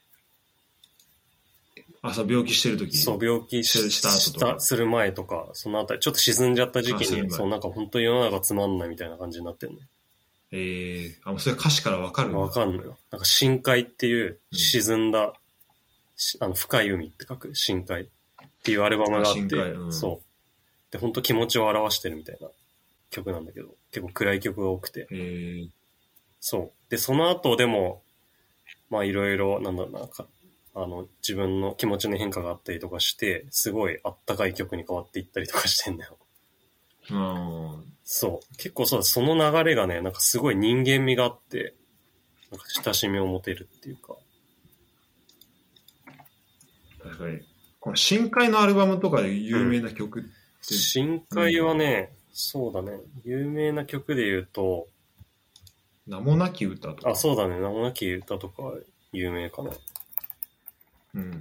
Speaker 1: あ、そう、病気してる時？
Speaker 2: そう、病気しした後とかする前とか、そのあたり、ちょっと沈んじゃった時期に、そう、なんか本当に世の中つまんないみたいな感じになってんのよ。
Speaker 1: えー、あ、もうそれ歌詞からわかるんだ。
Speaker 2: わかんのよ。なんか深海っていう沈んだ、うんあの深い海って書く深海っていうアルバムがあって、うん、そうで本当気持ちを表してるみたいな曲なんだけど結構暗い曲が多くて、
Speaker 1: へー、
Speaker 2: そうでその後でもまあいろいろなんだろうなあの自分の気持ちの変化があったりとかしてすごいあったかい曲に変わっていったりとかしてんだよ。
Speaker 1: うん、
Speaker 2: そう結構そうその流れがねなんかすごい人間味があってなんか親しみを持てるっていうか。
Speaker 1: 確かにこの深海のアルバムとかで有名な曲って、うん、
Speaker 2: 深海はね、うん、そうだね有名な曲で言うと
Speaker 1: 名もなき歌とか
Speaker 2: あそうだね名もなき歌とか有名かな。
Speaker 1: うん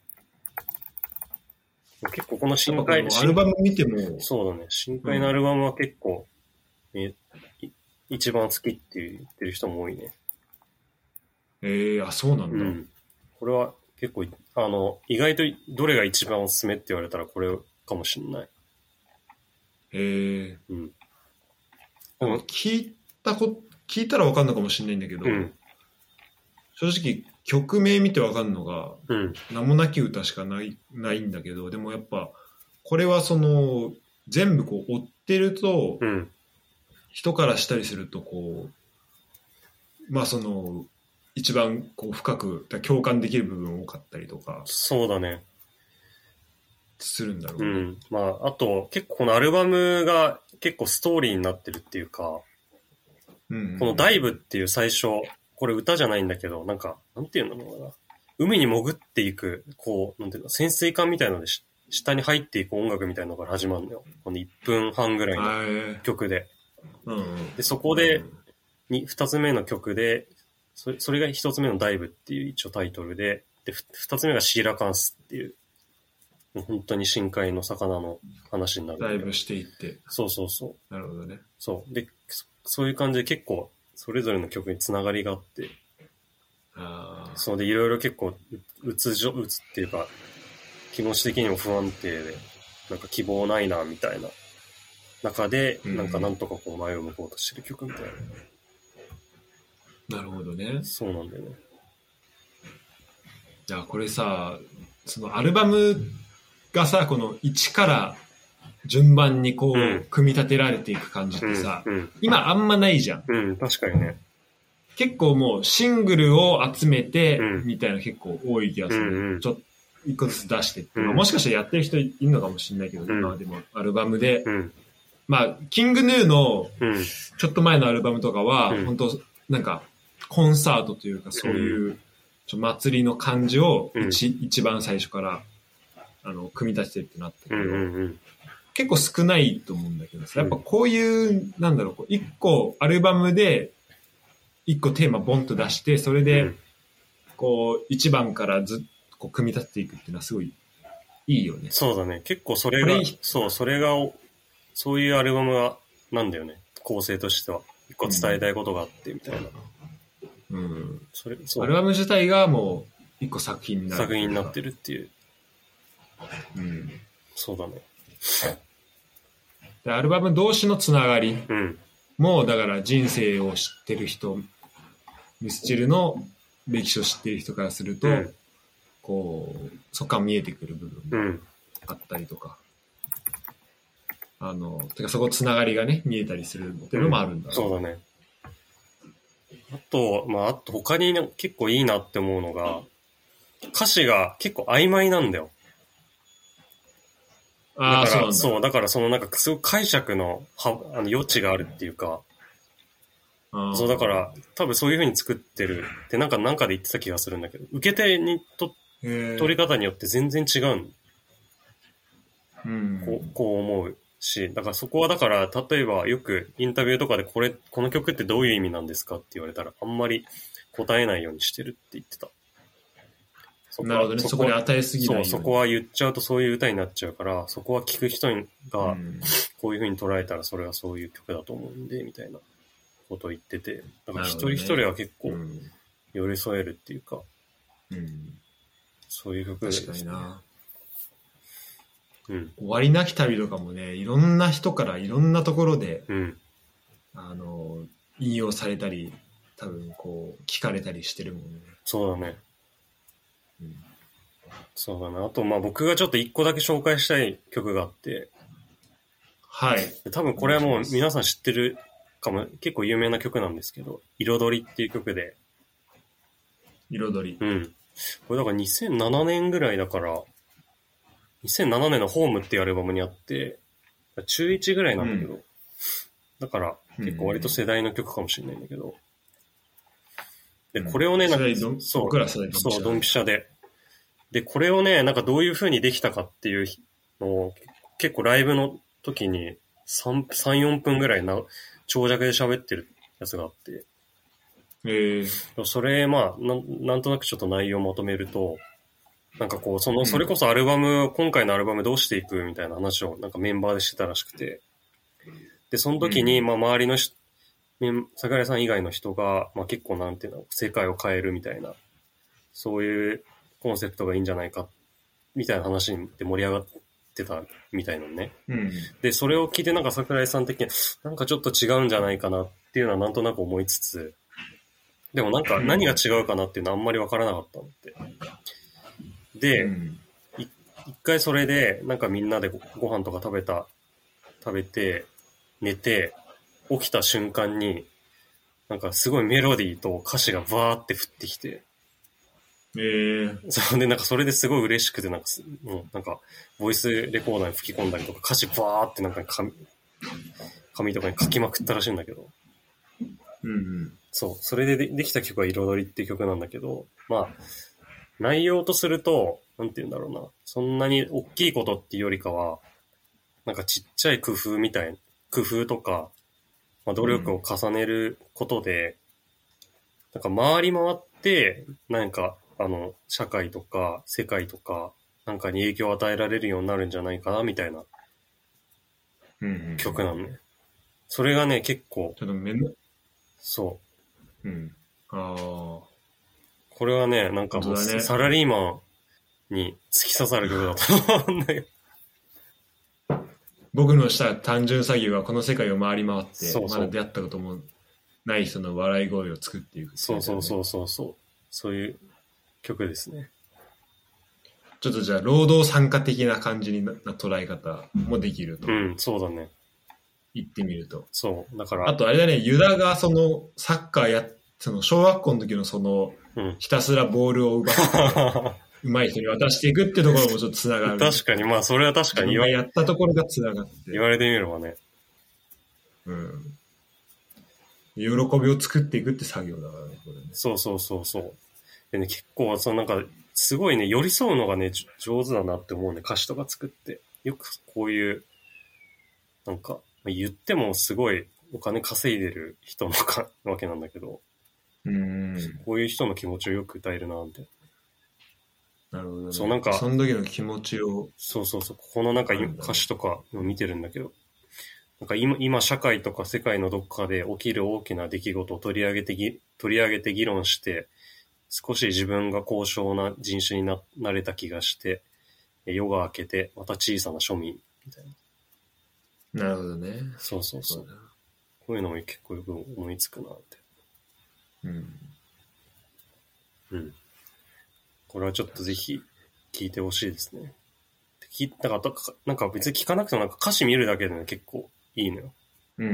Speaker 2: 結構この深海
Speaker 1: アルバム見ても
Speaker 2: そうだね深海のアルバムは結構、うん、一番好きって言ってる人も多いね。
Speaker 1: えー、あそうなんだ、
Speaker 2: うん、これは結構あの意外とどれが一番おすすめって言われたらこれかもしれない。
Speaker 1: へえ。
Speaker 2: うん。
Speaker 1: 聞いたこ聞いたら分かんのかもしれないんだけど、うん、正直曲名見て分かんのが、うん、名もなき歌しかないないんだけどでもやっぱこれはその全部こう追ってると、
Speaker 2: うん。
Speaker 1: 人からしたりするとこう、まあその、一番こう深く共感できる部分多かったりとか
Speaker 2: そうだね。
Speaker 1: するんだろうね。
Speaker 2: うん。まあ、あと、結構このアルバムが結構ストーリーになってるっていうか、
Speaker 1: うんうん、
Speaker 2: このダイブっていう最初、これ歌じゃないんだけど、なんか、なんていうのかな。海に潜っていく、こう、なんていうの、潜水艦みたいなのでし、下に入っていく音楽みたいなのから始まるのよ。このいっぷんはんぐらいの曲で。
Speaker 1: うんうん、
Speaker 2: で、そこで、に、二つ目の曲で、それ、それが一つ目のダイブっていう一応タイトルで、で、二つ目がシーラカンスっていう、もう本当に深海の魚の話になる。
Speaker 1: ダイブしていって。
Speaker 2: そうそうそう。
Speaker 1: なるほどね。
Speaker 2: そう。で、そ、そういう感じで結構、それぞれの曲につながりがあって、
Speaker 1: ああ。
Speaker 2: そうで、いろいろ結構、うつじょ、うつっていうか、気持ち的にも不安定で、なんか希望ないな、みたいな中で、うん、なんかなんとかこう前を向こうとしてる曲みたい
Speaker 1: な。なるほどね。
Speaker 2: そうなんだよね。
Speaker 1: じゃあこれさ、そのアルバムがさ、このいちから順番にこう、うん、組み立てられていく感じってさ、うんうん、今あんまないじゃん。
Speaker 2: うん、確かにね。
Speaker 1: 結構もうシングルを集めて、みたいな結構多い気がする。うんうん、ちょっと一個ずつ出してって、うんまあ、もしかしたらやってる人いるのかもしれないけど、うん、まあでもアルバムで、うん、まあキングヌーのちょっと前のアルバムとかは、うん、本当なんかコンサートというかそういうちょ祭りの感じを 一,、うん、一番最初からあの組み立ててってなったけど、うんうんうん、結構少ないと思うんだけどさ、やっぱこういうなんだろう、こう一個アルバムで一個テーマボンと出してそれでこう一番からずっとこう組み立てていくっていうのはすごいいいよね。
Speaker 2: そうだね。結構それが、そう、それが、そういうアルバムが、なんだよね。構成としては。一個伝えたいことがあって、みたいな。
Speaker 1: うん。うん、それ、そう。アルバム自体がもう、一個作品になる。
Speaker 2: 作品になってるっていう。
Speaker 1: うん。
Speaker 2: そうだね。
Speaker 1: で、アルバム同士のつながり。
Speaker 2: うん。
Speaker 1: もう、だから人生を知ってる人、ミスチルの歴史を知ってる人からすると、うんこうそこから見えてくる部分があったりとか、うん、あのてかそこつながりがね見えたりするっていうのもあるんだ、
Speaker 2: うん、そうだね。あとまああと他に、ね、結構いいなって思うのが歌詞が結構曖昧なんだよ。
Speaker 1: ああそうなんだ。
Speaker 2: そうだからそのなんかすごく解釈のはあの余地があるっていうか。そうだから多分そういう風に作ってるってなんかなんかで言ってた気がするんだけど受け手にと取り方によって全然違う、
Speaker 1: うん、
Speaker 2: こう、こう思うしだからそこはだから例えばよくインタビューとかでこれこの曲ってどういう意味なんですかって言われたらあんまり答えないようにしてるって言ってた。
Speaker 1: そこなるほどね。そこに与えすぎないように。
Speaker 2: そうそこは言っちゃうとそういう歌になっちゃうからそこは聞く人がこういう風に捉えたらそれはそういう曲だと思うんでみたいなことを言っててだから一人一人は結構寄り添えるっていうか、
Speaker 1: うん、
Speaker 2: そういう曲ですね。
Speaker 1: 確かにな、
Speaker 2: うん、
Speaker 1: 終わりなき旅とかもねいろんな人からいろんなところで、
Speaker 2: うん、
Speaker 1: あの引用されたり多分こう聞かれたりしてるもんね。
Speaker 2: そうだね、
Speaker 1: うん、
Speaker 2: そうだね。あとまあ僕がちょっと一個だけ紹介したい曲があって
Speaker 1: はい
Speaker 2: 多分これはもう皆さん知ってるかも結構有名な曲なんですけど彩りっていう曲で
Speaker 1: 彩り
Speaker 2: うんこれだからにせんななねんぐらいだからにせんななねんのホームっていうアルバムにあって中いちぐらいなんだけど、うん、だから結構割と世代の曲かもしれないんだけど、うん、でこれをねなんかそう
Speaker 1: 僕ら世代ドンピシャ
Speaker 2: そうドンピシャででこれをねなんかどういう風にできたかっていうのを結構ライブの時にさん、よんぷんぐらいな長尺で喋ってるやつがあって、
Speaker 1: えー、
Speaker 2: それまあな、なんとなくちょっと内容をまとめるとなんかこうそのそれこそアルバム、うん、今回のアルバムどうしていくみたいな話をなんかメンバーでしてたらしくてでその時に、うん、まあ周りのし桜井さん以外の人が、まあ、結構なんていうの世界を変えるみたいなそういうコンセプトがいいんじゃないかみたいな話で盛り上がってたみたいなのね、
Speaker 1: うん、
Speaker 2: でそれを聞いてなんか桜井さん的になんかちょっと違うんじゃないかなっていうのはなんとなく思いつつでもなんか何が違うかなっていうのはあんまり分からなかったのってで、うん、一回それでなんかみんなで ご, ご飯とか食べた食べて、寝て、起きた瞬間に、なんかすごいメロディーと歌詞がバーって降ってきて、
Speaker 1: えー、
Speaker 2: それでなんかそれですごい嬉しくて、なんか、もうなんか、ボイスレコーダーに吹き込んだりとか、歌詞バーってなんか紙、紙とかに書きまくったらしいんだけど、
Speaker 1: うんうん、
Speaker 2: そう、それで で, できた曲が彩りっていう曲なんだけど、まあ、内容とすると、なんて言うんだろうな、そんなに大きいことっていうよりかは、なんかちっちゃい工夫みたいな、工夫とか、まあ、努力を重ねることで、うん、なんか回り回って、なんか、あの、社会とか世界とか、なんかに影響を与えられるようになるんじゃないかな、みたいな曲なのね。それがね、結構、
Speaker 1: ちょっとめん
Speaker 2: そう。
Speaker 1: うん。ああ。
Speaker 2: これはね、なんかもう、
Speaker 1: ね、
Speaker 2: サラリーマンに突き刺さる曲だと思うんだよ。
Speaker 1: 僕のした単純作業はこの世界を回り回って、
Speaker 2: そうそう
Speaker 1: まだ出会ったこともない人の笑い声を作っていく、ね。
Speaker 2: そうそうそうそうそう。そういう曲ですね。
Speaker 1: ちょっとじゃあ、労働参加的な感じにな捉え方もできると。
Speaker 2: うん、そうだね。
Speaker 1: 言ってみると。
Speaker 2: そう。だから。
Speaker 1: あとあれだね、ユダがそのサッカーや、その小学校の時のその、うん、ひたすらボールを奪って、うまい人に渡していくってところもちょっとつながる。
Speaker 2: 確かに、まあそれは確かに
Speaker 1: 言わやったところがつながって。
Speaker 2: 言われてみればね。
Speaker 1: うん。喜びを作っていくって作業だからね、これね。
Speaker 2: そうそうそうそう。でね、結構、そのなんか、すごいね、寄り添うのがね、上手だなって思うね、歌詞とか作って。よくこういう、なんか、言ってもすごいお金稼いでる人のかわけなんだけど、
Speaker 1: うん。
Speaker 2: こういう人の気持ちをよく歌えるなって。
Speaker 1: なるほどね。
Speaker 2: そう、なんか、
Speaker 1: その時の気持ちを。
Speaker 2: そうそうそう、ここのなんか歌詞とか見てるんだけど、なんか今、今社会とか世界のどっかで起きる大きな出来事を取り上げてぎ、取り上げて議論して、少し自分が高尚な人種に な, なれた気がして、夜が明けて、また小さな庶民、みたいな。
Speaker 1: なるほどね。
Speaker 2: そうそうそう。そうこういうのも結構よく思いつくなって。
Speaker 1: うん。
Speaker 2: うん。これはちょっとぜひ聞いてほしいですね。聞なんか、なんか別に聞かなくてもなんか歌詞見るだけで、ね、結構いいのよ。
Speaker 1: うんうん。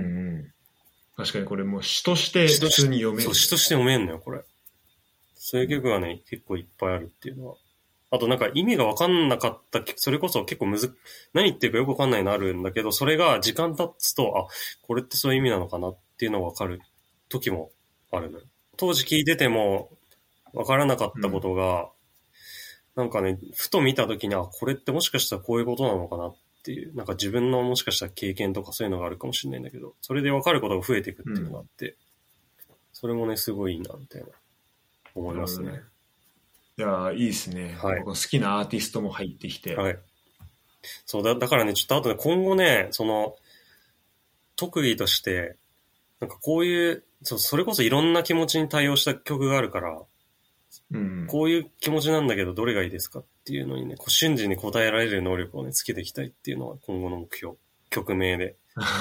Speaker 1: 確かにこれもう詩として普通に読める。
Speaker 2: そう、詩として読めんのよ、これ。そういう曲がね、結構いっぱいあるっていうのは。あとなんか意味が分かんなかった、それこそ結構むず、何言ってるかよく分かんないのあるんだけど、それが時間経つと、あ、これってそういう意味なのかなっていうのが分かる時もあるのよ。当時聞いてても分からなかったことが、うん、なんかね、ふと見た時に、あ、これってもしかしたらこういうことなのかなっていう、なんか自分のもしかしたら経験とかそういうのがあるかもしれないんだけど、それで分かることが増えていくっていうのがあって、うん、それもね、すごいいいな、みたいな、思いますね。
Speaker 1: いや、いいですね。はい。僕好きなアーティストも入ってきて。
Speaker 2: はい。そうだ、だからね、ちょっとあとね、今後ね、その、特技として、なんかこういう、そう、それこそいろんな気持ちに対応した曲があるから、うん、こういう気持ちなんだけどどれがいいですかっていうのにね、こう瞬時に答えられる能力をね、つけていきたいっていうのは今後の目標。曲名で。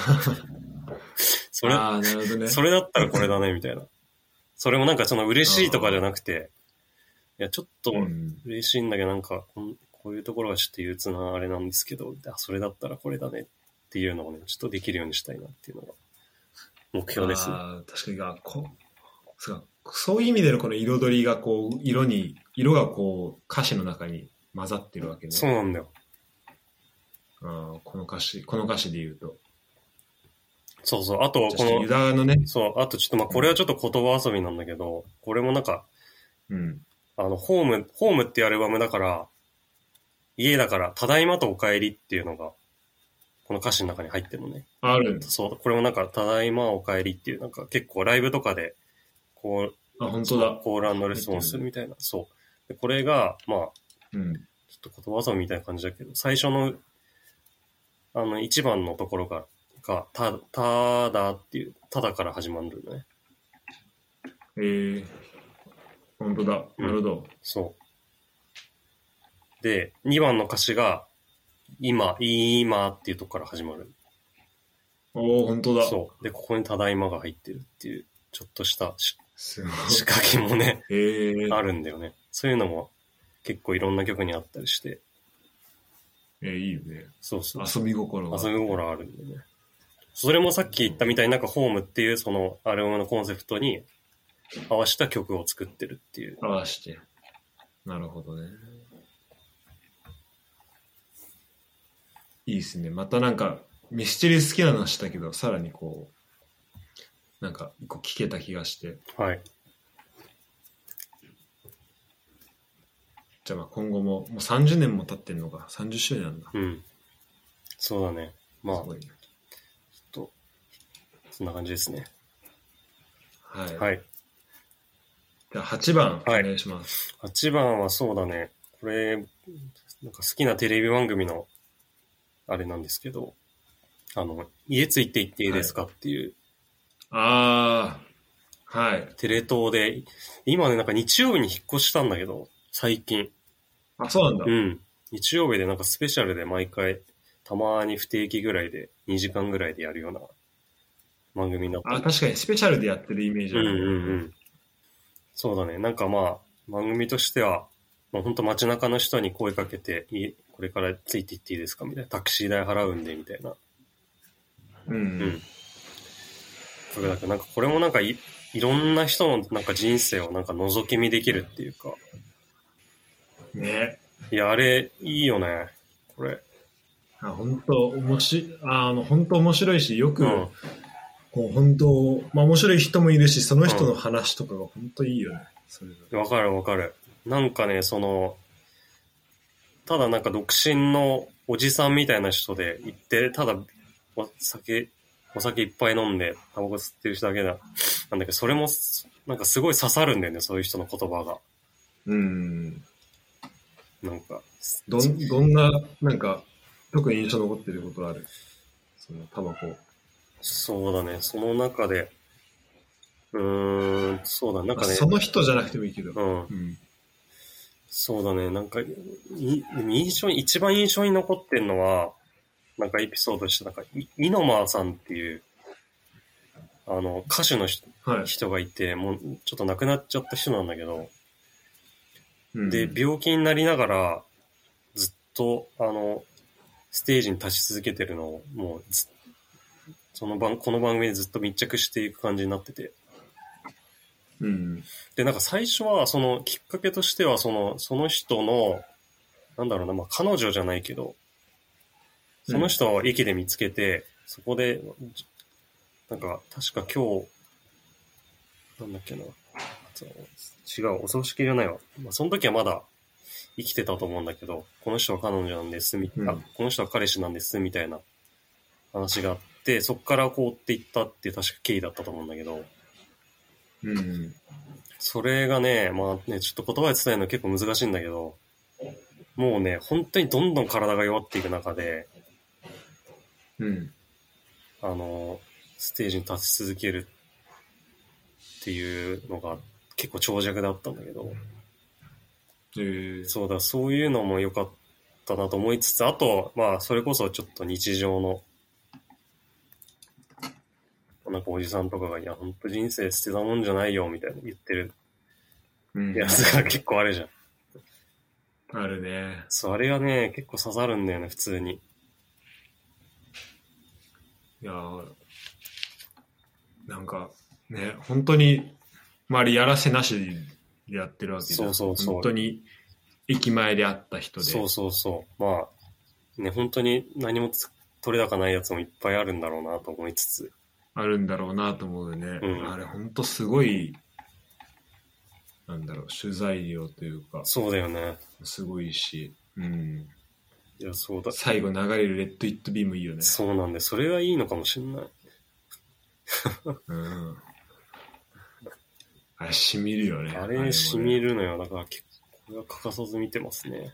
Speaker 2: それ、あー、なるほどね。それだったらこれだね、みたいな。それもなんかその嬉しいとかじゃなくて、いや、ちょっと嬉しいんだけど、なんかこん、こういうところがちょっと憂鬱なあれなんですけど、あ、それだったらこれだねっていうのをね、ちょっとできるようにしたいなっていうのが目標ですね。
Speaker 1: ああ、確かにがこそうそういう意味でのこの彩りがこう色に色がこう歌詞の中に混ざってるわけね。
Speaker 2: そうなんだよ。
Speaker 1: ああ、この歌詞この歌詞で言うと。
Speaker 2: そうそう。あとこの
Speaker 1: ユダのね。
Speaker 2: そう。あとちょっとまあこれはちょっと言葉遊びなんだけど、これもなんか、
Speaker 1: うん。
Speaker 2: あのホームホームっていうアルバムだから、家だからただいまとお帰りっていうのがこの歌詞の中に入ってるのね。
Speaker 1: ある。
Speaker 2: そう。これもなんかただいまお帰りっていうなんか結構ライブとかでこう、
Speaker 1: あ、本当だ。
Speaker 2: コール&レスポンスするみたいな。そう。でこれが、まあ、
Speaker 1: うん、
Speaker 2: ちょっと言葉遊びみたいな感じだけど、最初の、あの、一番のところが、が、た、ただっていう、ただから始まるのね。
Speaker 1: えー、本当だ。なるほど、うん。
Speaker 2: そう。で、にばんの歌詞が、今、今っていうとこから始まる。
Speaker 1: おー、本当だ。
Speaker 2: そう。で、ここにただいまが入ってるっていう、ちょっとした仕掛けもね、
Speaker 1: えー、
Speaker 2: あるんだよね。そういうのも結構いろんな曲にあったりして、
Speaker 1: えー、いいよね。
Speaker 2: そうそう。
Speaker 1: 遊び心が。
Speaker 2: 遊び心あるんでね。それもさっき言ったみたいになんかホームっていうそのアルバムのコンセプトに合わせた曲を作ってるっていう。
Speaker 1: 合わせて。なるほどね。いいですね。またなんかミスチル好きなのはしたけど、さらにこうなんか一個聞けた気がして。
Speaker 2: はい。
Speaker 1: じゃあまあ今後ももうさんじゅうねんも経ってんのか、さんじゅっしゅうねんなんだ。
Speaker 2: うん。そうだね。まあ、
Speaker 1: すごいね。
Speaker 2: ちょっとそんな感じですね。
Speaker 1: はい。
Speaker 2: はい。
Speaker 1: じゃあはちばんお願いします。
Speaker 2: はい、はちばんはそうだね。これなんか好きなテレビ番組のあれなんですけど、あの家ついて行っていいですかっていう。
Speaker 1: はい、ああ、はい。
Speaker 2: テレ東で今ねなんか日曜日に引っ越したんだけど最近。
Speaker 1: あ、そうなんだ。
Speaker 2: うん。日曜日でなんかスペシャルで毎回たまに不定期ぐらいでにじかんぐらいでやるような番組になって。
Speaker 1: あ、確かにスペシャルでやってるイメージある。
Speaker 2: うんうんうん。そうだね。なんかまあ番組としては、まあ、本当街中の人に声かけていこれからついていっていいですかみたいな、タクシー代払うんでみたいな。
Speaker 1: うん、うん。
Speaker 2: それだけなんかこれもなんか い, いろんな人のなんか人生をなんか覗き見できるっていうか。
Speaker 1: ね。
Speaker 2: いやあれいいよね。これ。
Speaker 1: あ、本当面白い。あの本当面白いし、よく、うん、こう本当まあ面白い人もいるし、その人の話とかが本当いいよね。
Speaker 2: わ、うん、かるわかる。なんかねそのただなんか独身のおじさんみたいな人で行ってただお酒お酒いっぱい飲んでタバコ吸ってる人だけだなんだけど、それもなんかすごい刺さるんだよね、そういう人の言葉が。
Speaker 1: うん。
Speaker 2: なんか
Speaker 1: どんどんななんか特に印象残ってることある？そのタバコ。
Speaker 2: そうだね。その中でうーんそうだなんかね、
Speaker 1: その人じゃなくてもいいけど。
Speaker 2: うん。うん、そうだね。なんかい印象に一番印象に残ってるのはなんかエピソードとしてなんかイノマーさんっていうあの歌手の人、はい、人がいて、もうちょっと亡くなっちゃった人なんだけど、うん、で病気になりながらずっとあのステージに立ち続けてるのをもうずその番この番組でずっと密着していく感じになってて、うん、でなんか最初はそのきっかけとしてはそのその人のなんだろうな、まあ彼女じゃないけどその人を駅で見つけて、うん、そこでなんか確か今日なんだっけな、違う、お葬式じゃないわ、まあ、その時はまだ生きてたと思うんだけど、この人は彼女なんですみ、うん、あこの人は彼氏なんですみたいな話があって、そこからこう追っていったっていう確か経緯だったと思うんだけど、うん、それがね、まあねちょっと言葉で伝えるの結構難しいんだけど、もうね本当にどんどん体が弱っていく中で、うん、あのステージに立ち続けるっていうのが結構長尺だったんだけど、えー、そうだそういうのも良かったなと思いつつ、あとまあそれこそちょっと日常のなんかおじさんとかがいや本当人生捨てたもんじゃないよみたいな言ってるやつが結構あるじゃん、
Speaker 1: うん、あるね。
Speaker 2: そうあれがね結構刺さるんだよね普通に。
Speaker 1: いやなんかね本当に周りやらせなしでやってるわけじゃん。そうそうそう。本当に駅前で会った人で。
Speaker 2: そうそうそう。まあね本当に何も取れ高ないやつもいっぱいあるんだろうなと思いつつ。
Speaker 1: あるんだろうなと思うよね。うん、あれ本当すごいなんだろう取材量というか。
Speaker 2: そうだよね。
Speaker 1: すごいし。うん。
Speaker 2: いやそうだ。
Speaker 1: 最後流れるレッド・イット・ビーもいいよね。
Speaker 2: そうなんでそれがいいのかもしれない。
Speaker 1: うん。あれ染みるよね。
Speaker 2: あれ染みるのよ。だから結構これは欠かさず見てますね。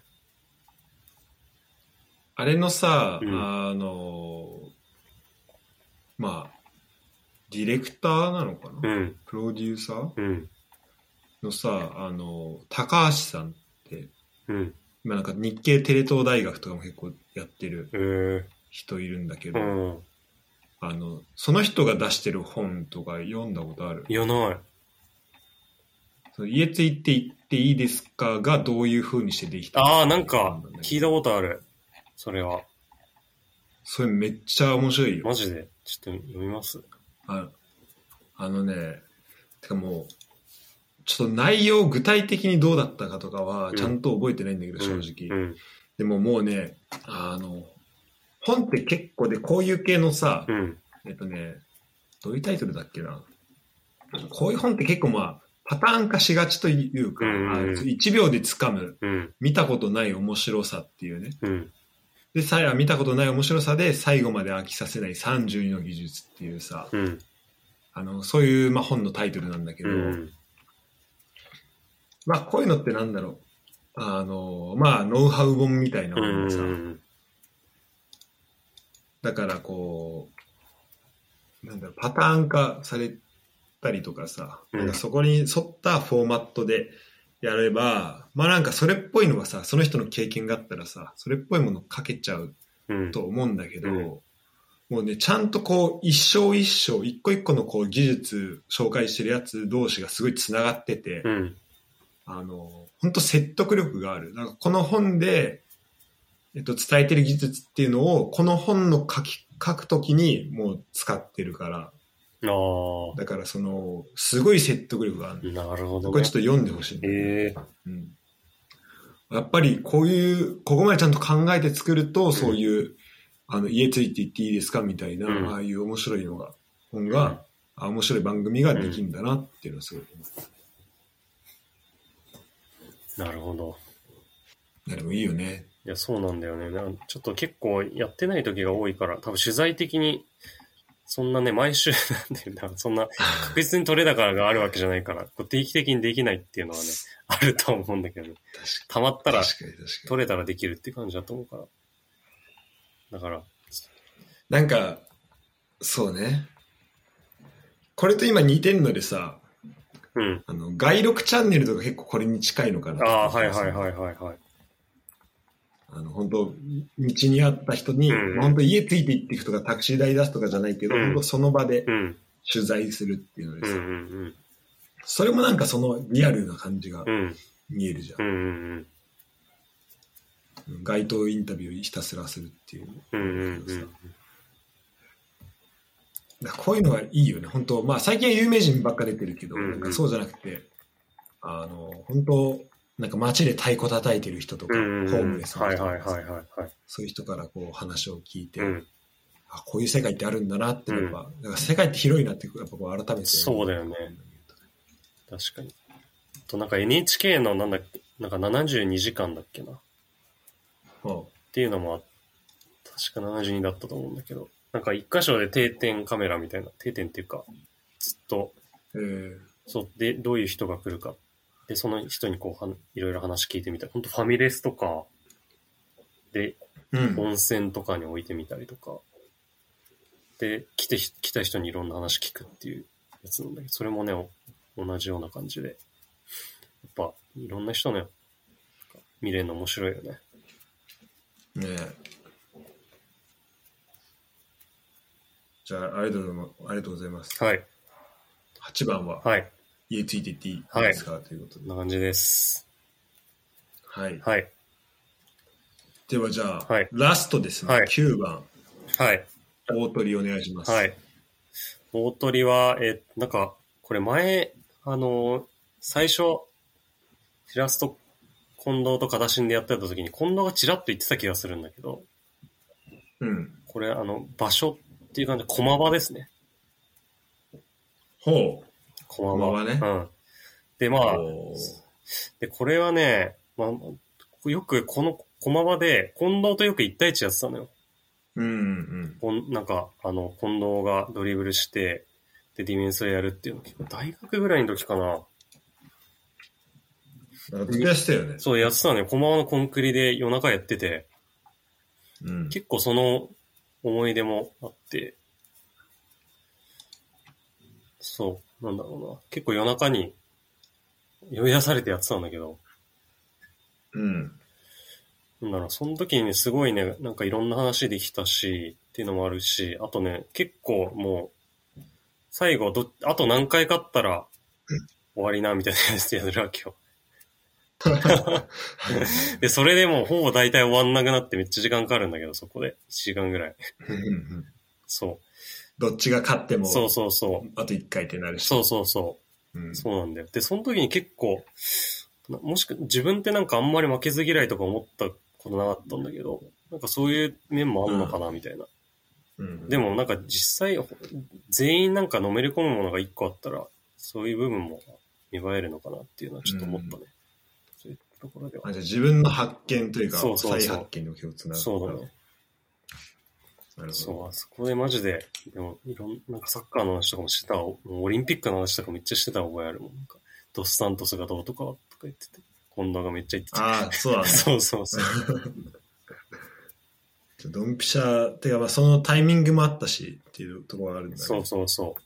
Speaker 1: あれのさ、うん、あのまあディレクターなのかな、うん、プロデューサー、うん、のさあの高橋さんって、うん、今なんか日系テレ東大学とかも結構やってる人いるんだけど、えーうん、あのその人が出してる本とか読んだことある？
Speaker 2: いやない。
Speaker 1: 家ついて行っていいですかがどういう風にしてできた？
Speaker 2: ああなんか聞いたことある。 それは。
Speaker 1: それめっちゃ面白いよ。
Speaker 2: マジでちょっと読みます。
Speaker 1: ああのね、てかもう、ちょっと内容具体的にどうだったかとかはちゃんと覚えてないんだけど、うん、正直、うん。でももうね、あの、本って結構でこういう系のさ、うん、えっとね、どういうタイトルだっけな。こういう本って結構まあ、パターン化しがちというか、うんうん、いちびょうでつかむ、うん、見たことない面白さっていうね。うん、で、さえは見たことない面白さで最後まで飽きさせないさんじゅうにの技術っていうさ、うん、あのそういう、まあ、本のタイトルなんだけど、うん、まあこういうのってなんだろう。あの、まあノウハウ本みたいなものでさ、うん、だからこう、なんだろう、パターン化されたりとかさ、うん、なんかそこに沿ったフォーマットでやれば、まあなんかそれっぽいのがさ、その人の経験があったらさ、それっぽいもの書けちゃうと思うんだけど、うんうん、もうね、ちゃんとこう一章一章、一個一個のこう技術紹介してるやつ同士がすごいつながってて、うん、あの、本当説得力がある。なんかこの本で、えっと、伝えてる技術っていうのを、この本の書き、書くときにもう使ってるから、あだからそのすごい説得力がある。
Speaker 2: なるほど、ね、
Speaker 1: これちょっと読んでほしい、ねえーうん。やっぱりこういうここまでちゃんと考えて作ると、うん、そういうあの家ついていっていいですかみたいな、うん、ああいう面白いのが本が、うん、あ面白い番組ができるんだなっていうのはすごい思
Speaker 2: う。なるほど。
Speaker 1: いやでもいいよね。
Speaker 2: いやそうなんだよね。ちょっと結構やってない時が多いから、多分取材的に。そんなね、毎週なんていうんだ、そんな確実に取れ高があるわけじゃないから、こう定期的にできないっていうのはね、あると思うんだけどね。溜まったら、取れたらできるっていう感じだと思うから。だから。
Speaker 1: なんか、そうね。これと今似てるのでさ、うん。あの、外録チャンネルとか結構これに近いのかな。
Speaker 2: ああ、はいはいはいはいはい。
Speaker 1: あの本当道にあった人に、うん、本当家ついて行っていくとかタクシー代出すとかじゃないけど、うん、本当その場で取材するっていうのでさ、うんうんうん、それもなんかそのリアルな感じが見えるじゃん、うんうんうん、街頭インタビューをひたすらするっていう、うんうんうん、だこういうのがいいよね本当。まあ最近は有名人ばっか出てるけど、うんうん、なんかそうじゃなくてあの本当なんか街で太鼓叩いてる人とか、うんうん、ホームレスの人とか、はいはいはいはい、そういう人からこう話を聞いて、うん、あこういう世界ってあるんだなってやっぱ、うん、だから世界って広いなってやっぱこう改めて
Speaker 2: そうだよね。確かに。となんか エヌエイチケー のなんだっけなんかななじゅうにじかんだっけな、うん、っていうのも確かななじゅうにだったと思うんだけど、なんか一箇所で定点カメラみたいな定点っていうかずっと、えー、そうでどういう人が来るか。で、その人にこうは、いろいろ話聞いてみたり、ほんとファミレスとかで、うん、温泉とかに置いてみたりとか、で、来て、来た人にいろんな話聞くっていうやつなんだけど、それもね、同じような感じで、やっぱ、いろんな人ね、見れるの面白いよね。
Speaker 1: ねえ。じゃあ、ありがとうございます。ありがとうございます。はい。はちばんは、はい。家ついていっていいですか、はい、ということで。
Speaker 2: こんな感じです。
Speaker 1: はい。はい。ではじゃあ、はい、ラストですね。はい、きゅうばん。はい。大鳥お願いします。はい。
Speaker 2: 大鳥は、え、なんか、これ前、あの、最初、しらすと近藤と片新でやってた時に、近藤がチラッと言ってた気がするんだけど、うん。これ、あの、場所っていう感じで、駒場ですね。
Speaker 1: ほう。
Speaker 2: 駒場ね。うん。で、まあ、で、これはね、まあ、よくこの駒場で、近藤とよく一対一やってたのよ。うんうん。なんか、あの、近藤がドリブルして、で、ディフェンスをやるっていうの結構大学ぐらいの時かな。
Speaker 1: なんかやってたよね。
Speaker 2: そう、やってたね。駒場のコンクリで夜中やってて、うん、結構その思い出もあって、そう、なんだろうな。結構夜中に呼び出されてやってたんだけど。うん。なんだろう、その時にね、すごいね、なんかいろんな話できたし、っていうのもあるし、あとね、結構もう、最後ど、あと何回勝ったら終わりな、みたいなやつやるわけよ。 で、それでもうほぼ大体終わんなくなってめっちゃ時間かかるんだけど、そこでいちじかんぐらい。そう。
Speaker 1: どっちが勝っても、
Speaker 2: そうそうそう。
Speaker 1: あといっかいってなるし。
Speaker 2: そうそうそう。うん、そうなんだよ。で、その時に結構、もしく自分ってなんかあんまり負けず嫌いとか思ったことなかったんだけど、なんかそういう面もあんのかな、みたいな。うん、でもなんか実際、全員なんかのめり込むものがいっこあったら、そういう部分も芽生えるのかなっていうのはちょっと思ったね。うん、そういうところでは。
Speaker 1: あ、じゃあ自分の発見というか、そうそうそう、再発見の共通なる。
Speaker 2: そうだね。なるほど。そう、あそこでマジで、でも、いろんなんかサッカーの話とかもしてた、もうオリンピックの話とかめっちゃしてた覚えあるもん。なんかドスサントスがどうとかとか言ってて、近藤がめっちゃ言ってた。
Speaker 1: ああ、そうなんだ。
Speaker 2: そうそうそう。
Speaker 1: ドンピシャってか、まあそのタイミングもあったしっていうところがあるんだね。
Speaker 2: そうそうそう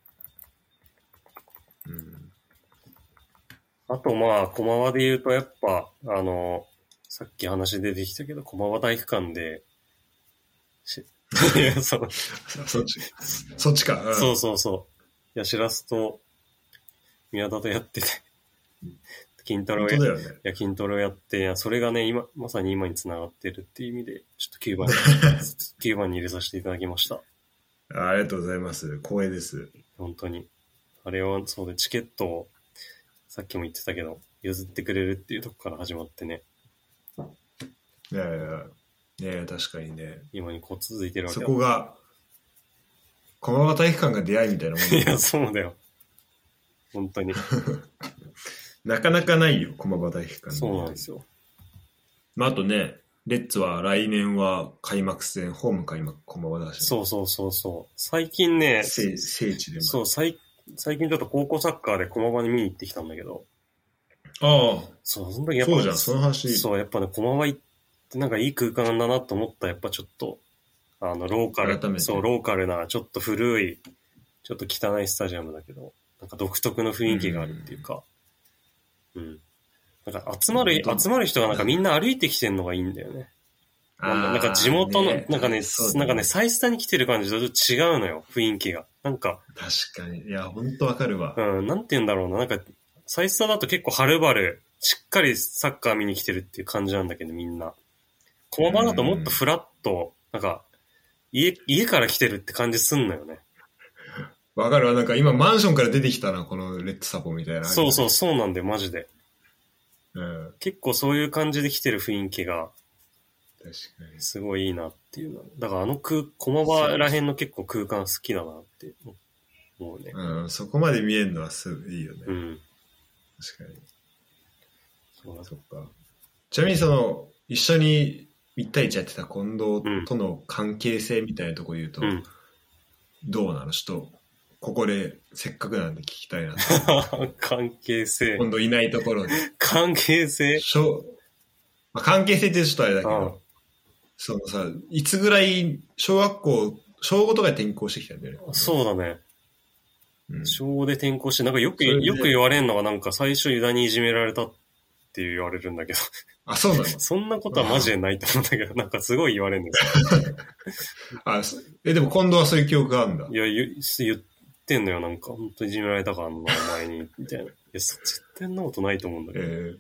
Speaker 2: 。うん。あとまあ、駒場で言うとやっぱ、あの、さっき話出てきたけど、駒場体育館で、しいや、そう。
Speaker 1: そっち、そっちか。
Speaker 2: うん、そうそうそう。いや、しらすと、宮田とやってて、筋トレをや、
Speaker 1: 本当だよね、
Speaker 2: いや筋トレをやって、それがね、今、まさに今に繋がってるっていう意味で、ちょっときゅうばんに、きゅうばんに入れさせていただきました。
Speaker 1: あ。ありがとうございます。光栄です。
Speaker 2: 本当に。あれは、そうで、チケットを、さっきも言ってたけど、譲ってくれるっていうとこから始まってね。
Speaker 1: いやいや。ねえ、確かにね。
Speaker 2: 今にこう続いてるわけ
Speaker 1: だ。そこが、駒場体育館が出会いみたいなもん
Speaker 2: いや、そうだよ。本当に。
Speaker 1: なかなかないよ、駒場体育館。
Speaker 2: そうなんですよ。
Speaker 1: まあ、あとね、レッツは来年は開幕戦、ホーム開幕、駒場だし、ね。
Speaker 2: そうそうそうそう。最近ね、
Speaker 1: 聖, 聖地でも。
Speaker 2: そう、最最近ちょっと高校サッカーで駒場に見に行ってきたんだけど。
Speaker 1: ああ。
Speaker 2: そう、その時やっぱ、
Speaker 1: そうじゃん、その話。
Speaker 2: そう、やっぱね、駒場行って、なんかいい空間だなと思った。やっぱちょっと、あの、ローカル、そう、ローカルな、ちょっと古い、ちょっと汚いスタジアムだけど、なんか独特の雰囲気があるっていうか、うん。うん、なんか集まる、集まる人がなんかみんな歩いてきてんのがいいんだよね。なんか地元の、ね、なんかね、なんかね、サイスタに来てる感じと違うのよ、雰囲気が。なんか。
Speaker 1: 確かに。いや、ほんとわかるわ。
Speaker 2: うん、なんて言うんだろうな。なんか、サイスタだと結構はるばる、しっかりサッカー見に来てるっていう感じなんだけど、みんな。駒場だともっとフラッと、なんか、家、家から来てるって感じすんのよね。
Speaker 1: わかるわ。なんか今マンションから出てきたな、このレッドサポみたいな。
Speaker 2: そうそう、そうなんだよ、マジで。
Speaker 1: うん。
Speaker 2: 結構そういう感じで来てる雰囲気が、
Speaker 1: 確かに。
Speaker 2: すごいいいなっていうの。だからあの空、駒場ら辺の結構空間好きだなって思うね。
Speaker 1: うん、そこまで見えるのはすごいいいよね。
Speaker 2: うん。
Speaker 1: 確かに。
Speaker 2: そうだ。
Speaker 1: そっか。ちなみにその、一緒にいち対いちやってた近藤との関係性みたいなところで言うと、うん、どうなの？ちょっと、ここでせっかくなんで聞きたいな
Speaker 2: 関係性。
Speaker 1: 今度いないところで。
Speaker 2: 関係性
Speaker 1: 小、まあ、関係性ってちょっとあれだけど、そのさ、いつぐらい、小学校、小ごとかで転校してきたんだよね。
Speaker 2: そうだね。うん、小ごで転校して、なんかよく、よく言われるのがなんか最初ユダにいじめられたって言われるんだけど。
Speaker 1: あ、そうなの？
Speaker 2: そんなことはマジでないと思うんだけど、なんかすごい言われるんですよ。
Speaker 1: あ、え、でも今度はそういう記憶があるんだ。
Speaker 2: いや、言、言ってんのよ、なんか、本当にいじめられたから、お前に、みたいな。いや、絶対そんなことないと思うんだけど。え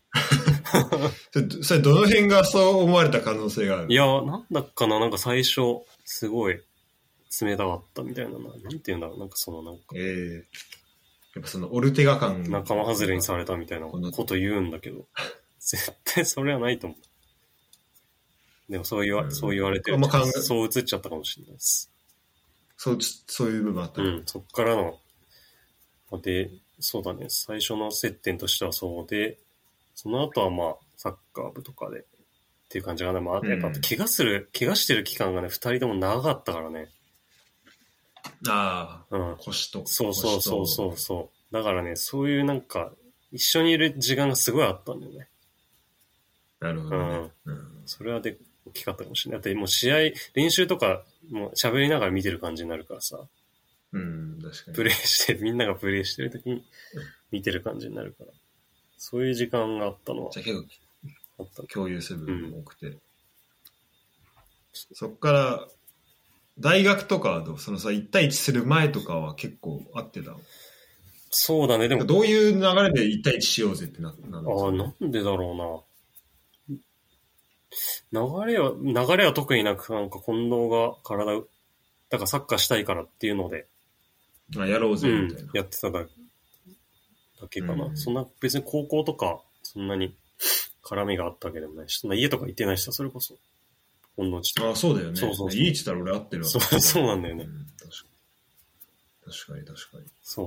Speaker 1: ー、それどの辺がそう思われた可能性がある？
Speaker 2: いや、なんだかな、なんか最初、すごい冷たかったみたいな、なんて言うんだろう、なんかそのなんか。
Speaker 1: えー、やっぱそのオルテガ感。
Speaker 2: 仲間外れにされたみたいなこと言うんだけど、絶対それはないと思う。でもそう言わ、うん、そう言われてる。そう映っちゃったかもしれないです。
Speaker 1: そう、そういう部分あった。
Speaker 2: うん、そっからの、で、そうだね、最初の接点としてはそうで、その後はまあ、サッカー部とかで、っていう感じがね、まあ、やっぱ怪我する、怪我してる期間がね、二人とも長かったからね。
Speaker 1: ああ、
Speaker 2: うん。
Speaker 1: 腰と。
Speaker 2: そうそうそうそうそう。だからね、そういうなんか、一緒にいる時間がすごいあったんだよね。
Speaker 1: なるほど、ね。
Speaker 2: うん。うん、それはで、大きかったかもしれない。だってもう試合、練習とか、もう喋りながら見てる感じになるからさ。
Speaker 1: うん、確かに。
Speaker 2: プレイして、みんながプレイしてるときに見てる感じになるから。そういう時間があったのは。
Speaker 1: じゃあ結構、あった共有する部分も多くて。うん、そっから、大学とかはどう？そのさ、いち対いちする前とかは結構合ってたの？
Speaker 2: そうだね、でも。
Speaker 1: どういう流れでいち対いちしようぜってなったの？
Speaker 2: ああ、なんでだろうな。流れは、流れは特になく、なんか近藤が体、だからサッカーしたいからっていうので、
Speaker 1: あ、やろうぜみたいな。うん、
Speaker 2: やってただけかな、うん。そんな別に高校とか、そんなに絡みがあったわけでもないし、そんな家とか行ってないしさ、それこそ。近藤地とか。
Speaker 1: ああ、そうだよね。そうそうそう。家って言ったら俺会ってるわ。
Speaker 2: そう、そうなんだよね。うん、
Speaker 1: 確かに確かに。
Speaker 2: そう。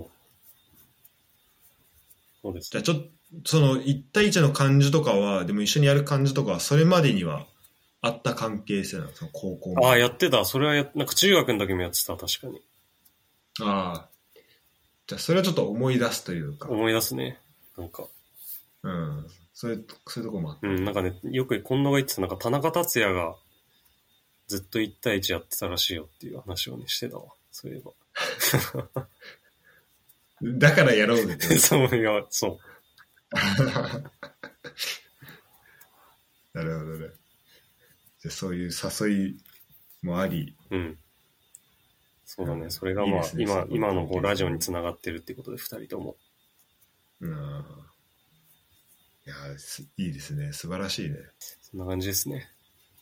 Speaker 2: そうです、
Speaker 1: ね。じゃあちょっと、そのいち対いちの感じとかは、でも一緒にやる感じとかは、それまでにはあった関係性なの？その高校
Speaker 2: ああ、やってた。それはや、なんか中学の時もやってた、確かに。
Speaker 1: ああ。じゃあそれはちょっと思い出すというか。
Speaker 2: 思い出すね。なんか。
Speaker 1: うん。そういう、そういうとこもあった。
Speaker 2: うん、なんかね、よく近藤が言ってた、なんか田中達也がずっといち対いちやってたらしいよっていう話をね、してたわ。そういえば。
Speaker 1: だからやろうぜって。
Speaker 2: そう、いや、そう。
Speaker 1: なるほどね。じゃあそういう誘いもあり。
Speaker 2: うん。そうだね。それがまあ、いいね、今、今のこうラジオにつながってるっていうことで、二人とも。
Speaker 1: うん。いや、いいですね。素晴らしいね。
Speaker 2: そんな感じですね。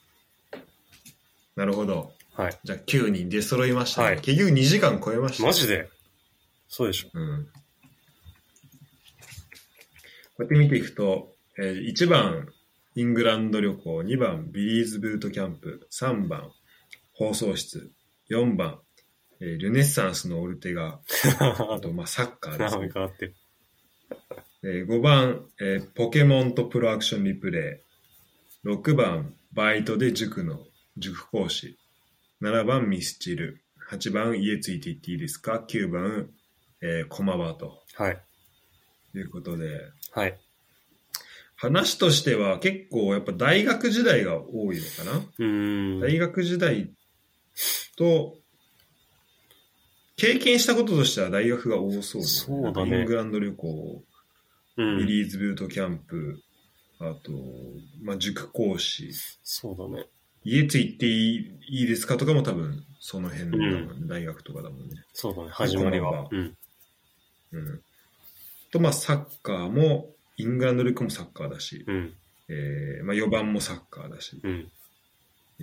Speaker 1: なるほど。
Speaker 2: はい。
Speaker 1: じゃあきゅうにん出揃いましたね。
Speaker 2: はい。
Speaker 1: 結局にじかん超えました、ね。
Speaker 2: マジで？そうでしょ。
Speaker 1: うん。こうやって見ていくと、えー、いちばん、イングランド旅行、にばん、ビリーズブートキャンプ、さんばん、放送室、よんばん、えー、ルネッサンスのオルテガ、あと、まあ、サッカーですね。
Speaker 2: 変わってる。
Speaker 1: えー、ごばん、えー、ポケモンとプロアクションリプレイ、ろくばん、バイトで塾の、塾講師、ななばん、ミスチル、はちばん、家ついていっていいですか、きゅうばん、えー、コマバと。
Speaker 2: はい。
Speaker 1: ということで、
Speaker 2: はい。
Speaker 1: 話としては結構やっぱ大学時代が多いのかな。
Speaker 2: うーん。
Speaker 1: 大学時代と、経験したこととしては大学が多そうです
Speaker 2: ね。そうだね。
Speaker 1: イングランド旅行、うん、ビリーズブートキャンプ、あと、まあ、塾講師。
Speaker 2: そうだね。
Speaker 1: 家ついていい、いいですかとかも多分その辺だもんね、うん、大学とかだもんね。
Speaker 2: そうだね、始まりは。うん。
Speaker 1: うん。と、まあ、サッカーも、イングランド旅行もサッカーだし、
Speaker 2: うん、
Speaker 1: えーまあ、よばんもサッカーだし、
Speaker 2: うん、
Speaker 1: え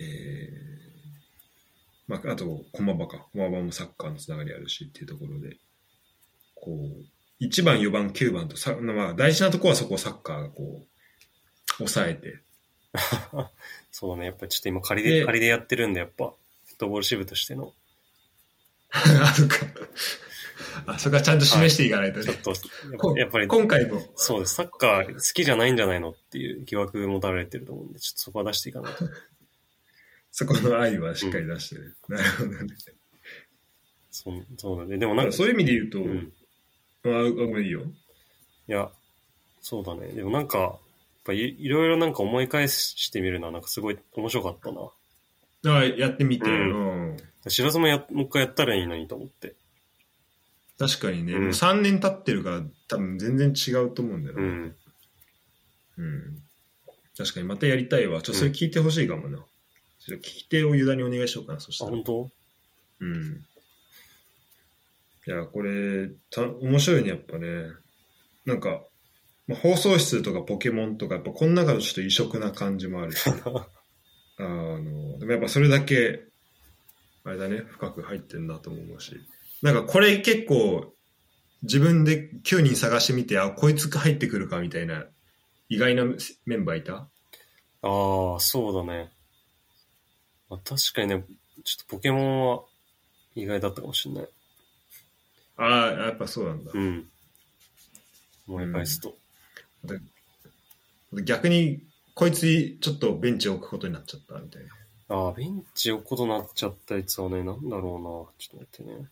Speaker 1: ーまあ、あと駒場か駒場もサッカーのつながりあるしっていうところでこういちばんよばんきゅうばんとさ、まあ、大事なところはそこをサッカーがこう抑えて
Speaker 2: そうだね、やっぱりちょっと今仮で仮でやってるんでやっぱフットボール支部としての
Speaker 1: あそっかあそこはちゃんと示していかないとね、
Speaker 2: はい、ちょっとやっぱり
Speaker 1: 今回も
Speaker 2: そうです、サッカー好きじゃないんじゃないのっていう疑惑持たれてると思うんでちょっとそこは出していかないと
Speaker 1: そこの愛はしっかり出してる、うん、なるほどね
Speaker 2: そ, そうだね。でもなんか
Speaker 1: そういう意味で言うと、うん、ああごめんいいよ。
Speaker 2: いやそうだね。でもなんかやっぱ い, いろいろなんか思い返してみるのはなんかすごい面白かったな。
Speaker 1: ああやってみて、うん
Speaker 2: うん、しらすもやもう一回やったらいいのにと思って。
Speaker 1: 確かにね、うん、さんねん経ってるから多分全然違うと思うんだよね。うん。うん。確かにまたやりたいわ。ちょっとそれ聞いてほしいかもな。うん、ちょっと聞き手をユダにお願いしようかな。そしたら。
Speaker 2: あ、本当？
Speaker 1: うん。いや、これ、た面白いね、やっぱね。なんか、まあ、放送室とかポケモンとか、やっぱこの中のちょっと異色な感じもあるし。あの、でもやっぱそれだけ、あれだね、深く入ってるなと思うし。なんかこれ結構、自分できゅうにん探してみて、あ、こいつ入ってくるかみたいな、意外なメンバーいた？
Speaker 2: ああ、そうだね。まあ、確かにね、ちょっとポケモンは意外だったかもしれない。
Speaker 1: ああ、やっぱそうなんだ。
Speaker 2: うん。思い返すと。
Speaker 1: うん、逆に、こいつちょっとベンチ置くことになっちゃったみたいな。
Speaker 2: ああ、ベンチ置くことになっちゃったやつはね、なんだろうな。ちょっと待ってね。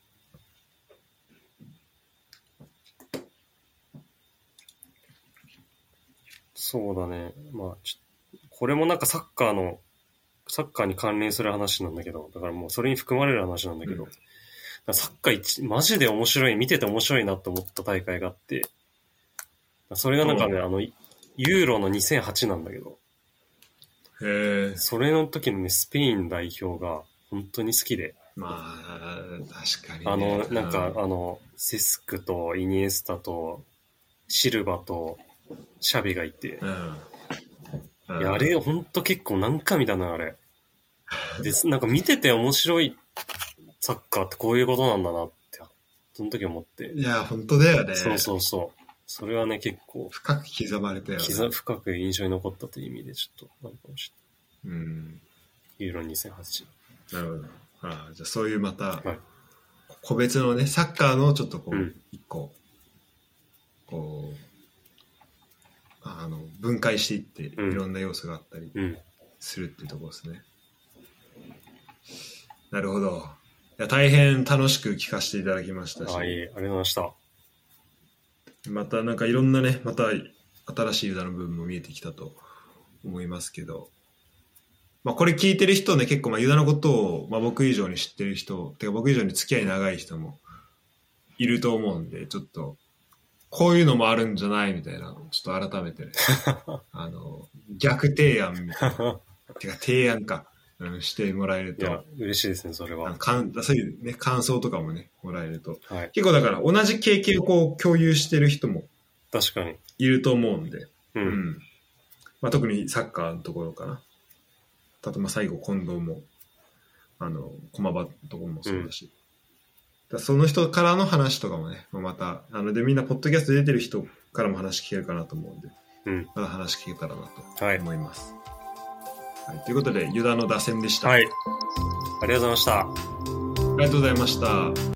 Speaker 2: そうだね。まあちょ、これもなんかサッカーの、サッカーに関連する話なんだけど、だからもうそれに含まれる話なんだけど、うん、サッカー一、マジで面白い、見てて面白いなと思った大会があって、それがなんかね、あの、ユーロのにせんはちなんだけど、
Speaker 1: へー、
Speaker 2: それの時のね、スペイン代表が本当に好きで、
Speaker 1: まあ、確かに、ね。
Speaker 2: あの、なんか、うん、あの、セスクとイニエスタとシルバとシャビがいて。うんうん、いや、あれ、ほんと結構何回見たのあれ。で、なんか見てて面白いサッカーってこういうことなんだなって、その時思って。
Speaker 1: いや、ほんとだよね。
Speaker 2: そうそうそう。それはね、結構。
Speaker 1: 深く刻まれたよね。
Speaker 2: 深く印象に残ったという意味で、ちょっと、なるかもしれない。
Speaker 1: うん。
Speaker 2: ユーロにせんはち。
Speaker 1: なるほど。ああ、じゃあそういうまた、はい、個別のね、サッカーのちょっとこう、うん、一個、こう、あの、分解していって、いろんな要素があったりするっていうところですね。うん、なるほど。いや、大変楽しく聞かせていただきましたし。
Speaker 2: はい、ありがとうございました。
Speaker 1: またなんかいろんなね、また新しいユダの部分も見えてきたと思いますけど、まあこれ聞いてる人ね、結構まあユダのことを、まあ、僕以上に知ってる人、てか僕以上に付き合い長い人もいると思うんで、ちょっとこういうのもあるんじゃないみたいな、ちょっと改めてね、あの逆提案みたいな、てか提案か、うん、してもらえると、
Speaker 2: いや嬉しいですね、それは。
Speaker 1: かんそういうね感想とかもねもらえると、はい、結構だから同じ経験をこう共有してる人も
Speaker 2: 確かに
Speaker 1: いると思うんで、
Speaker 2: うん、うん、
Speaker 1: まあ、特にサッカーのところかな。例えば最後近藤もあの駒場のところもそうだし、うん、だその人からの話とかもね、またあのでみんなポッドキャスト出てる人からも話聞けるかなと思うんで、
Speaker 2: うん、
Speaker 1: まだ話聞けたらなと思います。はいはい、ということでユダの打線でした。
Speaker 2: はい。ありがとうございました。あ
Speaker 1: りがとうございました。